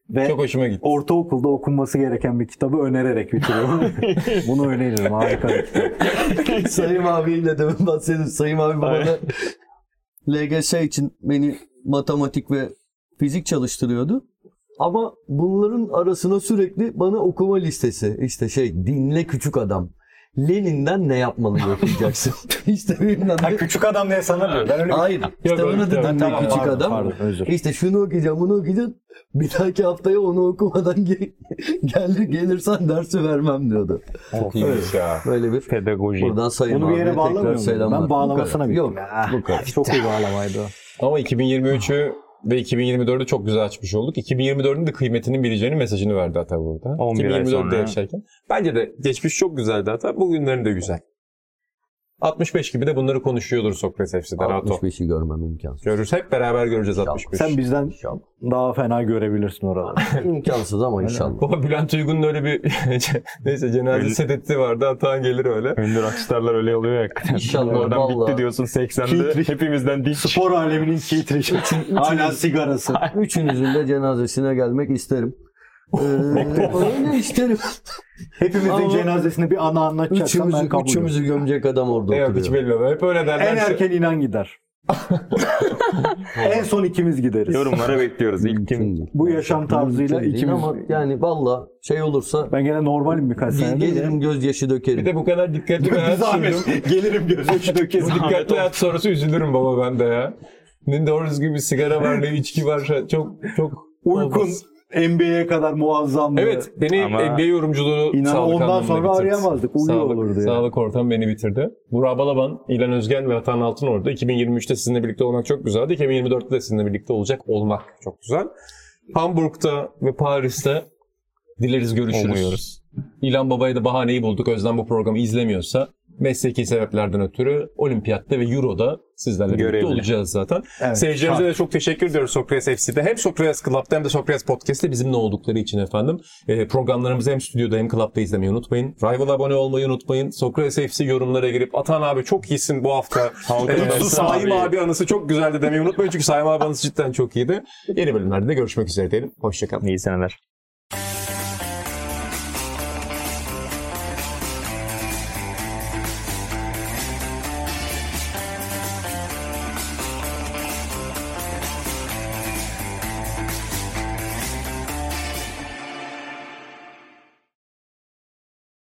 Speaker 5: Ve
Speaker 2: Çok hoşuma gitti.
Speaker 5: ortaokulda okunması gereken bir kitabı önererek bitiriyorum. Bunu öneririm. Harika bir kitap.
Speaker 4: Sayım abiyle de ben bahsedeyim. Sayım abi bana L G S için beni matematik ve fizik çalıştırıyordu. Ama bunların arasına sürekli bana okuma listesi. İşte şey, dinle küçük adam. Lenin'den ne yapmalıyı okuyacaksın. İşte benim
Speaker 5: Ha, küçük adam diye sana diyor. Ben öyle
Speaker 4: Hayır. Kitabın adı
Speaker 5: Ha,
Speaker 4: Dinle
Speaker 5: tamam,
Speaker 4: Küçük
Speaker 5: pardon,
Speaker 4: Adam.
Speaker 5: pardon, özür.
Speaker 4: İşte şunu okuyacağım, bunu okuyacağım. Bir dahaki haftaya onu okumadan ge- gelir gelirsen dersi vermem diyordu.
Speaker 2: Çok iyiymiş ya.
Speaker 4: Böyle bir
Speaker 3: Pedagoji.
Speaker 4: buradan Sayın
Speaker 5: Onu bir yere
Speaker 4: abiye
Speaker 5: bağlamıyor
Speaker 4: tekrar
Speaker 5: muyum?
Speaker 4: selamlar.
Speaker 5: Ben bağlamasına
Speaker 4: Bu kadar.
Speaker 5: bittim.
Speaker 4: Yok,
Speaker 5: Ah,
Speaker 4: bu kadar.
Speaker 5: Çok iyi bağlamaydı o.
Speaker 2: Ama iki bin yirmi üçü ve iki bin yirmi dördü çok güzel açmış olduk. iki bin yirmi dördün de kıymetinin bileceğinin mesajını verdi hatta burada.
Speaker 3: on bir ay
Speaker 2: iki bin yirmi dörtte
Speaker 3: sonra.
Speaker 2: yaşarken. Bence de geçmiş çok güzeldi hatta. Bugünlerin de güzel. altmış beş gibi de bunları konuşuyordur Sokrates F C'de. Rahat ol.
Speaker 4: altmış beşi görmem imkansız.
Speaker 2: Görürüz. Hep beraber göreceğiz
Speaker 4: İnşallah.
Speaker 2: altmış beş.
Speaker 5: Sen bizden
Speaker 4: İnşallah.
Speaker 5: daha fena görebilirsin orada.
Speaker 4: İmkansız ama inşallah.
Speaker 2: Baba Bülent Uygun'un öyle bir neyse cenaze
Speaker 3: Öyle-
Speaker 2: sedeti vardı. Hatan gelir öyle.
Speaker 3: Ünlü rockstarlar öyle oluyor ya.
Speaker 4: İnşallah,
Speaker 3: Oradan
Speaker 4: vallahi.
Speaker 3: bitti diyorsun seksende
Speaker 5: Keith-
Speaker 3: hepimizden dinç.
Speaker 5: Spor aleminin titrişi. Hala sigarası.
Speaker 4: Üçünüzün de cenazesine gelmek isterim. Ee, öyle isterim.
Speaker 5: Hepimizin
Speaker 4: Ama-
Speaker 5: cenazesine bir ana anlatacaksan
Speaker 4: Üçümüzü,
Speaker 5: ben kabul ediyorum.
Speaker 4: üçümüzü gömecek adam orada
Speaker 2: Evet hiç
Speaker 4: oturuyor.
Speaker 2: belli olmaz. Hep öyle derler.
Speaker 5: En erken inan gider. En son ikimiz gideriz.
Speaker 3: Yorumlara bekliyoruz. İlk kim?
Speaker 4: Mümkün değil.
Speaker 5: Bu yaşam tarzıyla
Speaker 4: Mümkün değil
Speaker 5: ikimiz...
Speaker 4: ama yani valla şey olursa
Speaker 5: Ben gene normalim birkaç
Speaker 4: gel-
Speaker 5: senedir.
Speaker 4: gelirim gözyaşı dökerim.
Speaker 2: Bir de bu kadar dikkatli bir hayat sürdüm.
Speaker 5: Gelirim gözyaşı
Speaker 2: Bu
Speaker 5: dökerim.
Speaker 2: dikkatli hayat sonrası üzülürüm baba ben de ya. Ne doğru düzgün bir sigara var ne içki var. Çok çok
Speaker 5: Uykun
Speaker 2: olmaz.
Speaker 5: N B A'ye kadar muazzamdı.
Speaker 2: Evet beni
Speaker 3: Ama-
Speaker 2: N B A yorumculuğu
Speaker 5: İnan
Speaker 2: sağlık
Speaker 5: ondan
Speaker 2: anlamında
Speaker 5: sonra
Speaker 2: bitirdi.
Speaker 5: arayamazdık. Uyuyor
Speaker 2: Sağlık,
Speaker 5: olurdu yani.
Speaker 2: sağlık ortam beni bitirdi. Burak Balaban, İlhan Özgen ve Atan Altınordu. iki bin yirmi üçte sizinle birlikte olmak çok güzeldi. iki bin yirmi dörtte de sizinle birlikte olacak olmak çok güzel. Hamburg'da ve Paris'te dileriz görüşürüz.
Speaker 3: Umuyoruz.
Speaker 2: İlhan Baba'ya da bahaneyi bulduk. Özlem bu programı izlemiyorsa mesleki sebeplerden ötürü Olimpiyatta ve Euro'da sizlerle birlikte
Speaker 3: Görevli.
Speaker 2: olacağız zaten.
Speaker 5: Evet,
Speaker 2: Seyircilerimize
Speaker 5: şart.
Speaker 2: de çok teşekkür ediyoruz Sokrates F C'de. Hem Sokrates Club'da hem de Sokrates Podcast'te bizimle oldukları için efendim. Ee, programlarımızı hem stüdyoda hem Club'da izlemeyi unutmayın. Rival'a abone olmayı unutmayın. Sokrates F C yorumlara girip Atan abi çok iyisin bu hafta.
Speaker 3: Halkın
Speaker 2: Ee,
Speaker 3: anısı
Speaker 2: Saim
Speaker 3: abi.
Speaker 2: abi anısı çok güzeldi demeyi unutmayın. Çünkü Saim abi anısı cidden çok iyiydi. Yeni bölümlerde de görüşmek üzere diyelim. Hoşçakalın.
Speaker 3: İyi seneler.